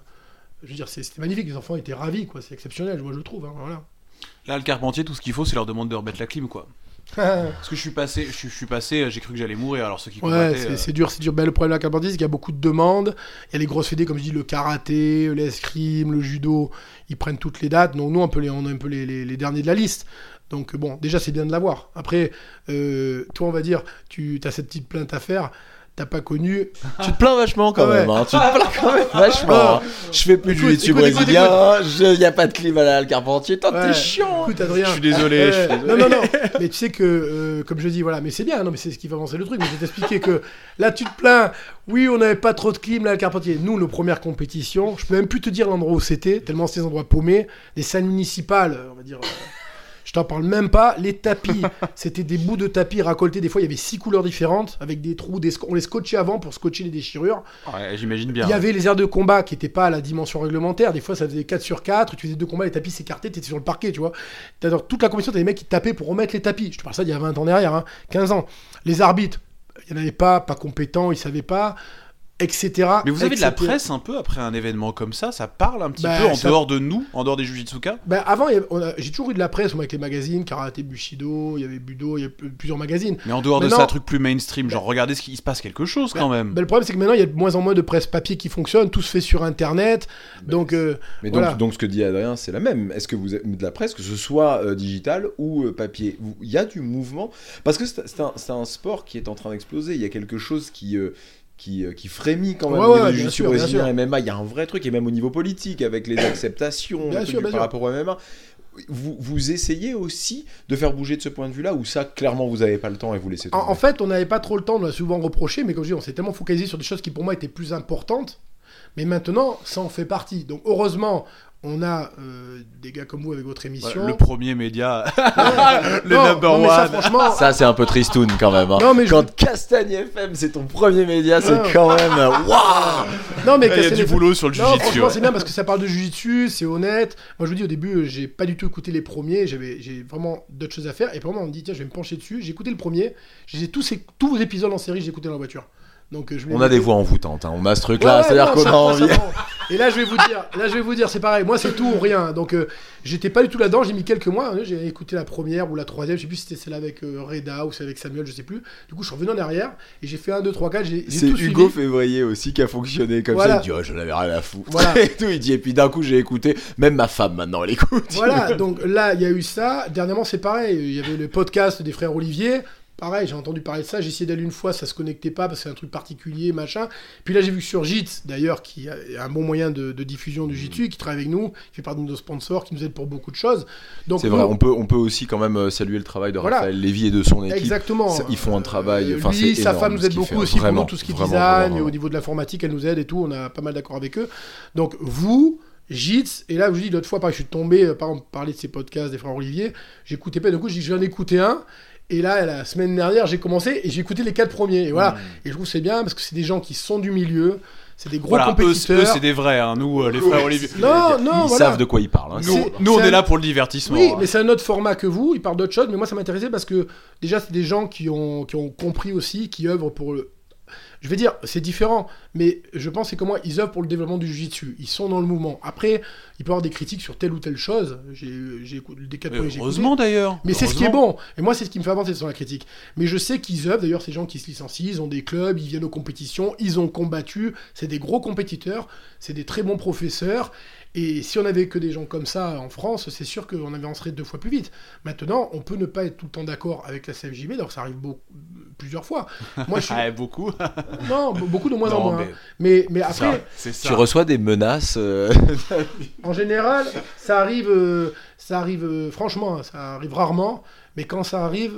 je veux dire, c'était magnifique, les enfants étaient ravis, quoi. C'est exceptionnel, moi je trouve. Hein, voilà. Là, le Carpentier, tout ce qu'il faut, c'est leur demander de remettre la clim, quoi. Parce que je suis passé, j'ai cru que j'allais mourir. Alors ceux qui combattaient, ouais, c'est dur. Ben, le problème de la Carpentier, c'est qu'il y a beaucoup de demandes. Il y a les grosses fédés, comme je dis, le karaté, l'escrime, le judo. Ils prennent toutes les dates. Donc nous, on est un peu les derniers de la liste. Donc bon, déjà, c'est bien de l'avoir. Après, toi, on va dire, tu as cette petite plainte à faire. T'as pas connu. Tu te plains vachement quand même. Hein. Tu te plains quand même vachement. Je fais plus de jiu-jitsu brésilien. Il n'y a pas de clim à la Carpentier. T'es chiant. Écoute, Adrien. Je suis désolé. Non. Mais tu sais que, comme je dis, voilà. Mais c'est bien. Non, mais c'est ce qui va avancer le truc. Mais je vais t'expliquer que là, tu te plains. Oui, on n'avait pas trop de clim là à la Carpentier. Nous, nos premières compétitions, je peux même plus te dire l'endroit où c'était, tellement c'était des endroits paumés. Les salles municipales, on va dire. Je t'en parle même pas. Les tapis, c'était des bouts de tapis racoltés. Des fois, il y avait 6 couleurs différentes avec des trous. On les scotchait avant pour scotcher les déchirures. Ouais, j'imagine bien. Il y avait les aires de combat qui n'étaient pas à la dimension réglementaire. Des fois, ça faisait 4/4. Tu faisais 2 combats, les tapis s'écartaient, tu étais sur le parquet, tu vois. Dans toute la compétition, tu as des mecs qui tapaient pour remettre les tapis. Je te parle ça d'il y a 20 ans derrière, hein, 15 ans. Les arbitres, il n'y en avait pas compétents, ils ne savaient pas. Etc. Mais vous avez de la presse un peu après un événement comme ça parle un petit peu en dehors de nous, en dehors des Jujitsuka. Avant, j'ai toujours eu de la presse avec les magazines, Karaté Bushido, il y avait Budo, il y a plusieurs magazines. Mais en dehors de ça, un truc plus mainstream, genre regardez il se passe quelque chose quand même. Le problème, c'est que maintenant, il y a de moins en moins de presse papier qui fonctionne, tout se fait sur Internet. Donc, donc ce que dit Adrien, c'est la même. Est-ce que vous avez de la presse, que ce soit digital ou papier ? Il y a du mouvement ? Parce que c'est un sport qui est en train d'exploser. Il y a quelque chose qui frémit quand même au niveau du jiu-jitsu brésilien et MMA. Il y a un vrai truc, et même au niveau politique, avec les acceptations par rapport au MMA. Vous essayez aussi de faire bouger de ce point de vue-là, ou ça, clairement, vous n'avez pas le temps et vous laissez tomber ? En fait, on n'avait pas trop le temps, on l'a souvent reproché, mais comme je dis, on s'est tellement focalisé sur des choses qui, pour moi, étaient plus importantes. Mais maintenant, ça en fait partie. Donc heureusement, on a des gars comme vous avec votre émission. Le premier média, Ouais. le Non, number non, mais ça, one. franchement, Ça, c'est un peu tristoun quand même. Hein. Non, mais Quand Castagne FM, c'est ton premier média, c'est Non. quand même. Waouh! non, mais Il y a casser du les- boulot sur le Non, jiu-jitsu. franchement, ouais. c'est bien parce que ça parle de jiu-jitsu, c'est honnête. Moi, je vous dis, au début, j'ai pas du tout écouté les premiers. J'ai vraiment d'autres choses à faire. Et puis, on me dit, tiens, je vais me pencher dessus. J'ai écouté le premier. J'ai tous vos épisodes en série, j'ai écouté dans la voiture. Donc, je me On dis, a des ok. voix envoûtantes, hein. On a ce Ouais, truc-là, ouais, c'est-à-dire non, qu'on ça a prend, envie. ça prend. Et là, je vais vous dire, c'est pareil. Moi, c'est tout ou rien. Donc, j'étais pas du tout là-dedans. J'ai mis quelques mois. J'ai écouté la première ou la troisième. Je sais plus si c'était celle avec Reda ou celle avec Samuel, je sais plus. Du coup, je suis revenu en arrière et j'ai fait 1, 2, 3, 4. J'ai C'est tout Hugo suivi. Février aussi qui a fonctionné comme Voilà. ça. Il dit, oh, je n'avais rien à foutre. Voilà. Et tout, il dit, et puis d'un coup, j'ai écouté. Même ma femme, maintenant, elle écoute. Voilà, donc là, il y a eu ça. Dernièrement, c'est pareil. Il y avait le podcast des frères Olivier. Pareil, j'ai entendu parler de ça. J'ai essayé d'aller une fois, ça se connectait pas parce que c'est un truc particulier, machin. Puis là, j'ai vu que sur JITS, d'ailleurs, qui est un bon moyen de diffusion du JITSU, qui travaille avec nous, qui fait partie de nos sponsors, qui nous aide pour beaucoup de choses. Donc, C'est vrai, on peut aussi quand même saluer le travail de Voilà. Raphaël Lévy et de son équipe. Exactement. Ils font un travail. Enfin, lui, c'est sa énorme femme nous ce aide qu'il beaucoup fait. aussi Vraiment, pour nous, tout ce qui est vraiment, design, vraiment. au niveau de l'informatique, elle nous aide et tout. On a pas mal d'accord avec eux. Donc, vous, JITS, et là, je vous dis, l'autre fois, pareil, je suis tombé, par exemple, parler de ces podcasts des frères Olivier, j'écoutais pas, du coup, je dis, je viens d'écouter un. Et là, la semaine dernière, j'ai commencé et j'ai écouté les 4 premiers. Et voilà. Et je trouve que c'est bien parce que c'est des gens qui sont du milieu, c'est des gros Voilà, eux, compétiteurs. c'est des vrais, hein. Nous, les frères Olivier. Non, Ils voilà. savent de quoi ils parlent. hein. Nous, on c'est est un- là pour le divertissement. Oui, hein. mais c'est un autre format que vous. Ils parlent d'autres choses, mais moi, ça m'intéressait parce que déjà, c'est des gens qui ont compris aussi, qui œuvrent pour le. Je vais dire, c'est différent, mais je pense c'est comment ils œuvrent pour le développement du jiu-jitsu. Ils sont dans le mouvement. Après, il peut y avoir des critiques sur telle ou telle chose. J'ai écouté des 4 premiers que j'ai Heureusement d'ailleurs. Mais c'est ce qui est Heureusement. bon. Et moi, c'est ce qui me fait avancer sur la critique. Mais je sais qu'ils œuvrent. D'ailleurs, ces gens qui se licencient, ils ont des clubs, ils viennent aux compétitions, ils ont combattu. C'est des gros compétiteurs, c'est des très bons professeurs. Et si on avait que des gens comme ça en France, c'est sûr qu'on avancerait 2 fois plus vite. Maintenant, on peut ne pas être tout le temps d'accord avec la CFJB, donc ça arrive plusieurs fois. Moi, je suis... Ouais, beaucoup. Non, beaucoup de moins en Non, moins. mais Mais après, c'est ça. Tu reçois des menaces. en général, ça arrive, franchement, hein, ça arrive rarement. Mais quand ça arrive,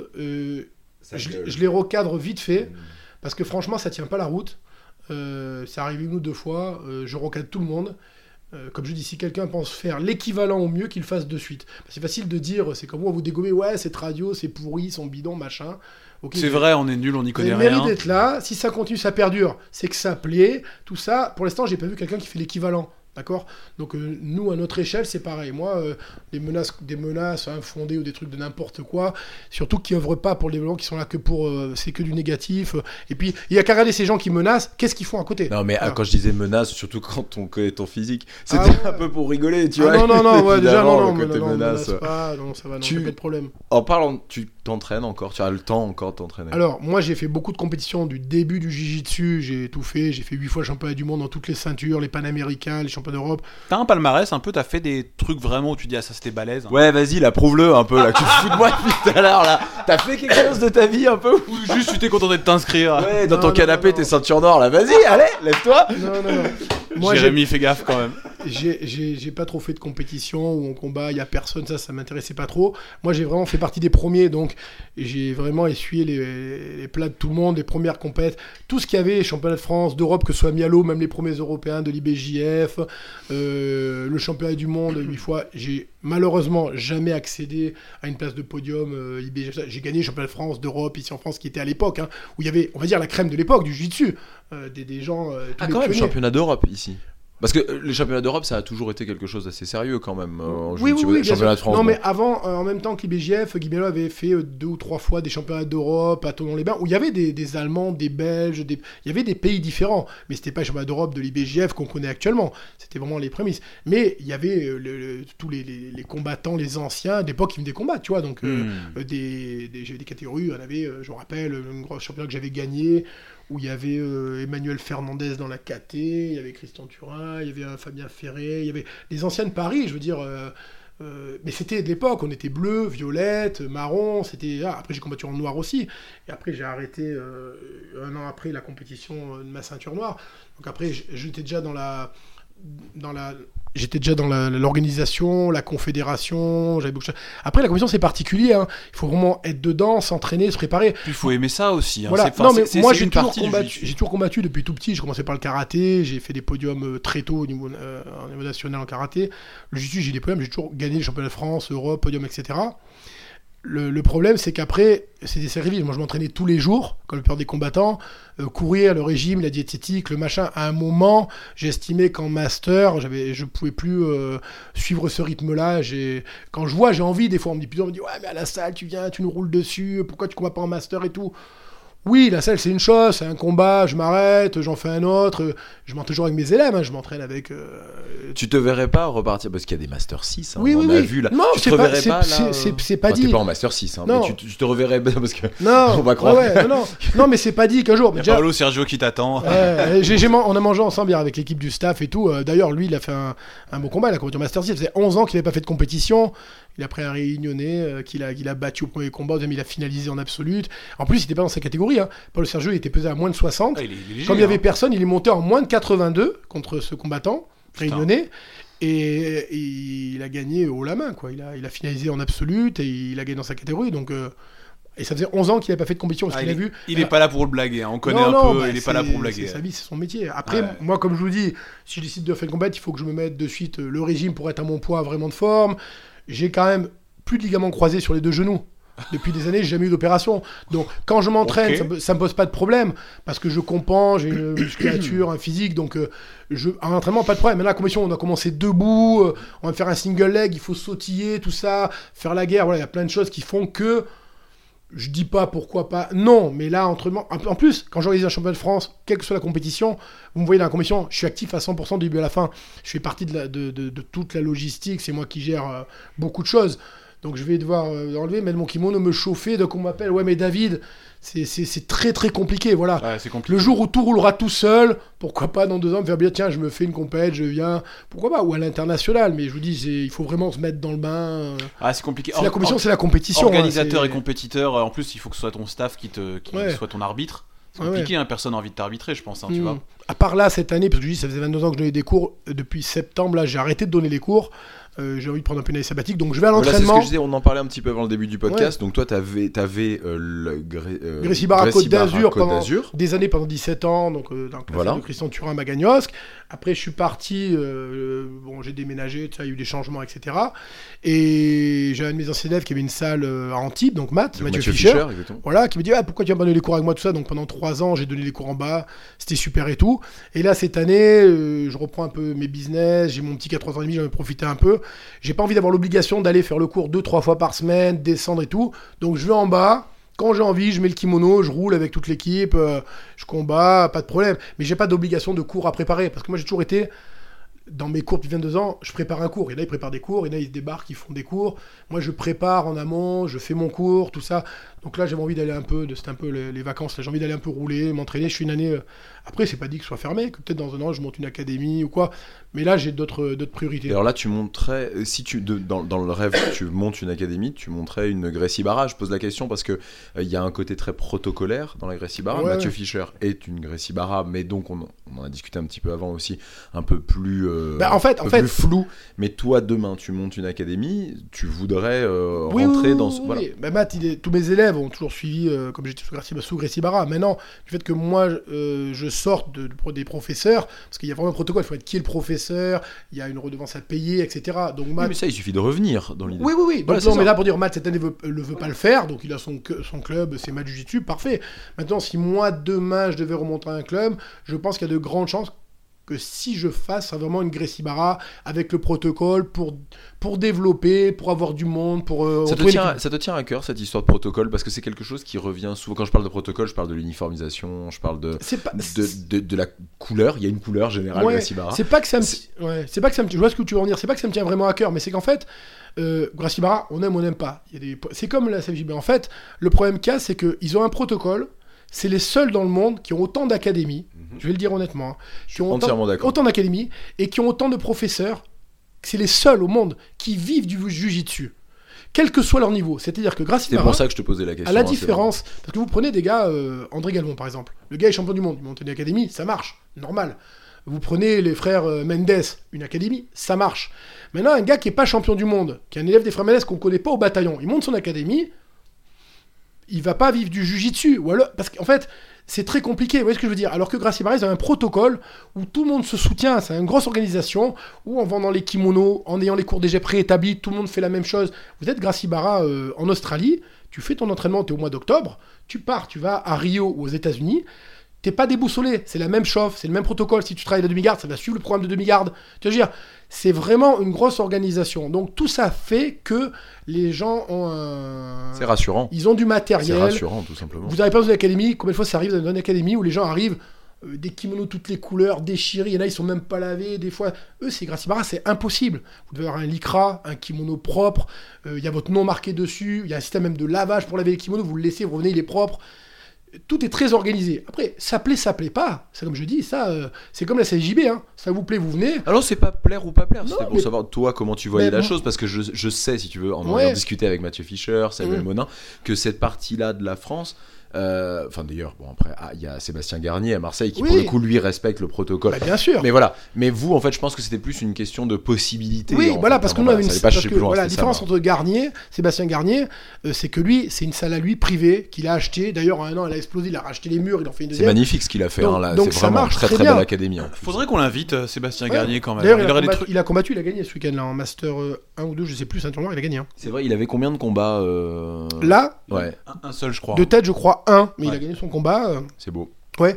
je les recadre vite fait. Parce que franchement, ça tient pas la route. C'est arrivé 1 ou 2 fois. Je recadre tout le monde. Comme je dis, si quelqu'un pense faire l'équivalent au mieux, qu'il le fasse de suite. C'est facile de dire, c'est comme moi, vous dégommer, ouais, cette radio, c'est pourri, son bidon, machin. Ok, C'est vrai, on est nul, on n'y vous connaît avez le mérite rien. d'être là. Si ça continue, ça perdure, c'est que ça plaît. Tout ça, pour l'instant, j'ai pas vu quelqu'un qui fait l'équivalent. D'accord. Donc nous, à notre échelle, c'est pareil. Moi, des menaces infondées ou des trucs de n'importe quoi, surtout qui œuvrent pas pour le développement, qui sont là que pour... c'est que du négatif. Et puis, il y a qu'à regarder ces gens qui menacent, qu'est-ce qu'ils font à côté? Non, mais Voilà. quand je disais menace, surtout quand on connaît ton physique, c'était Ah ouais. un peu pour rigoler, tu Ah vois. non, ouais, déjà, Évidemment, non, le mais côté non, menace. menace pas, non, ça va, non, Tu- y a pas de problème. En parlant, tu t'entraînes encore, tu as le temps encore de t'entraîner. Alors, moi, j'ai fait beaucoup de compétitions du début du jiu-jitsu, j'ai tout fait, j'ai fait 8 fois championnat du monde dans toutes les ceintures, les panaméricains, les championnats d'Europe. T'as un palmarès un peu, t'as fait des trucs vraiment où tu dis, ah ça c'était balèze. Ouais, vas-y, là, prouve-le un peu, là, que tu te fous de moi depuis tout à l'heure, là. T'as fait quelque chose de ta vie, un peu Ou juste tu t'es contenté de t'inscrire. Ouais, dans Non, ton non, canapé, non. tes ceintures noires, là, vas-y, allez, lève-toi. Non. Moi, Jérémy, fais gaffe quand même. j'ai pas trop fait de compétition où on combat, il y a personne, ça m'intéressait pas trop. Moi, j'ai vraiment fait partie des premiers, donc j'ai vraiment essuyé les plats de tout le monde, les premières compètes, tout ce qu'il y avait, championnat de France, d'Europe, que ce soit Mialo, même les premiers européens de l'IBJF, le championnat du monde 8 fois. J'ai malheureusement jamais accédé à une place de podium IBJF. J'ai gagné le championnat de France, d'Europe, ici en France, qui était à l'époque, hein, où il y avait, on va dire, la crème de l'époque du jiu-jitsu, des gens... tous Ah, les quand même, pionniers. championnat d'Europe, ici. Parce que les championnats d'Europe, ça a toujours été quelque chose d'assez sérieux, quand même. En Oui, jiu-jitsu. bien championnat sûr. de France. Non, bon. mais avant, en même temps que l'IBJF, Guy Mello avait fait 2 ou 3 fois des championnats d'Europe à Thonon-les-Bains, où il y avait des Allemands, des Belges, il y avait des pays différents. Mais c'était pas les championnats d'Europe de l'IBJF qu'on connaît actuellement. C'était vraiment les prémices. Mais il y avait tous les combattants, les anciens d'époque qui venaient combattre, tu vois. Donc, j'avais des catégories. On avait, je me rappelle, un gros championnat que j'avais gagné, où il y avait Emmanuel Fernandez dans la KT, il y avait Christian Turin, il y avait Fabien Ferré, il y avait les anciens de Paris, je veux dire. Mais c'était de l'époque, on était bleu, violette, marron, c'était... Ah, après j'ai combattu en noir aussi, et après j'ai arrêté 1 an après la compétition de ma ceinture noire. Donc après j'étais déjà dans la J'étais déjà dans l'organisation, la confédération, j'avais beaucoup de choses. Après, la commission, c'est particulier. Hein. Il faut vraiment être dedans, s'entraîner, se préparer. Puis il faut aimer ça aussi. Hein. Voilà. Non, mais moi, j'ai une partie du jiu-jitsu. toujours combattu depuis tout petit. J'ai commencé par le karaté, j'ai fait des podiums très tôt au niveau national en karaté. Le jiu-jitsu, j'ai des podiums, j'ai toujours gagné les championnats de France, Europe, podium, etc. Le problème, c'est qu'après, c'est des séries vives. Moi, je m'entraînais tous les jours, comme le plupart des combattants. Courir, le régime, la diététique, le machin. À un moment, j'ai estimé qu'en master, je pouvais plus suivre ce rythme-là. Quand je vois, j'ai envie, des fois, on me dit, ouais, mais à la salle, tu viens, tu nous roules dessus. Pourquoi tu combats pas en master et tout? Oui, la salle, c'est une chose, c'est un combat, je m'arrête, j'en fais un autre. Je m'entraîne toujours avec mes élèves, hein, je m'entraîne avec... Tu te verrais pas repartir, parce qu'il y a des Master 6, hein, oui, on a vu là. Non, tu te reverrais pas là c'est pas dit. T'es pas en Master 6, hein, non. mais tu te reverrais parce que... Non, on va croire. Non, mais c'est pas dit qu'un jour... Il y a Paolo Sergio qui t'attend. On a mangé ensemble hier avec l'équipe du staff et tout. D'ailleurs, lui, il a fait un bon combat, il a combattu en Master 6, ça faisait 11 ans qu'il n'avait pas fait de compétition. Il a pris un Réunionnais qu'il a battu au premier combat, au deuxième il a finalisé en absolute. En plus, il n'était pas dans sa catégorie. Hein. Paolo Sergio, il était pesé à moins de 60. Il est léger, comme il n'y avait personne, il est monté en moins de 82 contre ce combattant réunionnais. Et il a gagné haut la main, quoi. Il a finalisé en absolute et il a gagné dans sa catégorie. Donc, et ça faisait 11 ans qu'il n'avait pas fait de compétition. Il n'est pas là pour le blaguer. Hein. On connaît il n'est pas là pour le blaguer. C'est sa vie, c'est son métier. Après, moi, comme je vous dis, si je décide de faire une combattre, il faut que je me mette de suite le régime pour être à mon poids vraiment de forme. J'ai quand même plus de ligaments croisés sur les deux genoux. Depuis des années, j'ai jamais eu d'opération. Donc, quand je m'entraîne, ça me pose pas de problème parce que je compense, j'ai une musculature, un physique. Donc, en entraînement, pas de problème. Maintenant, la compétition, on a commencé debout, on va faire un single leg, il faut sautiller, tout ça, faire la guerre. Voilà, il y a plein de choses qui font que je dis pas pourquoi pas. Non, mais là, entraînement. En plus, quand j'organise un championnat de France, quelle que soit la compétition, vous me voyez dans la compétition, je suis actif à 100% du début à la fin. Je fais partie de toute la logistique. C'est moi qui gère beaucoup de choses. Donc je vais devoir enlever, mettre mon kimono, me chauffer. Donc on m'appelle, ouais mais David, c'est très très compliqué, voilà. Ouais, c'est compliqué. Le jour où tout roulera tout seul, pourquoi pas dans 2 ans me faire bien, tiens, je me fais une compète, je viens, pourquoi pas, ou à l'international, mais je vous dis, il faut vraiment se mettre dans le bain. C'est compliqué. La compétition, c'est la compétition. Organisateur et compétiteur, en plus il faut que ce soit ton staff qui soit ton arbitre. C'est compliqué, personne n'a envie de t'arbitrer, je pense, tu vois. À part là, cette année, parce que je dis, ça faisait 22 ans que je donnais des cours, depuis septembre, là, j'ai arrêté de donner les cours. J'ai envie de prendre un peu une année sabbatique, donc je vais à l'entraînement. Là, c'est ce que je disais, on en parlait un petit peu avant le début du podcast. Donc toi, t'avais le Gracie Barra Côte d'Azur pendant des années, pendant 17 ans, donc dans le classe de Christian Turin à Magagnosc. Après, je suis parti, j'ai déménagé, il y a eu des changements, etc. Et j'ai un de mes anciens élèves qui avait une salle à Antibes, donc Mathieu Fischer, voilà, qui me dit pourquoi tu vas pas donner les cours avec moi, tout ça. Donc pendant 3 ans, j'ai donné les cours en bas, c'était super et tout. Et là, cette année, je reprends un peu mes business, j'ai mon petit qui a 3 ans et demi, j'en ai profité un peu. J'ai pas envie d'avoir l'obligation d'aller faire le cours 2-3 fois par semaine, descendre et tout. Donc je vais en bas. Quand j'ai envie, je mets le kimono, je roule avec toute l'équipe, je combats, pas de problème. Mais j'ai pas d'obligation de cours à préparer. Parce que moi, j'ai toujours été, dans mes cours depuis 22 ans, je prépare un cours. Il y en a, ils préparent des cours, il y en a, ils se débarquent, ils font des cours. Moi, je prépare en amont, je fais mon cours, tout ça. Donc là, j'avais envie d'aller un peu, c'était un peu les vacances, là, j'ai envie d'aller un peu rouler, m'entraîner. Je suis une année... Après, c'est pas dit que ce soit fermé, que peut-être dans un an, je monte une académie ou quoi. Mais là, j'ai d'autres priorités. Et alors là, tu monterais, si dans le rêve, tu montes une académie, tu monterais une Gracie Barra. Je pose la question parce que il y a un côté très protocolaire dans la Gracie Barra. Mathieu Fischer est une Gracie Barra, mais donc on en a discuté un petit peu avant aussi, un peu plus, plus flou. Mais toi, demain, tu montes une académie, tu voudrais rentrer dans ce... Voilà. Bah, Matt, tous mes élèves ont toujours suivi, comme j'étais sous Gracie Barra. Maintenant, du fait que moi, je sorte des professeurs, parce qu'il y a vraiment un protocole, il faut être qui est le professeur, il y a une redevance à payer, etc. Donc Matt... Oui, mais ça, il suffit de revenir dans l'idée. Oui. Voilà, donc, non, mais là, pour dire, Matt, cette année, ne veut pas le faire, donc il a son club, c'est Matt Jiu-Jitsu, parfait. Maintenant, si moi, demain, je devais remonter à un club, je pense qu'il y a de grandes chances que si je fasse vraiment une Gracie Barra avec le protocole pour développer, pour avoir du monde, pour... Ça te tient à cœur cette histoire de protocole, parce que c'est quelque chose qui revient souvent. Quand je parle de protocole, je parle de l'uniformisation, je parle de la couleur. Il y a une couleur générale Gracie Barra. C'est pas que ça me... Je vois ce que tu veux en dire. C'est pas que ça me tient vraiment à cœur, mais c'est qu'en fait, Gracie Barra, on aime, on n'aime pas. C'est comme la CFJB. En fait, le problème qu'il y a, c'est qu'ils ont un protocole. C'est les seuls dans le monde qui ont autant d'académies, je vais le dire honnêtement, qui ont autant d'académies et qui ont autant de professeurs. C'est les seuls au monde qui vivent du jiu-jitsu, quel que soit leur niveau. C'est-à-dire que Gracie Barra, c'est pour ça que je te posais la question. À la différence, parce que vous prenez des gars, André Galvon par exemple, le gars est champion du monde, il monte une académie, ça marche, normal. Vous prenez les frères Mendes, une académie, ça marche. Maintenant, un gars qui est pas champion du monde, qui est un élève des frères Mendes qu'on connaît pas au bataillon, il monte son académie, il va pas vivre du jujitsu, ou alors, parce qu'en fait, c'est très compliqué, vous voyez ce que je veux dire. Alors que Gracie Barra, ils ont un protocole où tout le monde se soutient, c'est une grosse organisation, où en vendant les kimonos, en ayant les cours déjà préétablis, tout le monde fait la même chose. Vous êtes Gracie Barra en Australie, tu fais ton entraînement, tu es au mois d'octobre, tu pars, tu vas à Rio ou aux États-Unis, t'es pas déboussolé, c'est la même chauffe, c'est le même protocole. Si tu travailles la demi-garde, ça va suivre le programme de demi-garde. Tu veux dire, c'est vraiment une grosse organisation. Donc tout ça fait que les gens ont un... C'est rassurant. Ils ont du matériel. C'est rassurant, tout simplement. Vous n'arrivez pas dans une académie, combien de fois ça arrive dans une académie où les gens arrivent, des kimonos toutes les couleurs, déchirés, il y en a, ils sont même pas lavés, des fois. Eux, c'est Gracie Barra, c'est impossible. Vous devez avoir un lycra, un kimono propre, il y a votre nom marqué dessus, il y a un système même de lavage pour laver les kimonos, vous le laissez, vous revenez, il est propre. Tout est très organisé. Après, ça plaît pas. C'est comme je dis, ça, c'est comme la CJB. Hein. Ça vous plaît, vous venez. Alors, c'est pas plaire ou pas plaire. Non, C'était pour mais- savoir, toi, comment tu voyais Mais la bon. chose. Parce que je sais, si tu veux, en Ouais. ayant discuté avec Mathieu Fischer, Samuel Mhm. Monin, que cette partie-là de la France. Enfin, d'ailleurs, bon, après, il y a Sébastien Garnier à Marseille qui, Oui. pour le coup, lui, respecte le protocole. Bah, bien sûr. Mais voilà. Mais vous, en fait, je pense que c'était plus une question de possibilité. Oui, en voilà, fait. parce que Vraiment, nous, on avait ça une allait pas parce chercher que, plus loin, voilà, la c'était ça, différence moi. entre Garnier, Sébastien Garnier, c'est que lui, c'est une salle à lui privée qu'il a achetée. D'ailleurs, en un an, elle a explosé, il a racheté les murs, il en fait une C'est deuxième. magnifique ce qu'il a fait. Donc- hein, là. donc C'est ça vraiment marche très très très bien. belle académie. en plus. Faudrait qu'on l'invite, Sébastien Ouais. Garnier, quand même. D'ailleurs, Il aurait des trucs. il a combattu, il a gagné ce week-end là en Master 1 ou 2, je sais plus, ceinture noire, il a gagné. Hein. C'est vrai, il avait combien de combats Là, Ouais, Un seul, je crois. de tête, je crois 1, mais il Ouais. a gagné son combat. c'est beau.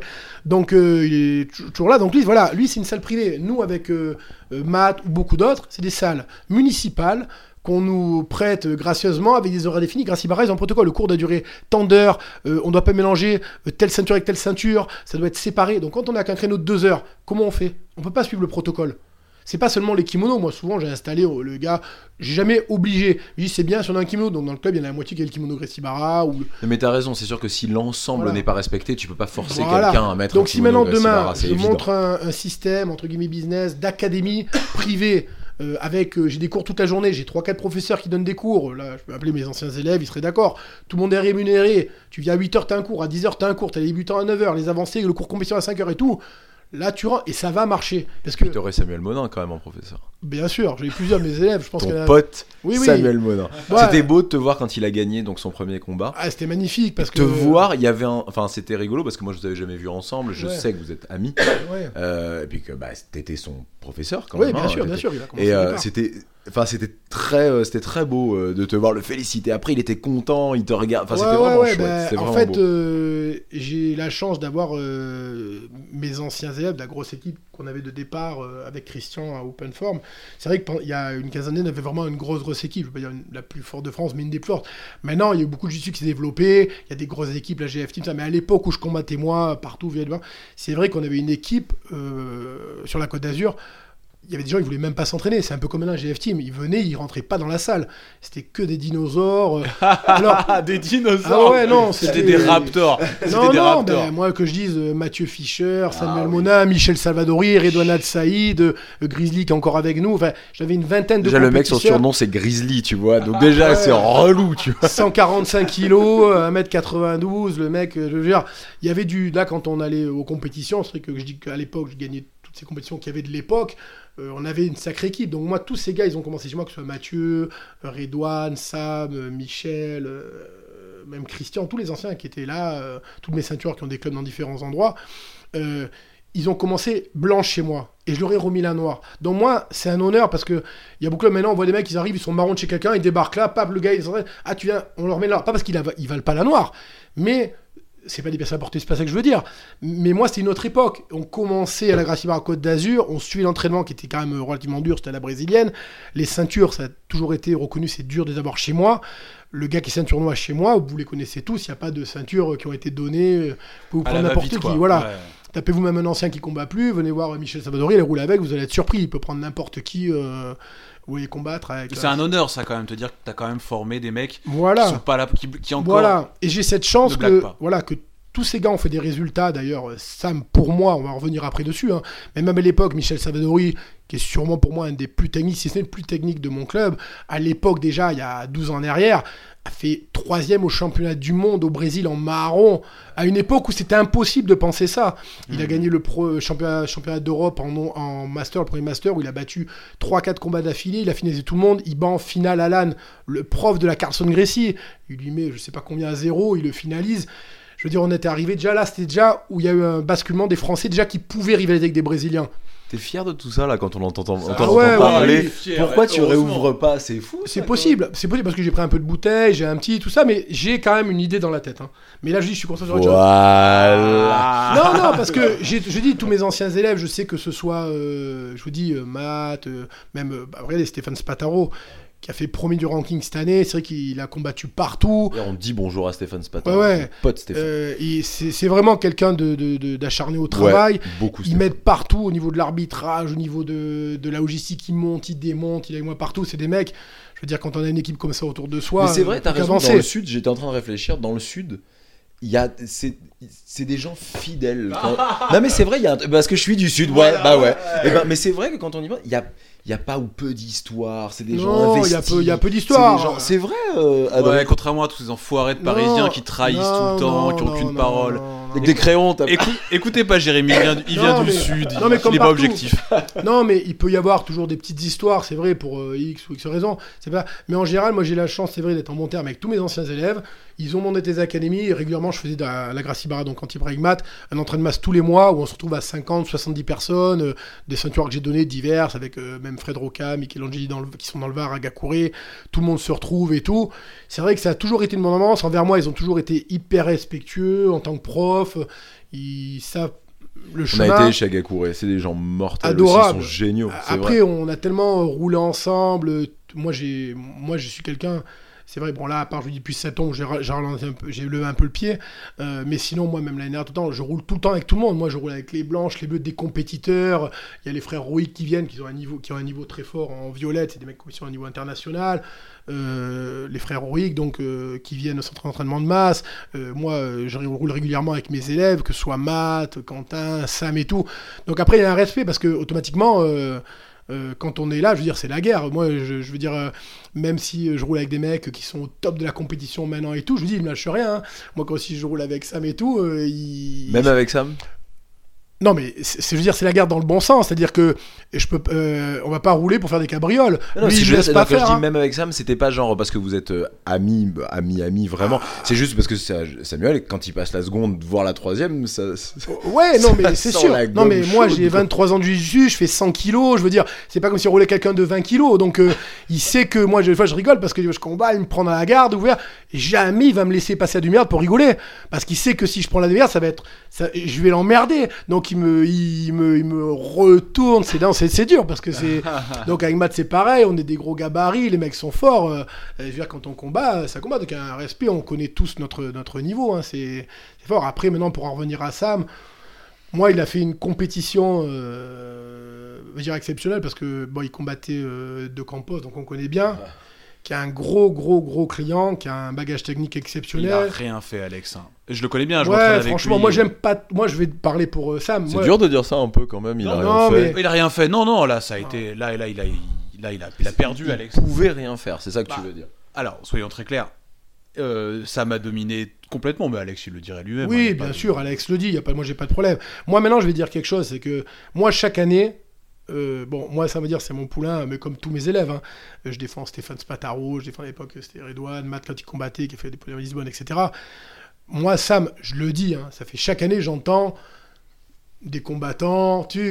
Donc il est toujours là. Donc lui, voilà, lui c'est une salle privée. Nous avec Matt ou beaucoup d'autres, c'est des salles municipales qu'on nous prête gracieusement avec des horaires définis. Gracie Barra, ils ont un protocole. Le cours doit durer tant d'heures. On ne doit pas mélanger telle ceinture avec telle ceinture. Ça doit être séparé. Donc quand on n'a qu'un créneau de 2 heures, comment on fait? On peut pas suivre le protocole. C'est pas seulement les kimonos. Moi, souvent, j'ai installé le gars. J'ai jamais obligé. Je dis, c'est bien si on a un kimono. Donc, dans le club, il y en a la moitié qui a le kimono Gracie Barra. Ou... Non, mais t'as raison, c'est sûr que si l'ensemble Voilà. n'est pas respecté, tu peux pas forcer Voilà. quelqu'un à mettre Donc un si kimono maintenant Gracie demain Barra, c'est je évident. montre un système entre guillemets business d'académie privée avec j'ai des cours toute la journée, j'ai 3-4 professeurs qui donnent des cours, là je peux appeler mes anciens élèves, ils seraient d'accord, tout le monde est rémunéré, tu viens à 8h t'as un cours, à 10h t'as un cours, t'as les débutants à 9h, les avancés, le cours compétition à 5h et tout, là tu rentres et ça va marcher. Parce que Puis t'aurais Samuel Monin quand même en professeur. bien sûr, j'ai eu plusieurs de mes élèves, je pense qu'il y en Ton a... pote Oui, oui. Samuel Monin. Ouais. C'était beau de te voir quand il a gagné donc son premier combat. Ah c'était magnifique parce que... Te voir, il y avait un... Enfin, c'était rigolo parce que moi je vous avais jamais vu ensemble, je Ouais. sais que vous êtes amis. Ouais, Et puis que bah, t'étais son professeur quand ouais même. bien hein, sûr, t'étais- il a commencé Et au départ. c'était très beau de te voir le féliciter. Après, il était content, il te regarde. Enfin, c'était Ouais, vraiment ouais, chouette. bah, C'était en vraiment fait, beau. j'ai la chance d'avoir mes anciens élèves de la grosse équipe qu'on avait de départ avec Christian à Open Form. C'est vrai qu'il y a une quinzaine d'années, on avait vraiment une grosse équipe. Je ne veux pas dire la plus forte de France, mais une des plus fortes. Maintenant, il y a eu beaucoup de jiu-jitsu qui s'est développé. Il y a des grosses équipes, la GF Team, ça. Mais à l'époque où je combattais moi, partout, c'est vrai qu'on avait une équipe sur la Côte d'Azur. Il y avait des gens qui voulaient même pas s'entraîner. C'est un peu comme un GF Team. Ils venaient, ils rentraient pas dans la salle. C'était que des dinosaures. Alors, Des dinosaures. ah ouais, non, C'était des raptors. C'était non, des non, raptors. ben, moi que je dise Mathieu Fischer, Samuel oui. Monin, Michel Salvadori, Redouane Saïd, Grizzly qui est encore avec nous. Enfin, j'avais une vingtaine de Déjà, le mec, son compétiteurs. surnom, c'est Grizzly, tu vois. Donc, déjà, ouais. c'est relou, tu vois. 145 kilos, 1m92, le mec, je veux dire, il y avait du... Là, quand on allait aux compétitions, c'est vrai que je dis qu'à l'époque, je gagnais toutes ces compétitions qu'il y avait de l'époque, on avait une sacrée équipe. Donc moi, tous ces gars, ils ont commencé chez moi, que ce soit Mathieu, Redouane, Sam, Michel, même Christian, tous les anciens qui étaient là, toutes mes ceintures qui ont des clubs dans différents endroits, ils ont commencé blanche chez moi. Et je leur ai remis la noire. Donc moi, c'est un honneur parce que il y a beaucoup de maintenant, on voit des mecs, ils arrivent, ils sont marrons de chez quelqu'un, ils débarquent là, paf, le gars, il s'entraîne. Ah, tu viens, on leur met la noire. Pas parce qu'ils valent pas la noire, mais c'est pas des personnes à porter, c'est pas ça que je veux dire. Mais moi, c'était une autre époque. On commençait à la Gracie Barra Côte d'Azur, on suivait l'entraînement qui était quand même relativement dur, c'était à la brésilienne. Les ceintures, ça a toujours été reconnu, c'est dur de les avoir chez moi. Le gars qui est ceinture noire chez moi, vous les connaissez tous, il n'y a pas de ceintures qui ont été données. Vous À prendre la n'importe va-vite, qui. quoi. Voilà. Ouais. Tapez-vous même un ancien qui combat plus, venez voir Michel Salvadori, il roule avec, vous allez être surpris. Il peut prendre n'importe qui, vous voyez combattre. Avec, C'est un honneur, ça, quand même, te dire que t'as quand même formé des mecs Voilà. qui sont pas là, qui encore. Voilà. Et j'ai cette chance ne blague que, pas. voilà, que tous ces gars ont fait des résultats. D'ailleurs, Sam, pour moi, on va revenir après dessus, hein, mais même à l'époque, Michel Savadori, qui est sûrement pour moi un des plus techniques, si ce n'est le plus technique de mon club, à l'époque déjà, il y a 12 ans en arrière, a fait 3e au championnat du monde au Brésil en marron, à une époque où c'était impossible de penser ça. Il a gagné le championnat d'Europe en master, le premier master, où il a battu 3-4 combats d'affilée, il a finalisé tout le monde, il bat en finale Alan, le prof de la Carson Gracie, il lui met je sais pas combien à 0, il le finalise. Je veux dire, on était arrivé déjà là, c'était déjà où il y a eu un basculement des Français déjà qui pouvaient rivaliser avec des Brésiliens. T'es fier de tout ça là quand on entend ouais, parler. oui, Pourquoi tu heureusement. réouvres pas? C'est fou. C'est possible parce que j'ai pris un peu de bouteille, j'ai un petit, tout ça, mais j'ai quand même une idée dans la tête. Hein. Mais là, je suis concentré sur autre chose. Voilà. Non, parce que je dis tous mes anciens élèves, je sais que ce soit, je vous dis, Matt, regardez Stéphane Spataro, qui a fait premier du ranking cette année. C'est vrai qu'il a combattu partout. Et on dit bonjour à Stéphane Spataro. Ouais. Pote Stéphane. C'est vraiment quelqu'un d'acharné au travail. Ouais, beaucoup. Il m'aide partout au niveau de l'arbitrage, au niveau de la logistique. Il monte, il démonte, il est avec moi partout. C'est des mecs, je veux dire, quand on a une équipe comme ça autour de soi. Mais c'est vrai, t'as raison. avancer. Dans le Sud, j'étais en train de réfléchir. Dans le Sud, c'est des gens fidèles. Non mais c'est vrai, parce que je suis du Sud. Ouais, bah ouais. Mais c'est vrai que quand on y va, il y a pas ou peu d'histoire. C'est des gens investis. Il y a peu d'histoire. C'est vrai. Ouais, contrairement à tous ces enfoirés de Parisiens qui trahissent tout le temps, qui n'ont aucune parole. Avec des crayons. Écoutez pas Jérémy, il vient du Sud, non, mais il comme est pas partout. objectif. Non, mais il peut y avoir toujours des petites histoires, c'est vrai, pour X ou X raison. C'est pas... Mais en général, moi j'ai la chance, c'est vrai, d'être en bon terme avec tous mes anciens élèves. Ils ont monté des académies et régulièrement je faisais de la Gracie Barra, donc anti-pragmat, un entraînement masse tous les mois où on se retrouve à 50, 70 personnes, des ceintures que j'ai données diverses avec même Fred Roca, Michelangeli qui sont dans le Var, à Gakouré, tout le monde se retrouve et tout. C'est vrai que ça a toujours été une bonne ambiance. Envers moi, ils ont toujours été hyper respectueux en tant que prof. Ils savent le chemin. On a été chez Gakouré, c'est des gens mortels adorables. aussi, ils sont géniaux. Après, on a tellement roulé ensemble. Moi, je suis quelqu'un. C'est vrai, bon là, à part je vous dis depuis 7 ans, j'ai levé un peu le pied, mais sinon, moi, même l'année dernière, tout le temps, je roule tout le temps avec tout le monde. Moi, je roule avec les blanches, les bleus, des compétiteurs. Il y a les frères Roïc qui viennent, qui ont un niveau très fort en violette, c'est des mecs qui sont à un niveau international. Les frères Roïc, donc, qui viennent au centre d'entraînement de masse. Moi, je roule régulièrement avec mes élèves, que ce soit Matt, Quentin, Sam et tout. Donc après, il y a un respect parce que automatiquement. Quand on est là, je veux dire, c'est la guerre. Moi, je veux dire, même si je roule avec des mecs qui sont au top de la compétition maintenant et tout, je vous dis, ils me lâchent rien. Hein. Moi, quand aussi je roule avec Sam et tout, Même avec Sam ? Non, mais je veux dire, c'est la guerre dans le bon sens. C'est-à-dire que on va pas rouler pour faire des cabrioles. Non, lui, si je laisse pas que je faire. dis Hein. même avec Sam, c'était pas genre parce que vous êtes amis vraiment. C'est juste parce que Samuel, quand il passe la seconde, voire la troisième, ça. Ouais, non, mais c'est sent sûr. la Non, mais gomme moi, chaude, j'ai quoi. 23 ans de jiu-jitsu, je fais 100 kilos. Je veux dire, c'est pas comme si on roulait quelqu'un de 20 kilos. Donc, il sait que moi, des fois, je rigole parce que je combats, il me prend dans la garde ouvert. Jamais il va me laisser passer à du merde pour rigoler. Parce qu'il sait que si je prends la merde, je vais l'emmerder. Donc, il me retourne. C'est dur parce que c'est. Donc, avec Matt, c'est pareil. On est des gros gabarits. Les mecs sont forts. Je veux dire, quand on combat, ça combat. Donc, il y a un respect. On connaît tous notre niveau. Hein, c'est fort. Après, maintenant, pour en revenir à Sam. Moi, il a fait une compétition, je veux dire exceptionnelle, parce que bon, il combattait De Campos, donc on connaît bien, qui a un gros client, qui a un bagage technique Il a exceptionnel. rien fait, Alex. Hein. Je le connais bien, je m'entraîne Ouais, avec franchement, lui. moi j'aime pas. Moi, je vais parler pour Sam. C'est Moi, dur de dire ça un peu quand même. Il a rien fait. Il a rien fait. Non, là, ça a été. Là, il a perdu, Alex. Il pouvait rien faire, c'est ça que tu veux dire. Alors, soyons très clairs. Ça m'a dominé complètement, mais Alex, il le dirait lui-même. Oui, hein, bien sûr, Alex le dit. Moi, j'ai pas de problème. Moi, maintenant, je vais dire quelque chose, c'est que moi, chaque année. Bon, moi, ça veut dire c'est mon poulain, mais comme tous mes élèves, hein, je défends Stéphane Spataro, je défends à l'époque c'était Redouane, Matt quand il combattait, qui a fait des podiums à Lisbonne, etc. Moi, Sam, je le dis, hein, ça fait chaque année, j'entends des combattants, c'est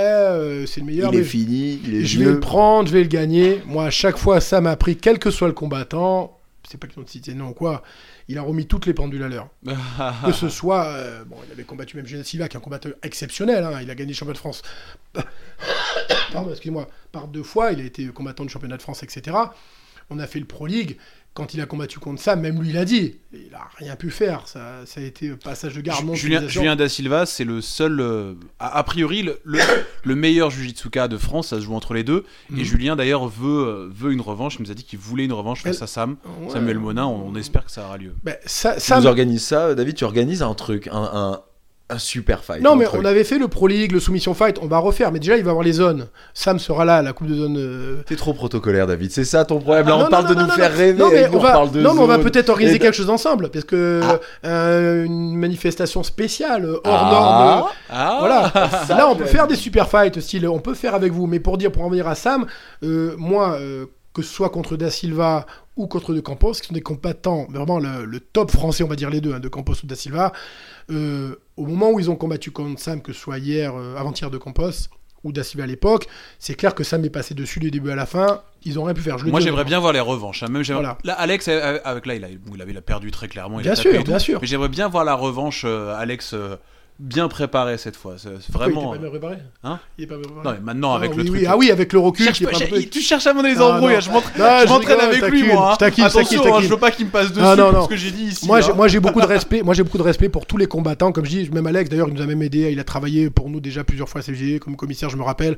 le meilleur. Il est fini, il est je vais le prendre, je vais le gagner. Moi, à chaque fois, Sam a pris, quel que soit le combattant, c'est pas qu'ils ont cité non quoi, il a remis toutes les pendules à l'heure. Que ce soit, il avait combattu même Gilles Silva, qui est un combattant exceptionnel, hein, il a gagné le championnat de France. Pardon, excusez-moi, par 2 fois, il a été combattant du championnat de France, etc. on a fait le Pro League. Quand il a combattu contre Sam, même lui il a dit, il a rien pu faire. Ça a été passage de garde. Julien Da Silva, c'est le seul, a priori, le meilleur Jujitsuka de France. Ça se joue entre les deux. Et Julien d'ailleurs veut une revanche. Il nous a dit qu'il voulait une revanche face à Samuel Monin. On espère que ça aura lieu. Tu nous organises ça, David. Tu organises un truc, un super fight. Non, mais on avait fait le Pro League, le Soumission Fight, on va refaire. Mais déjà, il va y avoir les zones. Sam sera là, la coupe de zone. T'es trop protocolaire, David. C'est ça ton problème. Là, on parle de nous faire rêver. Non, mais on parle de mais on va peut-être organiser quelque chose ensemble. Parce que une manifestation spéciale, hors norme. Voilà. Là, on peut faire des super fights, style, on peut faire avec vous. Mais pour en revenir à Sam, moi, que ce soit contre Da Silva ou contre De Campos, qui sont des combattants, vraiment le top français, on va dire les deux, De Campos ou Da Silva, au moment où ils ont combattu contre Sam, que ce soit hier, avant-hier De Campos, ou Da Silva à l'époque, c'est clair que Sam est passé dessus du début à la fin, ils ont rien pu faire. Moi j'aimerais bien voir les revanches. Même là, Alex, il avait perdu très clairement. Bien sûr. Mais j'aimerais bien voir la revanche, Alex. Bien préparé cette fois, c'est vraiment. Il est pas bien préparé. Hein ? Il est pas bien préparé. Non, mais maintenant avec le truc. Avec le recul. Tu cherches à mener les embrouilles. Je m'entraîne avec lui, moi. Attention, je veux pas qu'il me passe dessus pour ce que j'ai dit ici. Moi, j'ai beaucoup de respect. Moi, j'ai beaucoup de respect pour tous les combattants. Comme je dis, même Alex, d'ailleurs, il nous a même aidé. Il a travaillé pour nous déjà plusieurs fois à CFG comme commissaire, je me rappelle.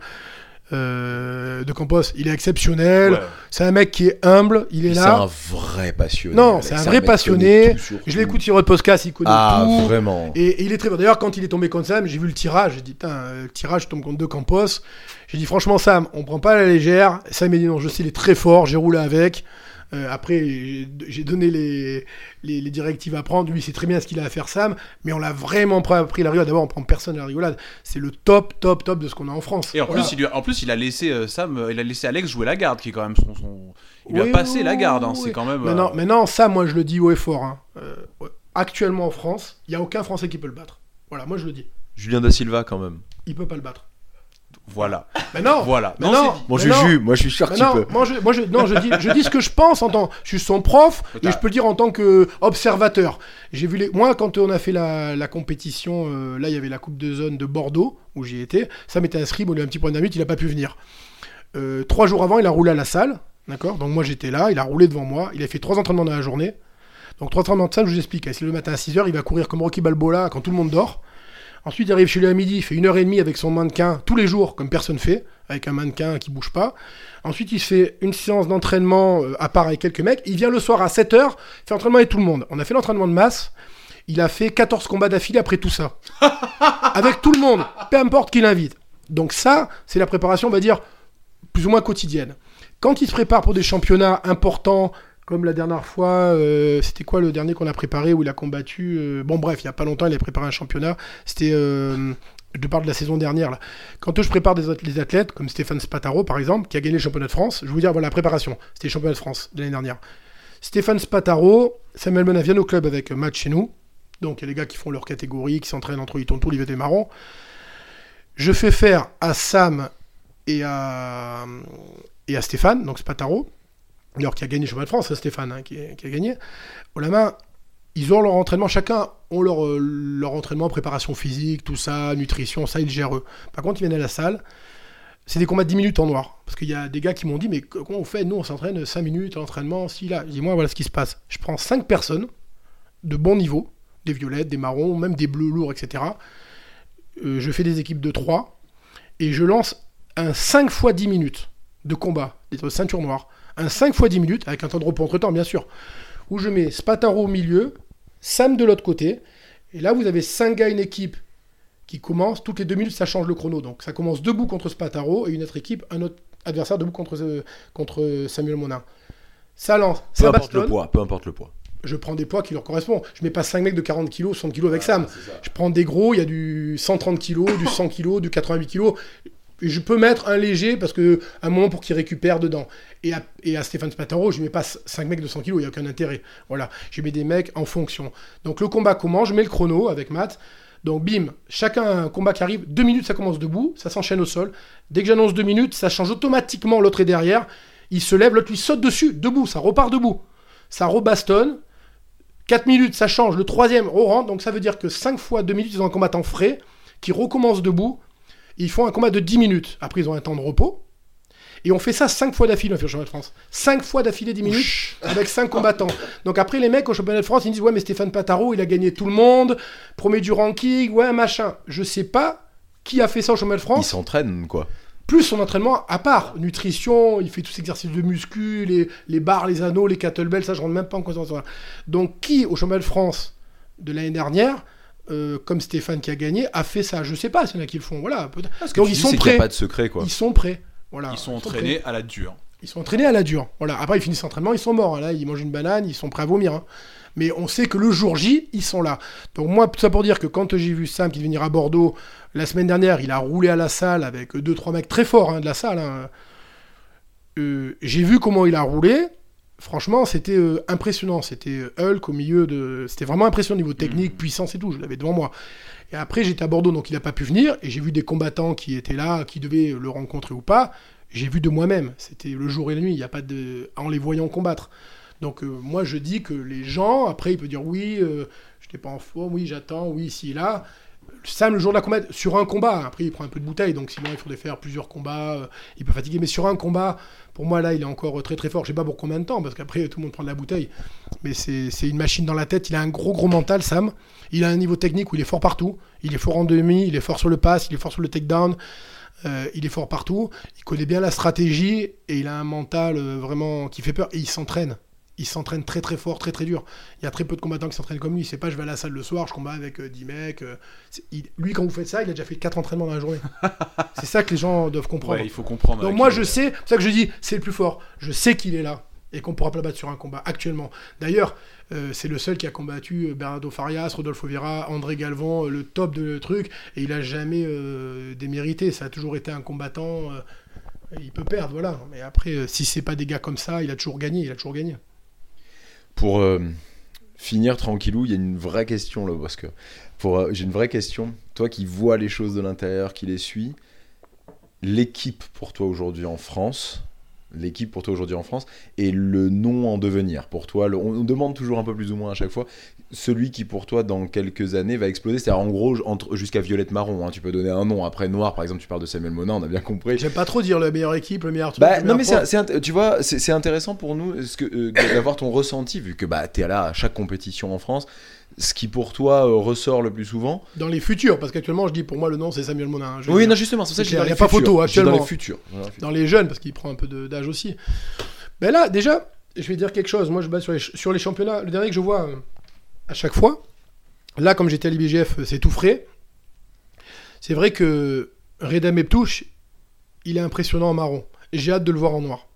De Campos, il est exceptionnel. Ouais. C'est un mec qui est humble. Il est là. C'est un vrai passionné. Non, c'est un vrai passionné. Je l'écoute sur votre podcast, il connaît tout. Vraiment. Et il est très bon. D'ailleurs, quand il est tombé contre Sam, j'ai vu le tirage. J'ai dit, le tirage tombe contre De Campos. J'ai dit, franchement, Sam, on prend pas à la légère. Sam m'a dit, non, je sais, il est très fort. J'ai roulé avec. Après, j'ai donné les directives à prendre. Lui, c'est très bien ce qu'il a à faire, Sam, mais on l'a vraiment pas pris la rigolade. D'abord, on prend personne à la rigolade. C'est le top de ce qu'on a en France. Et en plus, il a laissé il a laissé Alex jouer la garde, qui est quand même son... Il lui a passé la garde. Hein, c'est quand même. Maintenant, ça, moi, je le dis haut et fort. Hein. Actuellement, en France, il y a aucun Français qui peut le battre. Voilà, moi, je le dis. Julien Da Silva, quand même. Il peut pas le battre. Voilà. Mais non. Voilà. Moi je suis sûr qu'il peut. Je dis ce que je pense je suis son prof et je peux le dire en tant que observateur. J'ai vu moi quand on a fait la compétition, là il y avait la coupe de zone de Bordeaux où j'y étais. Ça m'était inscrit, bon, il a eu un petit point d'invite, il a pas pu venir. 3 jours avant, il a roulé à la salle, d'accord. Donc moi j'étais là, il a roulé devant moi, il a fait 3 entraînements dans la journée. Donc 3 entraînements de salle, je vous explique. C'est le matin à 6h, il va courir comme Rocky Balboa quand tout le monde dort. Ensuite, il arrive chez lui à midi, il fait 1h30 avec son mannequin tous les jours, comme personne fait, avec un mannequin qui bouge pas. Ensuite, il se fait une séance d'entraînement à part avec quelques mecs. Il vient le soir à 7h, fait l'entraînement avec tout le monde. On a fait l'entraînement de masse. Il a fait 14 combats d'affilée après tout ça. Avec tout le monde, peu importe qui l'invite. Donc ça, c'est la préparation, on va dire, plus ou moins quotidienne. Quand il se prépare pour des championnats importants, comme la dernière fois, c'était quoi le dernier qu'on a préparé où il a combattu bon bref, il n'y a pas longtemps, il a préparé un championnat. C'était, je parle de la saison dernière. Là. Quand je prépare des athlètes, comme Stéphane Spataro par exemple, qui a gagné le championnat de France, je vais vous dire, voilà la préparation. C'était le championnat de France de l'année dernière. Stéphane Spataro, Samuel Monin vient au club avec Matt chez nous. Donc il y a les gars qui font leur catégorie, qui s'entraînent entre Itonto, Olivier Desmarons. Je fais faire à Sam et à Stéphane, donc Spataro, alors qui a gagné le championnat de France, c'est Stéphane qui a gagné. Au la main, ils ont leur entraînement, chacun ont leur entraînement, préparation physique, tout ça, nutrition, ça ils gèrent eux. Par contre, ils viennent à la salle, c'est des combats de 10 minutes en noir. Parce qu'il y a des gars qui m'ont dit, mais comment on fait ? Nous, on s'entraîne 5 minutes à l'entraînement, si là. Je dis, moi, voilà ce qui se passe. Je prends 5 personnes de bon niveau, des violettes, des marrons, même des bleus lourds, etc. Je fais des équipes de 3 et je lance un 5 x 10 minutes de combat, des ceintures noires. Un 5 x 10 minutes, avec un temps de repos entre-temps, bien sûr, où je mets Spataro au milieu, Sam de l'autre côté, et là, vous avez 5 gars, une équipe qui commence, toutes les 2 minutes, ça change le chrono. Donc, ça commence debout contre Spataro, et une autre équipe, un autre adversaire debout contre Samuel Monin. Ça lance, ça bastonne. Peu importe le poids. Je prends des poids qui leur correspondent. Je mets pas 5 mecs de 40 kg, 60 kg avec Sam. Je prends des gros, il y a du 130 kg, du 100 kg, du 88 kg. Je peux mettre un léger parce que à un moment pour qu'il récupère dedans. Et à Stéphane Spataro, je mets pas 5 mecs de 100 kg, il n'y a aucun intérêt. Voilà, je mets des mecs en fonction. Donc le combat commence, je mets le chrono avec Matt. Donc bim, chacun a un combat qui arrive, 2 minutes ça commence debout, ça s'enchaîne au sol. Dès que j'annonce 2 minutes, ça change automatiquement, l'autre est derrière. Il se lève, l'autre lui saute dessus, debout, ça repart debout. Ça rebastonne. 4 minutes, ça change. Le troisième, on rentre. Donc ça veut dire que 5 fois 2 minutes, ils ont un combattant frais qui recommence debout. Ils font un combat de 10 minutes. Après, ils ont un temps de repos. Et on fait ça 5 fois d'affilée, on fait le championnat de France. 5 fois d'affilée 10 minutes, avec 5 combattants. Donc après, les mecs au championnat de France, ils disent, ouais, mais Stéphane Pataro, il a gagné tout le monde, premier du ranking, ouais, machin. Je sais pas qui a fait ça au championnat de Il France. s'entraîne, quoi. Plus son entraînement, à part nutrition, il fait tous ces exercices de muscu, les barres, les anneaux, les kettlebells, ça, je rentre même pas en considération. Donc qui, au championnat de France de l'année dernière, comme Stéphane qui a gagné, a fait ça? Je sais pas s'il y en a qui le font, voilà. Peut-être. Donc ils sont qu'il n'y prêts. a pas de secret, quoi. Ils sont prêts. Voilà. Ils sont entraînés à la dure. Ils sont entraînés à la dure. Voilà. Après, ils finissent l'entraînement, ils sont morts. Là, ils mangent une banane, ils sont prêts à vomir. Hein. Mais on sait que le jour J, ils sont là. Donc moi, tout ça pour dire que quand j'ai vu Sam qui devait venir à Bordeaux, la semaine dernière, il a roulé à la salle avec 2-3 mecs très forts de la salle. Hein. J'ai vu comment il a roulé. Franchement, c'était impressionnant. C'était Hulk au milieu de... C'était vraiment impressionnant au niveau technique, puissance et tout. Je l'avais devant moi. Et après, j'étais à Bordeaux, donc il n'a pas pu venir. Et j'ai vu des combattants qui étaient là, qui devaient le rencontrer ou pas. J'ai vu de moi-même. C'était le jour et la nuit. Il n'y a pas de... en les voyant combattre. Donc moi, je dis que les gens, après, il peut dire oui, je n'étais pas en forme, oui, j'attends, oui, ici, là. Sam, le jour de la combat, sur un combat, après, il prend un peu de bouteille, donc sinon, il faudrait faire plusieurs combats. Il peut fatiguer, mais sur un combat, pour moi, là, il est encore très, très fort. Je sais pas pour combien de temps, parce qu'après, tout le monde prend de la bouteille. Mais c'est une machine dans la tête. Il a un gros mental, Sam. Il a un niveau technique où il est fort partout. Il est fort en demi, il est fort sur le pass, il est fort sur le takedown. Il est fort partout. Il connaît bien la stratégie et il a un mental vraiment qui fait peur. Et il s'entraîne. Il s'entraîne très très fort, très très dur. Il y a très peu de combattants qui s'entraînent comme lui. C'est pas je vais à la salle le soir, je combats avec 10 mecs. Lui, quand vous faites ça, il a déjà fait 4 entraînements dans la journée. C'est ça que les gens doivent comprendre. Ouais, il faut comprendre. Donc moi, je sais, c'est pour ça que je dis, c'est le plus fort. Je sais qu'il est là et qu'on pourra pas le battre sur un combat actuellement. D'ailleurs, c'est le seul qui a combattu Bernardo Farias, Rodolfo Vieira, André Galvão, le top de truc, et il a jamais démérité. Ça a toujours été un combattant. Il peut perdre, voilà. Mais après, si c'est pas des gars comme ça, il a toujours gagné. Pour finir tranquillou, il y a une vraie question là, parce que j'ai une vraie question. Toi qui vois les choses de l'intérieur, qui les suit, l'équipe pour toi aujourd'hui en France et le nom en devenir pour toi. On demande toujours un peu plus ou moins à chaque fois celui qui pour toi dans quelques années va exploser. C'est-à-dire en gros jusqu'à Violette Marron. Hein, tu peux donner un nom. Après Noir par exemple, tu parles de Samuel Monin, on a bien compris. J'aime pas trop dire la meilleure équipe, le meilleur truc. Non mais tu vois, c'est intéressant pour nous d'avoir ton ressenti vu que t'es là à chaque compétition en France. Ce qui pour toi ressort le plus souvent dans les futurs, parce qu'actuellement je dis pour moi le nom c'est Samuel Monin. Oui, non justement, c'est ça que je dis. Il n'y a pas photo actuellement. Dans les futurs. Dans les jeunes, parce qu'il prend un peu d'âge aussi. Ben là, déjà, je vais dire quelque chose. Moi je base sur les championnats. Le dernier que je vois à chaque fois, là comme j'étais à l'IBGF, c'est tout frais. C'est vrai que Reda Meptouche, il est impressionnant en marron. J'ai hâte de le voir en noir.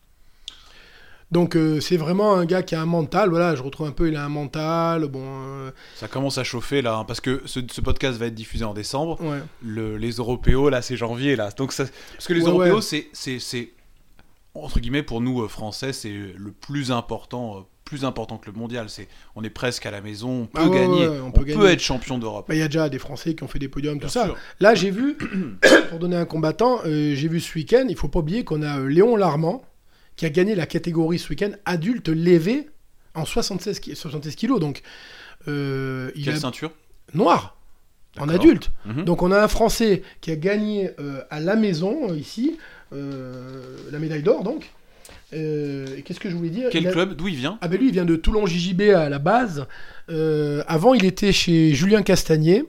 Donc c'est vraiment un gars qui a un mental, voilà, je retrouve un peu, il a un mental, Ça commence à chauffer là, hein, parce que ce podcast va être diffusé en décembre, ouais. Les Européos là c'est janvier là, donc ça... parce que les Européos c'est entre guillemets pour nous Français c'est le plus important que le mondial, on est presque à la maison, on peut gagner, on peut être champion d'Europe. Il y a déjà des Français qui ont fait des podiums, bien tout sûr. ça. Là j'ai vu, pour donner un combattant, j'ai vu ce week-end, il faut pas oublier qu'on a Léon Larmand, qui a gagné la catégorie ce week-end adulte lévé en 76 kilos. Donc, Quelle ceinture ? Noir, en adulte. Mm-hmm. Donc on a un Français qui a gagné à la maison, ici, la médaille d'or, donc. Et qu'est-ce que je voulais dire ? Quel club ? D'où il vient ? Ah ben lui, il vient de Toulon JJB à la base. Avant, il était chez Julien Castagnier.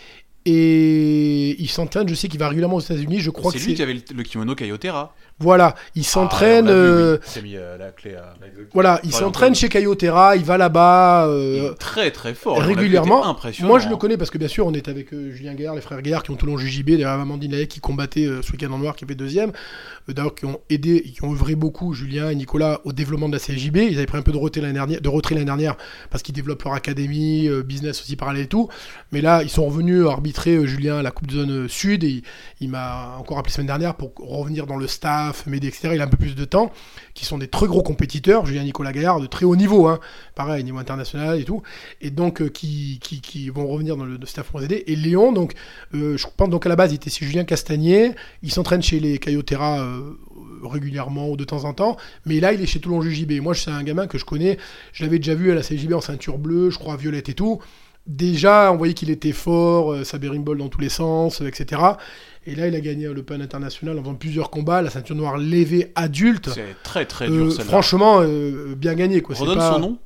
Et il s'entraîne, je sais qu'il va régulièrement aux États-Unis. Je crois c'est que lui qui avait le kimono Kayotera. Voilà, il s'entraîne. Il s'est mis la clé à. Voilà, il s'entraîne chez Kayotera, il va là-bas. Il est très très fort. Régulièrement. Impressionnant. Moi, je le connais parce que bien sûr, on est avec Julien Guerre, les frères Guerre qui ont Toulon JJB, d'ailleurs Amandine Lahaye qui combattait ce week-end en noir, qui fait deuxième. D'ailleurs, qui ont aidé, qui ont œuvré beaucoup, Julien et Nicolas, au développement de la CJB. Ils avaient pris un peu de retrait l'année dernière parce qu'ils développent leur académie, business aussi parallèle et tout. Mais là, ils sont revenus arbitrer Julien à la Coupe de Zone Sud et il m'a encore appelé la semaine dernière pour revenir dans le staff, m'aider, etc. Il a un peu plus de temps, qui sont des très gros compétiteurs, Julien Nicolas Gaillard, de très haut niveau, hein, pareil, niveau international et tout, et donc qui vont revenir dans le staff pour nous aider. Et Léon, donc, je pense donc à la base, il était chez Julien Castagnier, il s'entraîne chez les Kayotera régulièrement ou de temps en temps, mais là il est chez Toulon JJB. Moi c'est un gamin que je connais, je l'avais déjà vu à la CJB en ceinture bleue, je crois violette et tout. déjà, on voyait qu'il était fort, ça bérimbole dans tous les sens, etc. Et là, il a gagné l'Open international en faisant plusieurs combats, la ceinture noire levée adulte. C'est très très dur celle-là. Franchement, bien gagné. Quoi. Redonne son nom.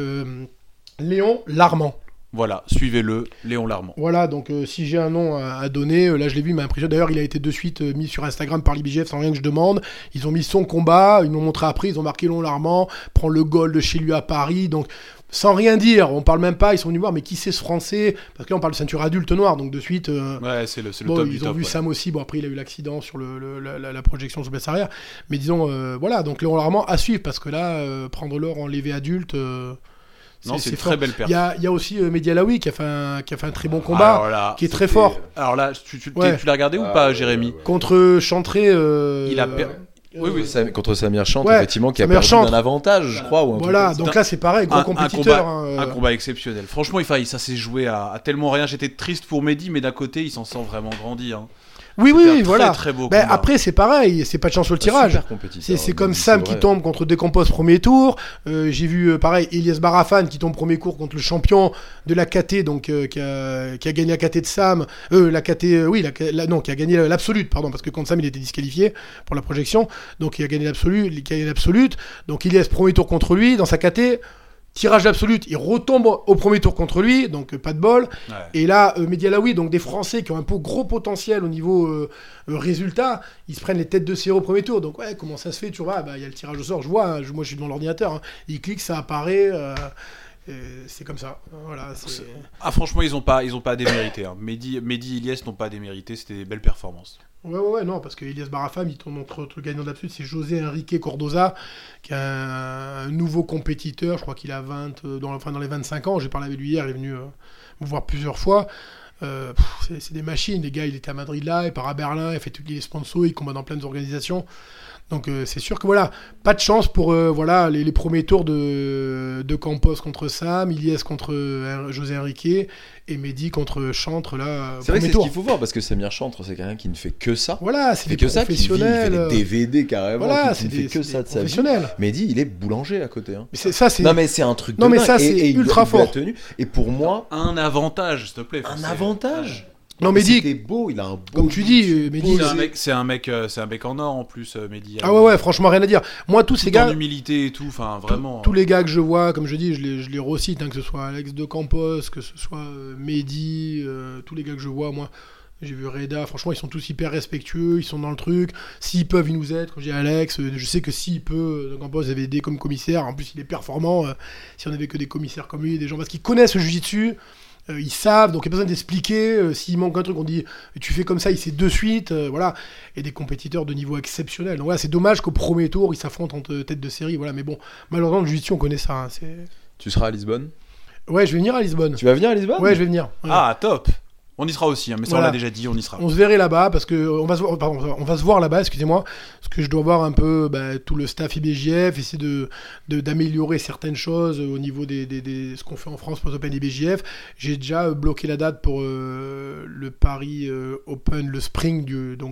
Léon Larmand. Voilà, suivez-le, Léon Larmand. Voilà, donc si j'ai un nom à donner, là je l'ai vu, il m'a impressionné. D'ailleurs, il a été de suite mis sur Instagram par l'IBJF sans rien que je demande. Ils ont mis son combat, ils m'ont montré après, ils ont marqué Léon Larmand, prend le goal de chez lui à Paris, donc sans rien dire, on parle même pas, ils sont venus voir, mais qui c'est ce Français? Parce que là on parle de ceinture adulte noire, donc de suite... ouais, c'est le bon, top du top. Ils ont vu Sam aussi, bon après il a eu l'accident sur la projection sous baisse arrière, mais disons, voilà, donc Léon Larmand à suivre, parce que là, prendre l'or en lévé adulte... non, c'est une très belle perte. Il y a aussi Mehdi Alaoui qui a fait un très bon combat, qui est très fort. Alors là, tu l'as regardé ou pas, Jérémy? Contre Chantré... il a perdu. Oui. Contre Samir Chante, effectivement, qui a perdu d'un avantage, je crois. Ou voilà, donc là c'est pareil, gros compétiteur. Un combat exceptionnel. Franchement, ça s'est joué à tellement rien. J'étais triste pour Mehdi, mais d'un côté, il s'en sent vraiment grandi. Hein. Oui, voilà. Très beau après, c'est pareil, c'est pas de chance sur le tirage. C'est comme Sam qui tombe contre Decompos premier tour. J'ai vu, pareil, Elias Barafan qui tombe premier tour contre le champion de la KT, donc qui a gagné la KT de Sam. La KT, qui a gagné l'absolute, pardon, parce que contre Sam, il était disqualifié pour la projection. Donc il a gagné l'absolute. Donc Elias premier tour contre lui dans sa KT. Tirage d'absolute, il retombe au premier tour contre lui, donc pas de bol. Ouais. Et là, Mehdi Alaoui, donc des Français qui ont un peu gros potentiel au niveau résultat, ils se prennent les têtes de série au premier tour. Donc ouais, comment ça se fait, tu vois? Il y a le tirage au sort, je vois, moi je suis devant l'ordinateur, il clique, ça apparaît, c'est comme ça. Voilà, franchement, ils ont pas démérité. Hein. Mehdi et Elias n'ont pas démérité, c'était des belles performances. Ouais, non, parce que Elias Barafam, il tombe entre le gagnant d'absolution, c'est José Enrique Cordoza, qui est un nouveau compétiteur, je crois qu'il a dans les 25 ans, j'ai parlé avec lui hier, il est venu me voir plusieurs fois. C'est des machines, les gars, il était à Madrid là, il part à Berlin, il fait tous les sponsors, il combat dans plein d'organisations. Donc c'est sûr que voilà, pas de chance pour les premiers tours de Campos contre Sam, Iliès contre José Enrique et Mehdi contre Chantre là. C'est vrai que c'est ce qu'il faut voir parce que Samir Chantre c'est quelqu'un qui ne fait que ça. Voilà, c'est des professionnels. Il fait des DVD carrément. Voilà, qui ne fait que ça de sa vie. Mehdi, il est boulanger à côté. Hein. Non mais c'est un truc. Non mais ça c'est ultra fort. Et pour moi, un avantage, s'il te plaît. Un avantage. Non, Mehdi, c'était beau, il a un beau. Comme tu dis, Mehdi, c'est un mec en or en plus, Mehdi. Ah ouais, franchement rien à dire. Moi, tous ces gars, en humilité et tout, enfin vraiment. Tous les gars que je vois, comme je dis, je les recite, que ce soit Alex de Campos, que ce soit Mehdi, tous les gars que je vois, moi. J'ai vu Reda, franchement, ils sont tous hyper respectueux, ils sont dans le truc. S'ils peuvent, ils nous aident. Quand j'ai Alex, je sais que s'il peut, de Campos avait aidé comme commissaire. En plus, il est performant. Si on avait que des commissaires comme lui, des gens parce qu'ils connaissent le jiu-jitsu. Ils savent, donc il n'y a pas besoin d'expliquer. S'il manque un truc, on dit tu fais comme ça, il sait de suite. Voilà. Et des compétiteurs de niveau exceptionnel. Donc voilà, c'est dommage qu'au premier tour, ils s'affrontent entre têtes de série. Voilà. Mais bon, malheureusement, le jiu-jitsu, on connaît ça. Hein, Tu seras à Lisbonne? Ouais, je vais venir à Lisbonne. Tu vas venir à Lisbonne? Ouais, je vais venir. Ouais. Ah, top! On y sera aussi, hein, mais ça voilà. On l'a déjà dit, on y sera. On se verrait là-bas parce que on va se voir là-bas, excusez-moi, parce que je dois voir un peu tout le staff IBJF, essayer d'améliorer certaines choses au niveau des ce qu'on fait en France pour l'Open IBJF. J'ai déjà bloqué la date pour le Paris Open, le Spring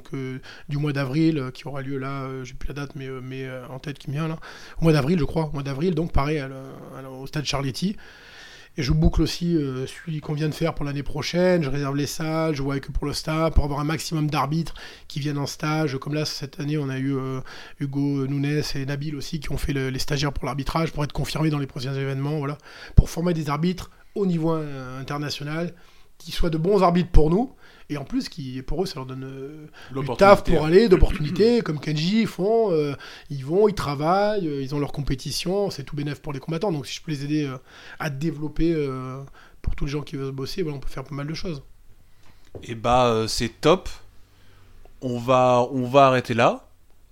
du mois d'avril qui aura lieu là. J'ai plus la date, mais en tête qui me vient là. Au mois d'avril, je crois. Au mois d'avril, donc pareil au stade Charletti. Et je boucle aussi celui qu'on vient de faire pour l'année prochaine, je réserve les salles, je vois que pour le staff, pour avoir un maximum d'arbitres qui viennent en stage. Comme là, cette année, on a eu Hugo Nunes et Nabil aussi qui ont fait les stagiaires pour l'arbitrage, pour être confirmés dans les prochains événements, voilà, pour former des arbitres au niveau international, qui soient de bons arbitres pour nous, et en plus, pour eux, ça leur donne du taf pour aller, d'opportunités, comme Kenji, ils font, ils vont, ils travaillent, ils ont leur compétition, c'est tout bénef pour les combattants, donc si je peux les aider à développer pour tous les gens qui veulent se bosser, voilà, on peut faire pas mal de choses. Et c'est top, on va arrêter là.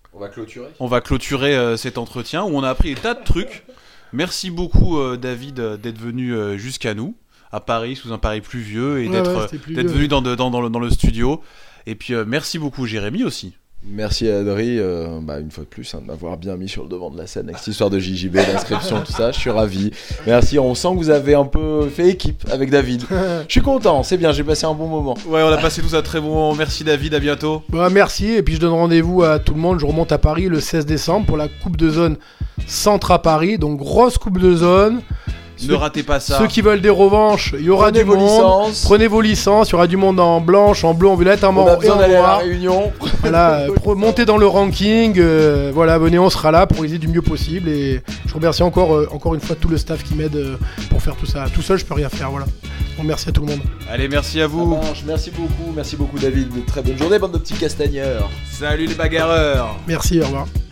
On va clôturer cet entretien, où on a appris des tas de trucs. Merci beaucoup David d'être venu jusqu'à nous. À Paris, sous un Paris pluvieux, et d'être venu dans le studio. Et puis merci beaucoup Jérémy aussi. Merci à Adri, une fois de plus, de m'avoir bien mis sur le devant de la scène avec cette histoire de JJB, d'inscription, tout ça, je suis ravi. Merci, on sent que vous avez un peu fait équipe avec David. Je suis content, c'est bien, j'ai passé un bon moment. Ouais, on a passé tous un très bon moment, merci David, à bientôt. Merci, et puis je donne rendez-vous à tout le monde, je remonte à Paris le 16 décembre pour la Coupe de Zone Centre à Paris, donc grosse Coupe de Zone. Ne ratez pas ça. Ceux qui veulent des revanches, il y aura Prenez du vos monde. licences. Prenez vos licences, il y aura du monde en blanche, en bleu, en violette, en On a marron et besoin en d'aller à la noir. réunion. Voilà, montez dans le ranking. Voilà, venez, on sera là pour aider du mieux possible. Et je remercie encore une fois tout le staff qui m'aide pour faire tout ça. Tout seul, je peux rien faire. Voilà. Donc, merci à tout le monde. Allez, merci à Ça vous. marche. Merci beaucoup David. Une très bonne journée, bande de petits castagneurs. Salut les bagarreurs. Merci, au revoir.